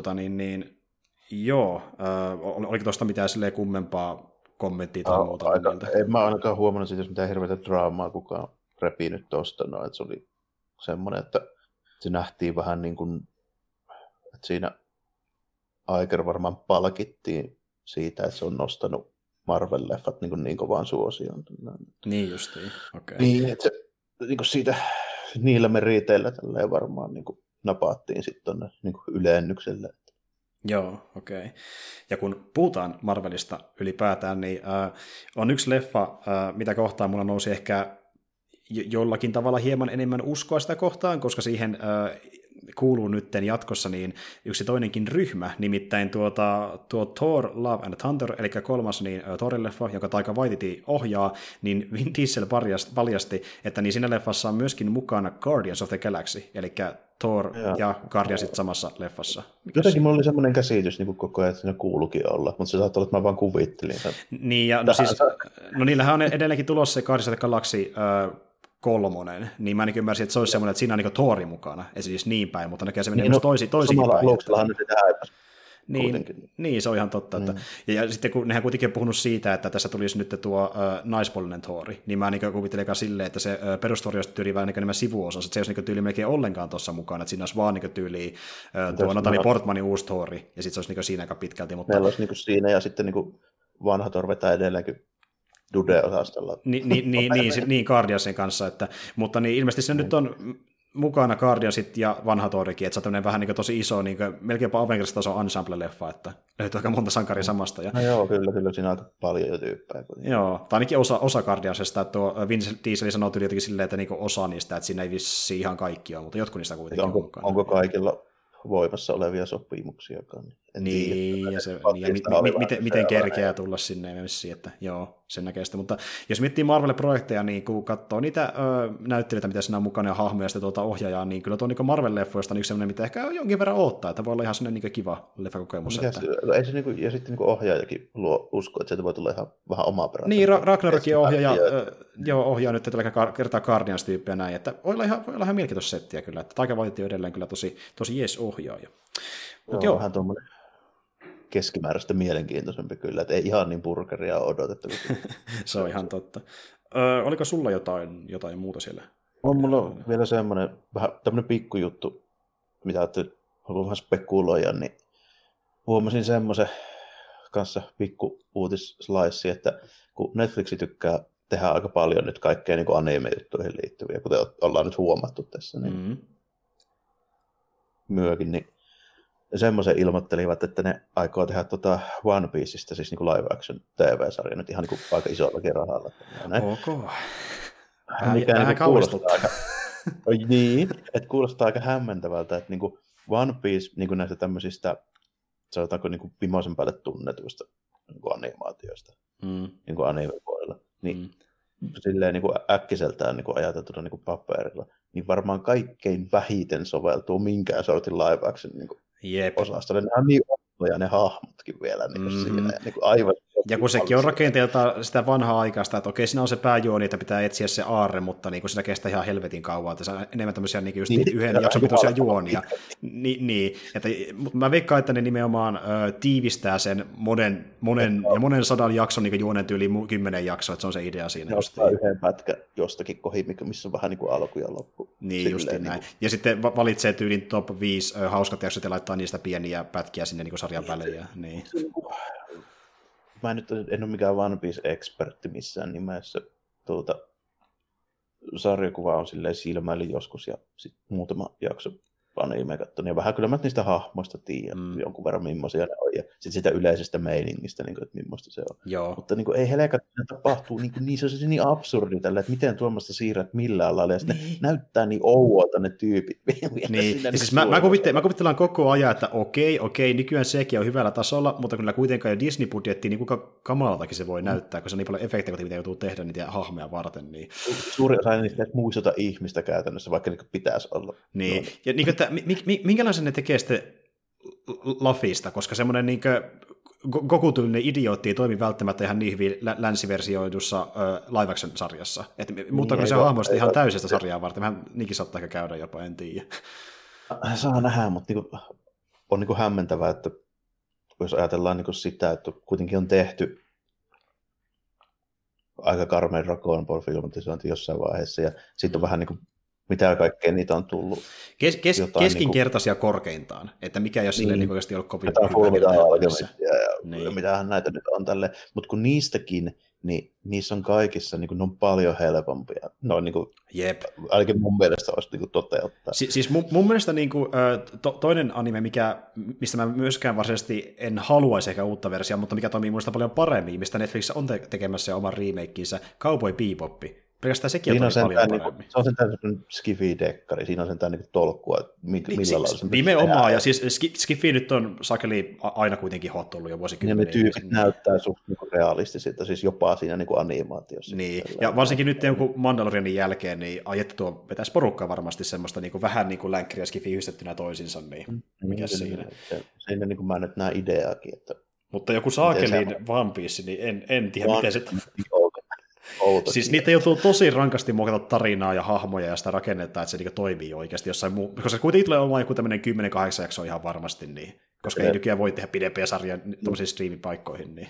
joo, oliko tuosta mitään silleen kummempaa kommenttia tai muuta? En mä ainakaan huomannut siitä, jos mitään hirveätä draamaa kukaan repinyt tuosta, että se oli semmoinen, että se nähtiin vähän niin kuin, että siinä Iger varmaan palkittiin siitä, että se on nostanut Marvel-leffat niin kovaan suosioon. Niin justiin, okei. Niin, että se niin siitä niillä meriteillä tälleen varmaan niin napaattiin sitten tuonne niin ylennykselle. Joo, okei. Ja kun puhutaan Marvelista ylipäätään, niin on yksi leffa, mitä kohtaan mulla nousi ehkä jollakin tavalla hieman enemmän uskoa sitä kohtaan, koska siihen kuuluu nytten jatkossa niin yksi toinenkin ryhmä, nimittäin tuo Thor, Love and Thunder, eli kolmas niin Thorin leffa, jonka Taika Waititi ohjaa, niin Vin Diesel paljasti, että niin siinä leffassa on myöskin mukana Guardians of the Galaxy, eli Thor ja Guardiansit samassa leffassa. Jotenkin mulla oli semmoinen käsitys niin koko ajan, että siinä kuuluukin olla, mutta se saattaa olla, että mä vaan kuvittelin. Niin, ja niillähän on edelleenkin tulossa se Guardians of the Galaxy 3, niin mä ainakin ymmärsin, että se olisi semmoinen, että siinä on niin Thori mukana, ei siis niin päin, mutta näkee se menee myös toisinkin päin. Samalla aluksellahan nyt sitä häipäisi. Niin, se on ihan totta. Että, ja sitten kun nehän kuitenkin on puhunut siitä, että tässä tulisi nyt tuo naispuolinen Thori, niin mä niin kuvittelen silleen, että se perustori olisi tyyliin vähän enemmän sivuosa, että se olisi niin tyyli melkein ollenkaan tuossa mukana, että siinä olisi vaan niin tyyliin tuo Natalie Portmanin uusi Thori, ja sitten se olisi niin siinä aika pitkälti. Mutta... Meillä olisi niin siinä, ja sitten niin vanha Thor vetää edelleenkin Dude-osastolla. Niin Guardiansin kanssa, että, mutta niin ilmeisesti se nyt on mukana Guardiansit ja vanha Thorikin, että se on tämmöinen vähän niin tosi iso, niin melkeinpä Avengers-tason ensemble-leffa, että löytyy aika monta sankaria samasta. Ja... No joo, kyllä, siinä on aika paljon jo tyyppejä. Joo, tai ainakin osa Guardiansista, että tuo Vin Diesel sanoo tyyli jotenkin silleen, että niin osa niistä, että siinä ei vissi ihan kaikki ole, mutta jotkut niistä kuitenkin on mukana. Onko kaikilla voimassa olevia sopimuksia? Miten kerkeää tulla sinne messiin, että joo, sen näkee sitä. Mutta jos miettii Marvel-projekteja, niin kun katsoo niitä näyttelijöitä, mitä siinä on mukana ja hahmoja ja sitten ohjaajaa, niin kyllä tuo niin Marvel-leffoista on yksi sellainen, mitä ehkä jonkin verran odottaa, että voi olla ihan sellainen niin kiva leffakokemus. Ei se ja sitten ohjaajakin luo usko, että sieltä voi tulla ihan vähän omaa perään. Niin, Ragnarokin ohjaa nyt tällä kertaa Guardians-tyyppiä näin, että voi olla ihan mielenkiintoista settiä kyllä, että Taika Waititi on edelleen kyllä tosi jees ohjaaja. Joo, vähän tuommoinen keskimääräistä mielenkiintoisempi kyllä, että ei ihan niin burgeria odotettu. Se on ihan totta. Oliko sulla jotain muuta siellä? Mulla on vielä semmoinen vähän tämmöinen pikkujuttu, mitä haluan vähän spekuloida, niin huomasin semmoisen kanssa pikku uutislaissi, että kun Netflix tykkää tehdä aika paljon nyt kaikkea niin kuin anime-juttuihin liittyviä, kuten ollaan nyt huomattu tässä, niin myökin, niin semmoisen ilmoittelivat, että ne aikoo tehdä One Pieceista, siis niin kuin live action TV-sarja, nyt ihan niin kuin aika isollakin rahalla. Ok. Mikä niin kuulostaa aika, niin, että kuulostaa aika hämmentävältä, että niin kuin One Piece niin kuin näistä tämmöisistä, sanotaanko niin kuin vimoisen päälle tunnetuista niin kuin animaatioista, niin kuin anime-puolella, niin silleen niin kuin äkkiseltään niin kuin ajateltuna niin kuin paperilla, niin varmaan kaikkein vähiten soveltuu minkään sortin live action niin kuin osastolle. Ne on niin ottoja ne hahmotkin vielä niin kuin siinä, niin kuin aivan. Ja kun sekin on rakenteelta sitä vanhaa aikaista, että okei, siinä on se pääjuoni, että pitää etsiä se aarre, mutta niin siinä kestää ihan helvetin kauan, että se on enemmän tämmöisiä niin just yhden jakson pituisia juonia. Niin, että mä veikkaan, että ne nimenomaan tiivistää sen monen sadan jakson niin juonen tyyliin 10 jaksoa, että se on se idea siinä. Ne ottaa yhden pätkän jostakin kohi, missä on vähän niin kuin alku ja loppu. Niin, justiin näin. Ja sitten valitsee tyylin top 5 hauskat jaksot ja laittaa niistä pieniä pätkiä sinne niin sarjan väliin. Niin. Mä en ole mikään One Piece-ekspertti missään nimessä. Sarjakuva on silleen silmäili joskus ja sitten muutama jakso anime katson. Ja vähän kyllä mä niistä hahmoista tiedän jonkun verran millaisia ne on. Ja sitten sitä yleisestä meiningistä, niin kuin, että millaista se on. Joo. Mutta niin kuin, ei heleka, että tapahtuu niin, se on niin absurdi tällä, että miten tuommoista siirrät millään lailla. Ja sitten ne näyttää niin ouolta ne tyypit. Niin. Ja siis mä kuvitellaan koko ajan, että okei, nykyään sekin on hyvällä tasolla, mutta kyllä kuitenkaan jo Disney-budjettiin, niin kuinka kamalaltakin se voi näyttää, kun se on niin paljon efektejä, mitä joutuu tehdä niitä hahmoja varten. Niin. Suuri osa niistä ei muistuta ihmistä käytännössä, vaikka niin pitäisi olla. Niin. Ja niin, että minkälaisen ne tekee sitten Lafista, koska semmoinen niin Goku-tyylinen idiootti ei toimi välttämättä ihan niin hyvin länsiversioidussa live action-sarjassa. Että muuttaako se hahmoista ihan täysestä sarjaa varten? Vähän niinkin saattaa ehkä käydä jopa, en tiedä. Saa nähdä, mutta on hämmentävää, että jos ajatellaan sitä, että kuitenkin on tehty aika karmeen Dragon Ball-filmatisointi jossain vaiheessa, ja sitten on vähän niin kuin mitä kaikkea niitä on tullut. Keskinkertaisia niin kuin korkeintaan, että mikä ei ole silleen niin oikeasti ollut kovin hyvä. Ja mitähän näitä nyt on tälle, mutta kun niistäkin, niin niissä on kaikissa, niin kuin, ne on paljon helpompia. No, niin kuin, ainakin mun mielestä olisi niin kuin, toteuttaa. Siis mun mielestä niin kuin, toinen anime, mistä mä myöskään varsinaisesti en haluaisi ehkä uutta versiota, mutta mikä toimii minusta paljon paremmin, mistä Netflix on tekemässä oman remakekinsä, Cowboy Bebop. Pelkästään sekin on paljon paremmin. Se on sentään skifi-dekkari, siinä on sentään niin tolkkua, millä lailla se nimenomaan, ja siis skifi nyt on sakeli aina kuitenkin hot ollut jo vuosikymmeniä. Ja ne tyypit näyttää suht realistisilta, siis jopa siinä niin kuin animaatiossa. Niin, ja varsinkin nyt jonkun Mandalorianin jälkeen, niin että tuo vetäisi porukkaa varmasti semmoista niin kuin vähän niin kuin länkkäriä ja skifi yhdistettynä toisinsa, niin mikä siinä? Siinä niin kuin mä nyt näen ideaakin, että mutta joku saakelin One Piece, niin en tiedä, miten se siis niitä joutuu tosi rankasti muokata tarinaa ja hahmoja ja sitä rakennetaan, että se niinku toimii oikeasti jossain muu, koska kuitenkin tulee olemaan joku tämmöinen 10-8 jaksoa ihan varmasti, niin koska ei nykyään voi tehdä pidempiä sarjoja tuollaisiin striimipaikkoihin, niin,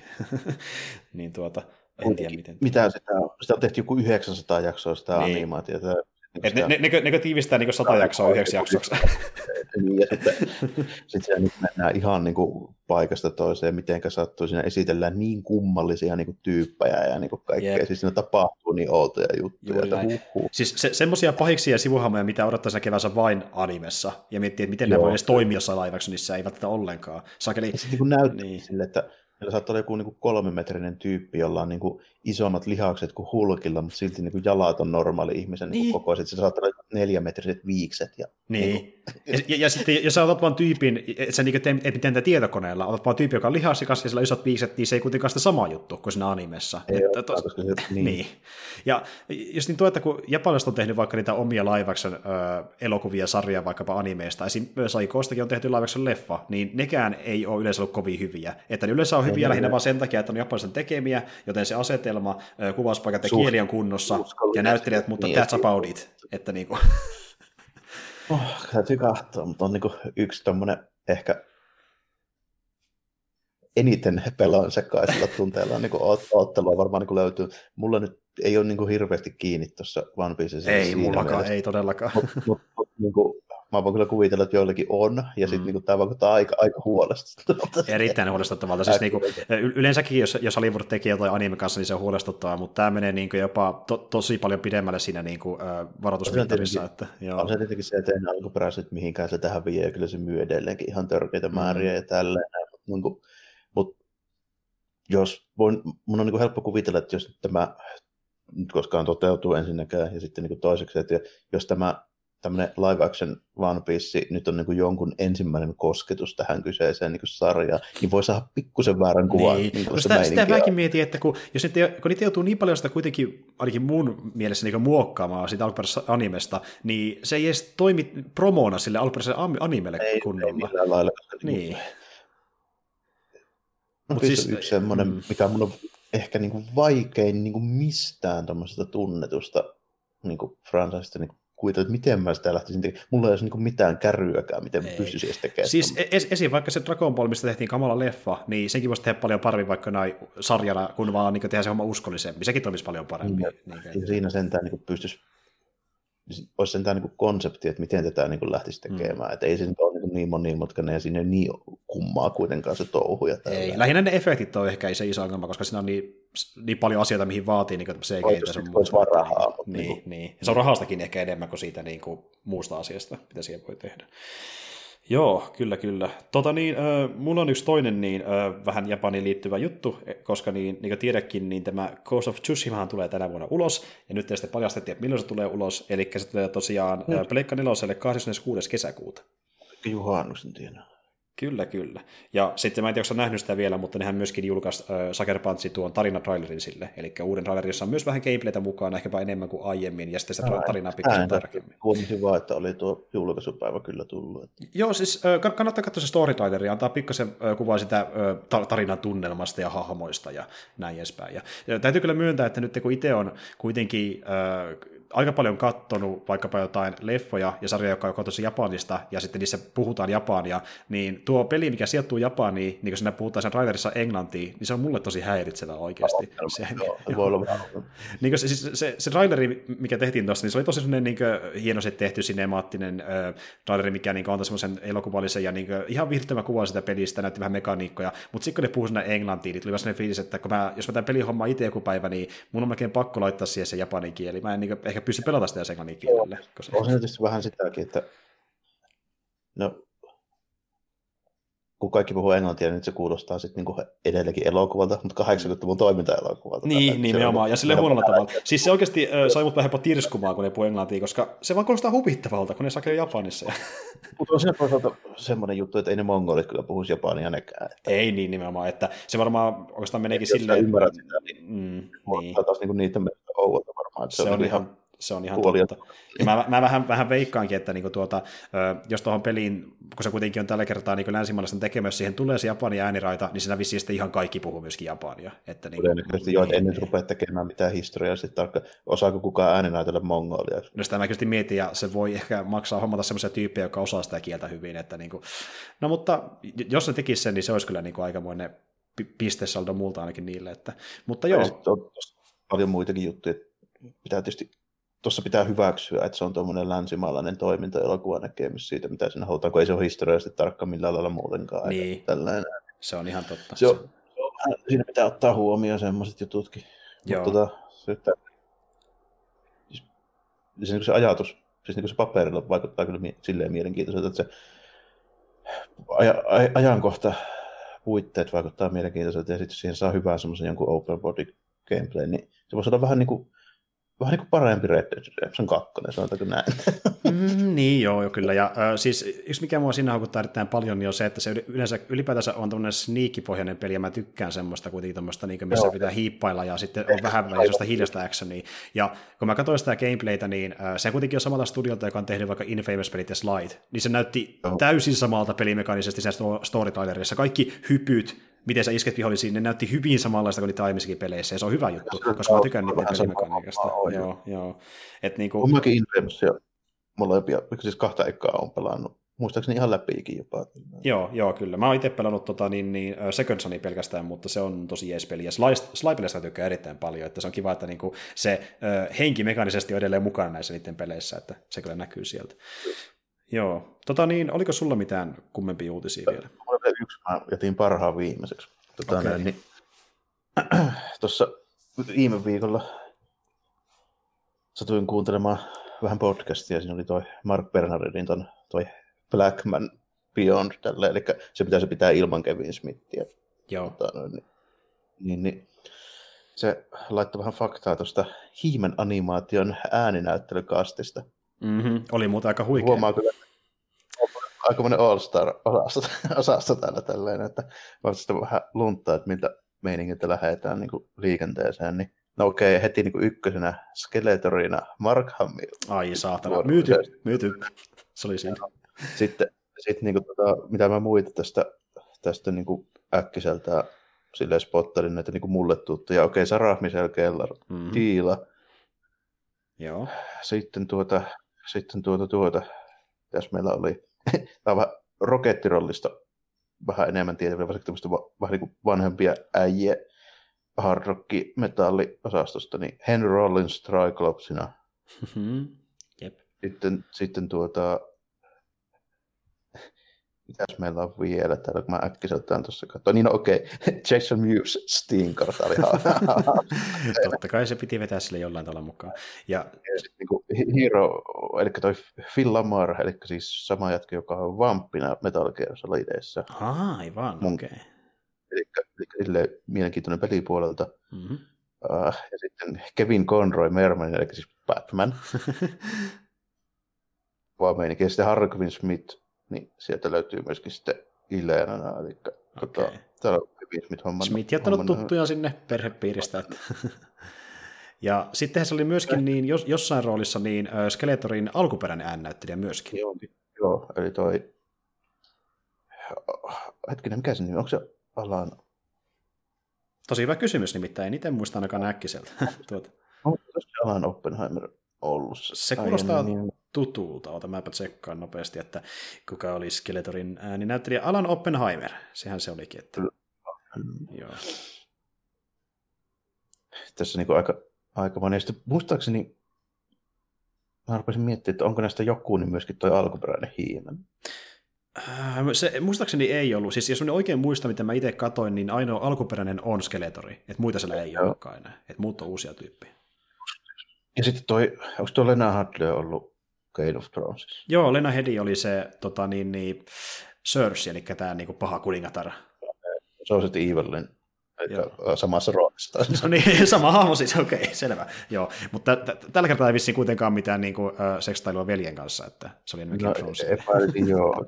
en tiedä miten. Mitä sitä on tehty joku 900 jaksoa sitä animaatiota. Nekö tiivistää niin 100 jaksoa 9 jaksoksi? Niin, ja sitten siellä nyt mennään ihan niin kuin paikasta toiseen, mitenkä sattuu. Siinä esitellään niin kummallisia niin kuin tyyppejä ja niin kuin kaikkea. Siis siinä tapahtuu niin outoja juttuja. Siis semmoisia pahiksia ja sivuhahmoja, mitä odottaa siinä keväänsä vain animessa. Ja miettii, että miten ne voi edes toimia jossain live-actionissa, ei välttämättä ollenkaan. Sakeli... Ja sitten niin näyttää sille, että meillä saattaa olla joku niin 3-metrinen tyyppi, jolla on niin kuin isommat lihakset kuin Hulkilla, mutta silti niin kuin jalat on normaali ihmisen niin kokoiset. Se saattaa olla 4-metriset viikset. Ja, niin. Ja sitten jos sä otat vaan tyypin, että sä niin teet mitään tietokoneella, otat vaan tyyppi, joka on lihasikas ja sillä on isot viikset, niin se ei kuitenkaan sitä sama juttu kuin siinä animessa. Niin. Ja jos niin että kun japanilaiset on tehnyt vaikka niitä omia live-action elokuvia, sarjaa vaikkapa animeista, esimerkiksi Saikoostakin on tehty live-action leffa, niin nekään ei ole yleensä ollut kovin hyviä. Että ne yleensä on hyviä lähinnä vaan sen takia, että on japanilaiset tekemiä, joten se asetelma, kuvauspaikat ja kieli on kunnossa, ja näyttelijät, mutta that's about it. Että niinku... Täytyy katsoa, mutta on niinku yksi tommonen ehkä eniten peloin sekaisella tunteella niinku ottelua varmaan niinku löytyy. Mulla nyt ei ole niinku hirveästi kiinni tuossa One Piecessa. Ei mullakaan, mielessä. Ei todellakaan. Mutta niinku, mä voin kyllä kuvitella, että joillekin on, ja sitten niinku, tämä vaikuttaa aika huolestuttavalta. Erittäin huolestuttavalta. Siis, niinku, yleensäkin, jos Hollywood tekee jotain anime kanssa, niin se on huolestuttavaa, mutta tämä menee niinku, jopa tosi paljon pidemmälle siinä niinku, varoitusmittarissa. On se tietenkin se, että en alkuperäiset mihinkään se tähän vie, ja kyllä se myy edelleenkin ihan törkeitä määriä ja tälleen. Mutta jos mun on niinku helppo kuvitella, että jos tämä nyt koskaan toteutuu ensinnäkään, ja sitten niinku toiseksi, että jos tämmöinen live action One Piece nyt on niin jonkun ensimmäinen kosketus tähän kyseiseen niin sarjaan, niin voi saada pikkusen väärän kuvan. Niin. Sitä mäkin mietin, että kun niitä joutuu niin paljon sitä kuitenkin, ainakin mun mielessä niin muokkaamaan siitä alkuperäisestä animesta, niin se ei edes toimi promona sille alkuperäiselle animelle kunnolla. Ei millään lailla. Niin. Mutta siis yksi semmoinen, mikä mun on ehkä niin kuin vaikein niin kuin mistään tuommoisesta tunnetusta niin kuin franchisesta niin kuvitella, että miten mä sitä lähtisin tekemään. Mulla ei olisi niin mitään kärryäkään, miten mä pystyisin edes tekemään. Siis esim. Vaikka se Dragon Ball, mistä tehtiin kamala leffa, niin senkin voisi tehdä paljon paremmin vaikka näin sarjana, kun vaan niin tehdä se homma uskollisempi. Sekin toimisi paljon paremmin. Ja siinä sentään niin pystyisi, olisi sentään niin konsepti, että miten tätä niin lähtisi tekemään. Että ei se nyt ole niin monimutkainen ja siinä ei niin kummaa kuitenkaan se touhu. Ei, lähinnä ne efektit on ehkä se iso ongelma, koska siinä on niin paljon asioita, mihin vaatii niin CGI. Olisi vaan rahaa. Niin. Se on rahastakin ehkä enemmän kuin siitä niin kuin muusta asiasta, mitä siihen voi tehdä. Joo, kyllä. Mulla on yksi toinen vähän Japaniin liittyvä juttu, koska niin kuin tiedäkin, niin tämä Ghost of Tsushimahan tulee tänä vuonna ulos, ja nyt sitten paljastettiin, että milloin se tulee ulos, eli se tulee tosiaan Pleikka 4:lle 26. kesäkuuta. Juhannuksen tiedä. Kyllä. Ja sitten mä en tiedä, onko nähnyt sitä vielä, mutta nehän myöskin julkaisi Sucker Punch tuon tarinatrailerin sille, eli uuden trailerin, jossa on myös vähän gameplaytä mukana, ehkäpä enemmän kuin aiemmin, ja sitten se tarinaa pikkasen tarkemmin. Huomasin vaan, että oli tuo julkaisupäivä kyllä tullut. Joo, siis kannattaa katsoa se story-traileri, antaa pikkasen kuvaa sitä tarinan tunnelmasta ja hahmoista ja näin edespäin. Ja täytyy kyllä myöntää, että nyt kun itse on kuitenkin aika paljon katsonut vaikkapa jotain leffoja ja sarjoja, joka on kotoisin Japanista, ja sitten niissä puhutaan japania, niin tuo peli, mikä sijoittuu Japaniin, niin kun siinä puhutaan sen trailerissa englantiin, niin se on mulle tosi häiritsevä oikeasti. Se traileri, mikä tehtiin tuossa, niin se oli tosi semmoinen niin hienosti tehty sinemaattinen traileri, mikä niin antoi semmoisen elokuvallisen ja niin ihan viihdyttävä kuva sitä pelistä, näytti vähän mekaniikkoja, mutta sitten kun ne puhui sinne englantiin, niin tuli vaan sellainen fiilis, että jos mä tämän pelihommaa itse joku päivä, niin mun on melkein pakko laittaa siihen se japanin kieli. Mä en niin ehkä pysty pelata sitä englannin kielelle. On se tietysti vähän sitäkin, että kun kaikki puhuu englantia, niin nyt se kuulostaa sitten niinku edelleenkin elokuvalta, mutta 80-luvun toimintaelokuvalta. Niin, nimenomaan, ja silleen huonolla tavalla. Siis se oikeasti sai mut vähän tirskumaan, kun ne puhuu englantia, koska se vaan kuulostaa huvittavalta, kun ne saa Japanissa. Mutta on siinä toisaalta semmoinen juttu, että ei ne mongolit kyllä puhuisi japania nekään. Ei niin nimenomaan, että se varmaan oikeastaan meneekin silleen. Jos ymmärrät sitä, niin taas niitä mielestä ouolta varmaan. Se on ihan Se on ihan totta. Ja mä vähän veikkaankin, että niinku jos tuohon peliin, kun se kuitenkin on tällä kertaa niin länsimaalaisten tekemä, jos siihen tulee se Japanin ääniraita, niin siinä vissiin sitten ihan kaikki puhuu myöskin Japania. Että niinku, en nyt rupea tekemään mitään historiaa, sitten tarkkaan, osaako kukaan ääninäytellä mongolia. No sitä mä kyllä mietin, ja se voi ehkä maksaa hommata semmoisia tyyppejä, jotka osaa sitä kieltä hyvin. Että niinku, no mutta jos se tekisi sen, niin se olisi kyllä niinku aikamoinen pistesaldo multa ainakin niille. Mutta joo. On paljon muitakin juttuja. Tuossa pitää hyväksyä, että se on tuommoinen länsimaalainen toiminta, elokuva näkemys siitä, mitä siinä halutaan, kun ei se ole historiallisesti tarkka millään lailla muutenkaan. Niin, se on ihan totta. Siinä pitää ottaa huomioon semmoiset jututkin. Mutta se ajatus, siis niin se paperilla vaikuttaa kyllä silleen mielenkiintoiselta, että se ajankohta puitteet vaikuttaa mielenkiintoiselta, ja sitten siihen saa hyvää semmoisen jonkun open body gameplay, niin se voisi olla vähän niin kuin parempi Red Dead Redemption 2, sanotaanko näin. Niin joo, kyllä. Ja siis yksi mikä mua siinä haukuttaa erittäin paljon, niin on se, että se yleensä ylipäätänsä on tämmöinen sneaky-pohjainen peli, ja mä tykkään semmoista kuitenkin tämmöistä, niin missä pitää hiippailla, ja sitten on vähän semmoista hiljaista actionia. Ja kun mä katsoin sitä gameplaytä, niin se kuitenkin on samalla studiolta, joka on tehnyt vaikka Infamous-pelit ja Slide, niin se näytti täysin samalta pelimekaanisesti sen storytrailerissa. Kaikki hypyt, miten sä isket vihollisiin, ne näytti hyvin samanlaista kuin niitä aiemmissakin peleissä, ja se on hyvä juttu, koska mä tykään niiden pelimekaniikasta. Joo. On mäkin Infamousia molempia, siis 2 ekkaa on pelannut. Muistaakseni ihan läpiikin jopa. Joo, kyllä. Mä oon itse pelannut Second Sonia pelkästään, mutta se on tosi jees peli. Ja Sly-peleistä tykkää erittäin paljon, että se on kiva, että niinku se henki mekaanisesti on edelleen mukana näissä niiden peleissä, että se kyllä näkyy sieltä. Joo. Oliko sulla mitään kummempia uutisia vielä? Mulla oli yksi, mä jätin parhaan viimeiseksi. Tuossa viime viikolla satuin kuuntelemaan vähän podcastia, siinä oli toi Mark Bernardin toi Blackman Beyond, eli se pitää ilman Kevin Smithia. Joo. Niin, se laittoi vähän faktaa tuosta He-Man animaation ääninäyttelykastista. Oli muuten aika huikea. Huomaa kyllä, aikamoinen All-Star-osasto täällä tällainen, että voisi vähän lunttaa, että miltä meiningiltä lähdetään niin liikenteeseen, niin no okei, heti niin ykkösenä Skeletorina Mark Hamill. Ai saatana, myyty. Se oli siinä. Sitten niin mitä mä muita tästä niin äkkiseltään silleen spottelin näitä niin mulle tuttuja. Okei, Sarah Michelle Gellar, Tiila. Joo. Sitten mitäs meillä oli? Tämä on vähän rokettirollista vähän enemmän tietäviä, varsinkin vähän niin kuin vanhempia äijä hard rock metalliosastosta, niin Henry Rollins Triclopsina. Jep. Sitten mitäs meillä on vielä täällä, kun mä äkkiseltään tuossa katsoin. Niin okei. Jason Mewes Steam-karta oli Totta kai se piti vetää sille jollain tavalla mukaan. Ja sitten niin Hero, eli toi Phil Lamar, eli siis sama jätkä, joka on vamppina Metal Gear Solidissa. Aivan, okei. Eli mielenkiintoinen pelipuolelta. Ja sitten Kevin Conroy Merman, eli siis Batman. Vaan meininkin. Ja sitten Harley Quinn Smith, niin sieltä löytyy myöskin sitten Ilenana, eli täällä on Kevin Smith hommannut. Smith jättänyt tuttuja sinne perhepiiristä. Ja sittenhän se oli myöskin niin, jossain roolissa niin Skeletorin alkuperäinen äännäyttelijä myöskin. Joo, eli toi hetkinen, mikä se nimi? Onko se Alan? Tosi hyvä kysymys nimittäin, en itse muista ainakaan äkkiseltä. Onko se Alan Oppenheimer ollut? Se kuulostaa tutulta. Ota mäpä tsekkaan nopeasti, että kuka oli Skeletorin ääninäyttelijä. Alan Oppenheimer, sehän se olikin. Että... Joo. Tässä niin aika moni. Sitten muistaakseni mä rupesin miettimään, että onko näistä joku, niin myöskin toi alkuperäinen He-Man. Se muistaakseni ei ollut. Siis jos minä oikein muistan, mitä mä itse katoin, niin ainoa alkuperäinen on Skeletori. Että muita siellä ei olekaan enää. Että muut on uusia tyyppejä. Ja sitten onko tuo Lena Headey ollut Game of Thronesissa? Joo, Lena Headey oli se Cersei, eli tämä niinku paha kuningatar. Se on sitten Evelyn. Samassa roolissa. No niin, sama hahmo siis, okei, selvä. Joo, mutta tällä kertaa ei vissiin kuitenkaan mitään niinku, sekstailua veljen kanssa, että se oli enemmänkin Thrones. Epäilitin, joo.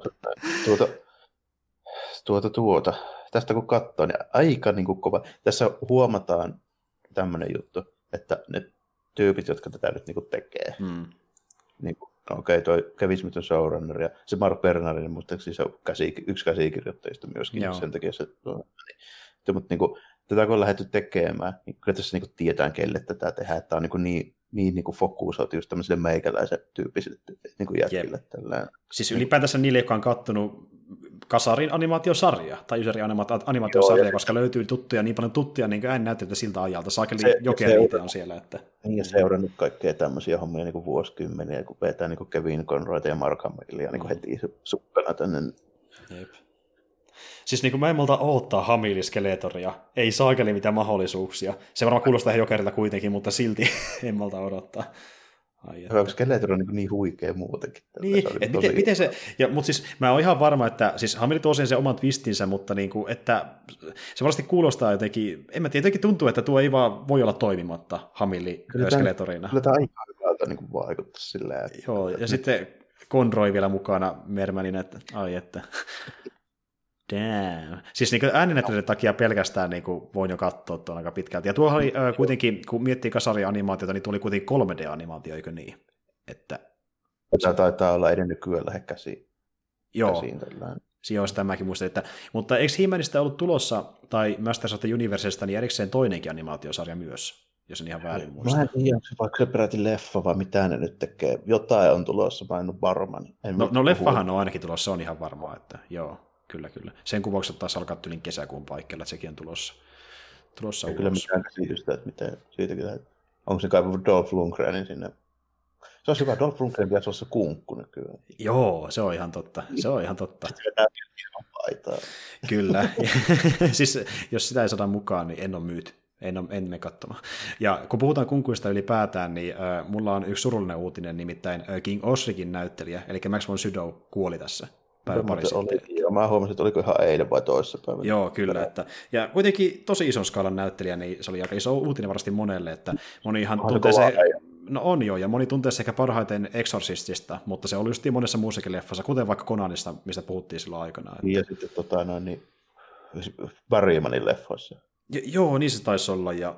Tästä kun katsoo, niin aika niin kuin kova. Tässä huomataan tämmöinen juttu, että ne tyypit, jotka tätä nyt niinku tekee. Niin okei, toi Kevin Smith on showrunner ja se Mark Bernardin, niin muistaakseni se on yksi käsikirjoittajista myöskin, joo. Sen takia se mutta niinku, tätä kun on lähdetty tekemään, niin kyllä tässä niinku tietään, kelle tätä tehdään, että tämä on niin niinku fokusoitu just tämmöisille meikäläisen tyyppisille niinku jätkille. Siis ylipäätänsä niille, jotka on kattonut Kasarin animaatiosarja tai Ysärin animaatiosarja, koska löytyy tuttuja, niin paljon tuttuja niin ääninäyttelijöitä siltä ajalta. Saakeli Jokeri itse on siellä. Että... Ja seurannut kaikkea tämmöisiä hommia niin vuosikymmeniä, kun vetää niin Kevin Conroyta ja Mark Hamillia niin heti suppena tänne. Jep. Siis niin kuin mä en malta odottaa Hamilin Skeletoria. Ei saakeli mitään mahdollisuuksia. Se varmaan kuulostaa ihan Jokerilta kuitenkin, mutta silti en malta odottaa. Onko Skeletor on niin huikea muutenkin? Niin, miten se, mutta siis mä oon ihan varma, että siis Hamili tosiaan se oman twistinsä, mutta niin kuin, että se varmasti kuulostaa jotenkin, en mä tiedä, jotenkin tuntuu, että tuo ei vaan voi olla toimimatta Hamili Skeletorina. Kyllä tämä aika hyvältä niin vaikuttaa silleen. Että... Joo, ja sitten Conroy vielä mukana Mermanina, että ai että... Damn. Siis niin ääninäyttelyiden takia pelkästään niin voin jo katsoa tuon aika pitkälti. Ja tuo oli kuitenkin, kun miettii Kasari-animaatiota, niin tuo oli kuitenkin 3D-animaatio, eikö niin? Että... Tämä taitaa olla edennyt nykyään lähde käsiin. Joo, siinä olisi tämäkin muistin. Että... Mutta eikö He-Manista ollut tulossa, tai Masters of the Universesta, niin erikseen toinenkin animaatiosarja myös, jos en ihan väärin muista? Mä en tiedä, onko se vaikka se peräti leffa, vai mitä ne nyt tekee. Jotain on tulossa, mä en ole varma. No leffahan on ainakin tulossa, se on ihan varmaa, että joo. Kyllä. Sen kuvaukset taas alkaa tylin kesäkuun paikkeilla, että sekin on tulossa ulos. Kyllä mitään käsitystä, että miten siitäkin lähdetään. Onko se kaivannut Dolph Lundgrenin sinne? Se on hyvä, Dolph Lundgren pitäisi olla se kunkku nykyään. Joo, se on ihan totta. Se vetää paitaa. Kyllä. Siis jos sitä ei saada mukaan, niin en ole myyty. En mene katsomaan. Ja kun puhutaan kunkuista ylipäätään, niin mulla on yksi surullinen uutinen, nimittäin King Osricin näyttelijä, eli Max von Sydow kuoli tässä. Mä huomasin, että oliko ihan eilen vai toissapäivänä. Joo, kyllä. Että, ja kuitenkin tosi ison skaalan näyttelijä, niin se oli aika iso uutinen varmasti monelle, että moni ihan tuntee se... No on jo, ja moni tuntee se ehkä parhaiten Exorcistista, mutta se oli just monessa muussakin leffassa, kuten vaikka Conanista, mistä puhuttiin silloin aikana. Että... Ja sitten Barrymanin leffoissa. Joo, niin se taisi olla, ja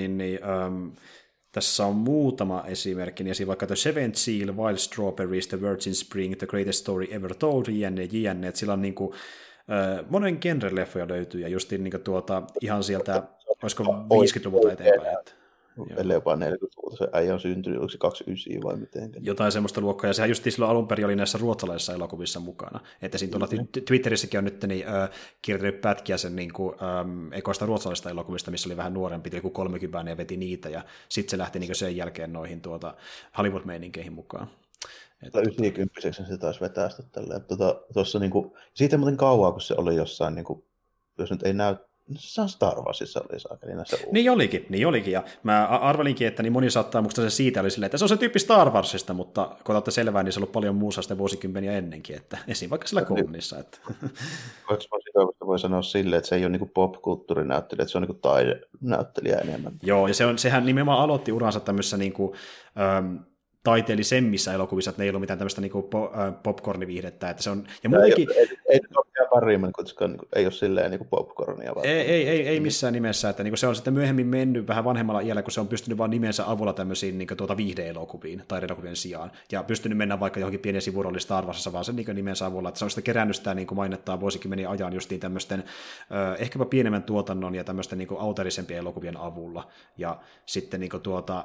tässä on muutama esimerkki, niin vaikka The Seventh Seal, Wild Strawberries, The Virgin Spring, The Greatest Story Ever Told, jne, että sillä on niin kuin, monen genren leffoja löytyy, ja just niin ihan sieltä, olisiko 50-luvulta eteenpäin. Ellei jopa 40-luvulta, se äijä on syntynyt, oliko se 29 vai miten? Jotain semmoista luokkaa, ja sehän just silloin alun perin oli näissä ruotsalaisissa elokuvissa mukana. Että siinä tuolla Twitterissäkin on nyt kirjoittanut pätkiä sen niin kuin, ekoista ruotsalaisista elokuvista, missä oli vähän nuorempi, joku 30 ja veti niitä, ja sitten se lähti niin sen jälkeen noihin Hollywood-meininkeihin mukaan. 90 se taisi vetää sitä tälleen. Niinku, siitä muuten kauaa, kun se oli jossain, niinku, jos nyt ei näy, se on Star Warsissa oli saakeli näissä niin olikin, ja mä arvelinkin, että niin moni saattaa musta se siitä oli silleen, että se on se tyyppi Star Warsista, mutta kun otatte selvää, niin se on ollut paljon muussa sitä vuosikymmeniä ennenkin, että esim. Vaikka sillä Conanissa. Että... voi sanoa silleen, että se ei ole niinku popkulttuurinäyttelijä, että se on niinku taidenäyttelijä enemmän. Joo, ja sehän nimenomaan aloitti uransa tämmöisessä niinku, taiteellisemmissä elokuvissa, että ne ei ollut mitään tämmöistä niinku popcorniviihdettä, että se on, ja muutenkin... Ei ole mikään paremmin, koska ei ole silleen niinku popcornia. Ei missään nimessä, että niinku se on sitten myöhemmin mennyt vähän vanhemmalla iällä, kun se on pystynyt vain nimensä avulla tämmöisiin niinku viihde-elokuviin tai elokuvien sijaan, ja pystynyt mennä vaikka johonkin pienen sivurolliin Star Warsissa vaan sen niinku nimensä avulla, että se on sitten kerännyt sitä niinku mainettaa vuosikymmeniä ajan justiin tämmöisten ehkäpä pienemmän tuotannon ja tämmöisten niinku auterisempien elokuvien avulla, ja sitten niinku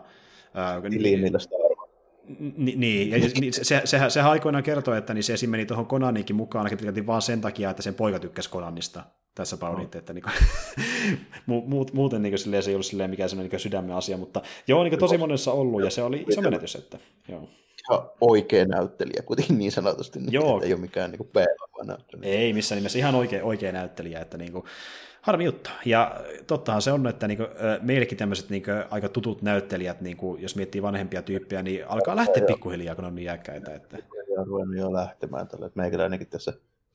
Niin, ja sehän aikoinaan kertoi, että niin se esim. Meni tuohon Conaninkin mukaan ainakin pitkälti vaan sen takia, että sen poika tykkäsi Conanista tässä paudittiin, että niinku, muuten niinku silleen, se ei ollut silleen mikään sellainen niinku sydämen asia, mutta joo, niinku tosi monessa ollut, ja se oli iso menetys, että joo. Ihan oikea näyttelijä kuitenkin niin sanotusti, että ei ole mikään niinku peilava näyttelijä. Ei missään nimessä, ihan oikea näyttelijä, että niinku, harmi juttu. Ja tottahan se on, että niinku, meillekin tämmöiset niinku, aika tutut näyttelijät, niinku, jos miettii vanhempia tyyppejä, niin alkaa lähteä pikkuhiljaa, kun on niin iäkkäitä. Että... Ja on ruvennut jo lähtemään tällä. Meikäläinenkin tässä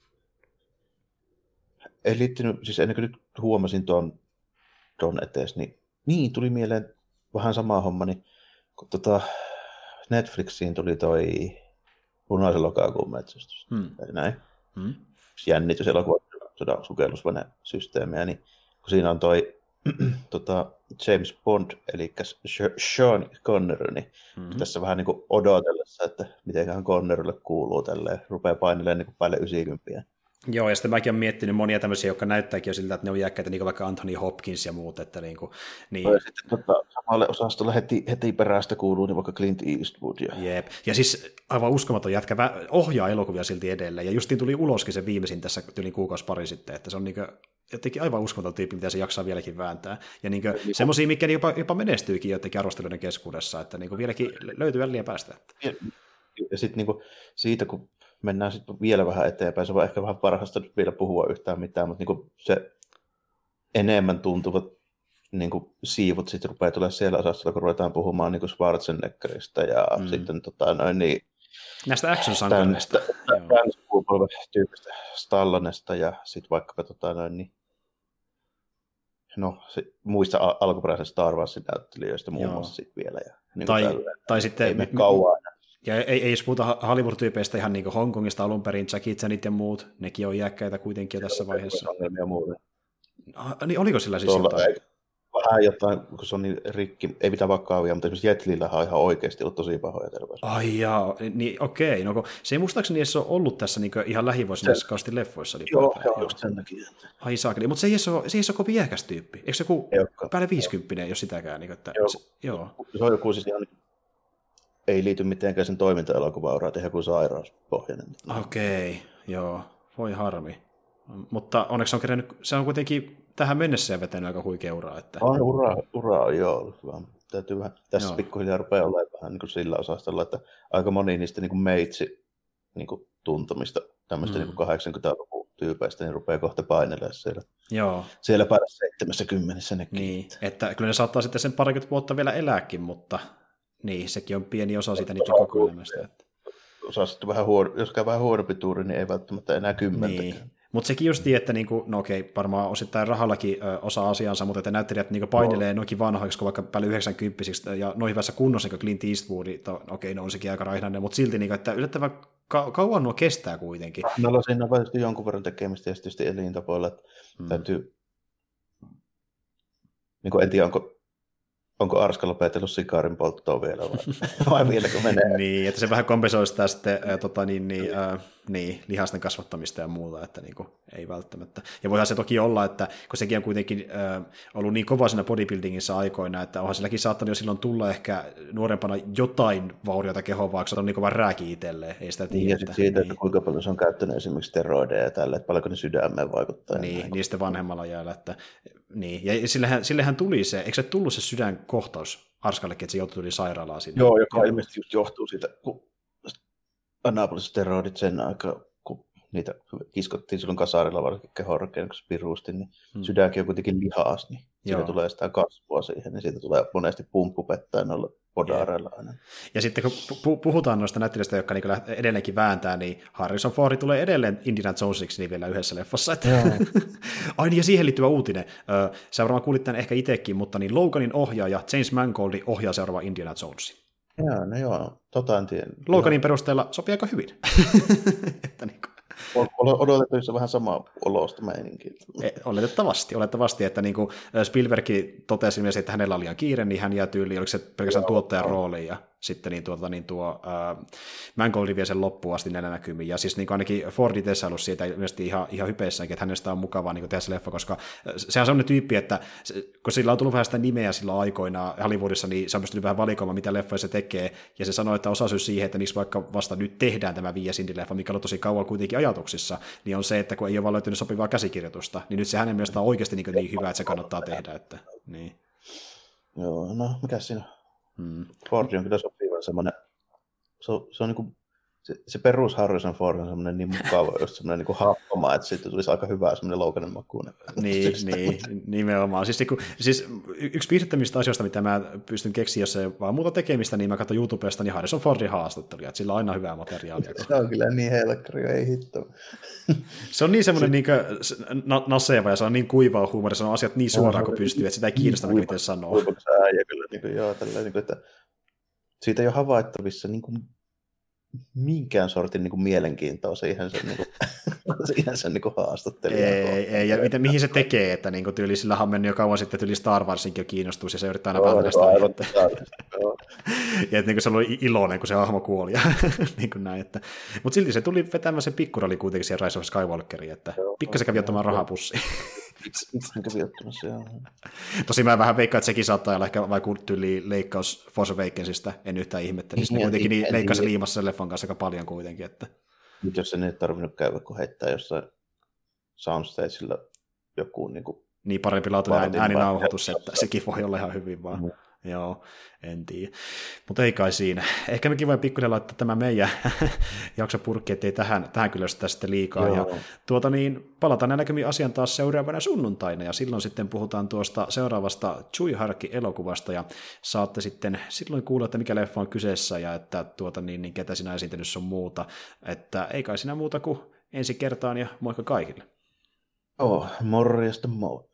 ei liittynyt, siis ennen kuin nyt huomasin tuon etees, niin tuli mieleen vähän sama homma, niin kun Netflixiin tuli toi Punaisen lokakuun metsästys. Näin. Jännityselokuva, sukellusvene-systeemiä, niin kun siinä on toi James Bond, eli Sean Connery, niin tässä vähän niin kuin odotellessa, että mitenköhän Connerylle kuuluu tälleen, rupeaa painelemaan niin kuin päälle 90. Joo, ja sitten mäkin olen miettinyt monia tämmöisiä, jotka näyttääkin jo siltä, että ne on iäkkäitä, niin kuin vaikka Anthony Hopkins ja muut. Että niin. Ja sitten samalle osastolle heti perästä kuuluu niin vaikka Clint Eastwood. Jep, ja siis aivan uskomaton jätkä ohjaa elokuvia silti edelleen, ja justiin tuli uloskin se viimeisin tässä yli kuukausi pari sitten, että se on niin kuin, jotenkin aivan uskomaton tyyppi, mitä se jaksaa vieläkin vääntää. Ja niin semmoisia, mikä jopa menestyykin jotenkin arvostelijoiden keskuudessa, että niin vieläkin löytyy väliä päästä. Ja sitten niin siitä, kun mennään sitten vielä vähän eteenpäin, se on ehkä vähän parhaista nyt vielä puhua yhtään mitään, mutta niin se enemmän tuntuvat niin siivut sitten rupeaa tulemaan siellä osastolla, kun ruvetaan puhumaan niin Schwarzeneggerista ja sitten näistä action-sankareista. Tyyppistä Stallonesta ja sitten vaikkapa muista alkuperäisistä Star Warsin näyttelijöistä muun muassa sitten vielä. Ja, niin tai sitten ei mene kauan. Ja ei jos puhuta Hollywood-tyypeistä ihan niin kuin Hongkongista alun perin, Jackie Chanit ja muut, nekin on iäkkäitä kuitenkin jo tässä vaiheessa. Niin oliko sillä siis jotain? Vähän jotain, kun se on niin rikki, ei mitään vakavia, mutta esimerkiksi Jet Lillä on ihan oikeasti ollut tosi pahoja terveys. Ai jaa, niin okei. No, se ei muistaakseni edes ole ollut tässä niin ihan lähivuosina kausti leffoissa. Joo, just sen takia. Ai saakeli, mutta se ei ole kovin iäkäs tyyppi. Eikö se joku päälle 50, jos sitäkään? Niin, että, joo. Se on joku siis ihan, ei liity mitenkään sen toiminta-elokuvauraan, tehdä joku sairauspohjainen. Okei, joo, voi harmi. Mutta onneksi se on kuitenkin tähän mennessä vetänyt aika huikea uraa. Että... Ura on joo, vaan täytyy vähän, tässä pikkuhiljaa rupeaa olemaan vähän niin kuin sillä osastolla, että aika moni niistä niin kuin meitsi niin kuin tuntumista, tämmöistä niin kuin 80-luvun tyypeistä, niin rupeaa kohta painelemaan siellä. Joo. Siellä päällä 70 nekin. Niin, että kyllä ne saattaa sitten sen parikymmentä vuotta vielä elääkin, mutta niin, sekin on pieni osa siitä niiden kokoelmasta. Osa sitten vähän jos käy vähän huonompi tuuri, niin ei välttämättä enää 10. Niin. Mutta sekin just että niinku, no okei, varmaan osittain rahallakin osaa asiansa, mutta että näyttelijät niinku painelee noikin vanhoiksi, kun vaikka päälle 90 ja noin hyvässä kunnossa, niin kuin Clint Eastwood, okei, no on sekin aika raihnainen, mutta silti, niinku, että yllättävän kauan nuo kestää kuitenkin. No siinä on varmasti jonkun verran tekemistä ja tietysti elintapoilla, että täytyy, niin en tiedä, onko Arska lopetellut sikaarin polttoa vielä vai vieläkö menee? Niin, että se vähän kompensoi sitä sitten lihasten kasvattamista ja muuta, että niin kuin, ei välttämättä. Ja voihan se toki olla, että kun sekin on kuitenkin ollut niin kova siinä bodybuildingissa aikoina, että onhan silläkin saattanut jo silloin tulla ehkä nuorempana jotain vaurioita kehoon, vaikka se on niin kova rääki itselleen, ei sitä tiedä. Ja sitten siitä, että kuinka paljon se on käyttänyt esimerkiksi steroideja ja tälle, että paljonko ne sydämeen vaikuttaa. Niin sitten vanhemmalla jäällä, että niin. Ja sillehän tuli se, eikö se tullut se sydänkohtaus Arskallekin, että se joutui sairaalaan sinne? Joo, joka ilmeisesti just johtuu siitä, kun anabolesteroidit sen aikaa, kun niitä kiskottiin silloin kasarilla varsinkin kehonrakennuksessa piruusti, niin sydänkin on kuitenkin lihas, niin siitä tulee sitä kasvua siihen, niin siitä tulee monesti pumppupettaa noilla podareilla aina. Ja sitten kun puhutaan noista näyttelijöistä, jotka niin edelleenkin vääntää, niin Harrison Ford tulee edelleen Indiana Jonesiksi niin vielä yhdessä leffassa. Ai niin, ja siihen liittyvä uutinen. Sä varmaan kuulit tämän ehkä itsekin, mutta niin Loganin ohjaaja James Mangold ohjaa seuraava Indiana Jonesin. Joo, en tiedä. Loganin perusteella sopii aika hyvin. Että niin kuin. Odotettavissa vähän samaa olosta meininkiä. Oletettavasti, että niin kuin Spielberg totesi myös, että hänellä oli liian kiire, niin hän jää tyyliin, oliko se pelkästään tuottajan rooliin, ja sitten tuo Mangold vie sen loppuun asti näillä näkymiin, ja siis niin ainakin Ford itse ollut siitä ilmeisesti ihan hypeissäänkin, että hänestä on mukavaa niin tehdä se leffa, koska se on sellainen tyyppi, että kun sillä on tullut vähän sitä nimeä sillä aikoina Hollywoodissa, niin se on pystynyt vähän valikoimaan, mitä leffoja se tekee, ja se sanoi, että osa syy siihen, että miksi vaikka vasta nyt tehdään tämä Viies Indie-leffa, mikä on tosi kauan kuitenkin ajatuksissa, niin on se, että kun ei ole vaan löytynyt sopivaa käsikirjoitusta, niin nyt se hänen mielestään on oikeasti niin hyvä, että se kannattaa tehdä. Että, niin. Joo, no mikäs siinä? Ford on kyllä sopiva semmoinen, se on niin kuin, se perus Harrison Ford on semmoinen niin mukava, just semmoinen niin kuin happama, että sitten tulisi aika hyvä semmoinen Loganin makuun. Niin, nimenomaan. Siis yksi piirrettämistä asioista, mitä mä pystyn keksiä, jos ei vaan muuta tekemistä, niin mä katson YouTubesta, niin Harrison Fordin haastatteluja, että sillä on aina hyvää materiaalia. Se on kyllä niin helkkari, ei hitto. Se on niin semmoinen niin naseva ja se on niin kuivaa huumoria, se on asiat niin suoraan kuin pystyy, että sitä ei kiinnosta, miten sanoo. Äijä kyllä, niin kuin, joo, tällainen, niin kuin, että siitä ei ole havaittavissa niin kuin minkään sortin niin kuin mielenkiintoa siihen sen, niin kuin, siihen sen niin kuin haastattelijan. Ei, ja mihin se tekee, että niin tyyli sillä on mennyt jo kauan sitten tyyli Star Warsinkin jo kiinnostus, ja se yrittää aina välttää sitä aihetta. Ja että niin se oli iloinen, kun se hahmo kuoli. Niin näin, mutta silti se tuli vetämään se pikkurali kuitenkin siihen Rise of Skywalkeriin, että pikkasen kävi ottamaan rahapussiin. Itse kävi ottamassa, joo. Tosi mä vähän veikkaan, että sekin saattaa olla ehkä vaikka tyyli leikkaus Force Awakensista, en yhtään ihmettelisi. Ne kuitenkin leikkasi liimassa sen leffan kanssa aika paljon kuitenkin. Että... Nyt jos sen ei tarvinnut käydä, kun heittää jossain soundstagella joku niin parempi laatuinen ääninauhoitus, että sekin voi olla ihan hyvin vaan. Joo, en tiedä. Mutta ei kai siinä. Ehkä mekin voin pikkuinen laittaa tämä meidän jakso purkki, ettei tähän kyllä sitä sitten liikaa. Joo. Ja palataan näkymiin asian taas seuraavana sunnuntaina, ja silloin sitten puhutaan tuosta seuraavasta Tsui-Harkki-elokuvasta, ja saatte sitten silloin kuulla, että mikä leffa on kyseessä, ja että ketä sinä esiintynyt on muuta. Että ei kai siinä muuta kuin ensi kertaan, ja moikka kaikille. Morjesta moi.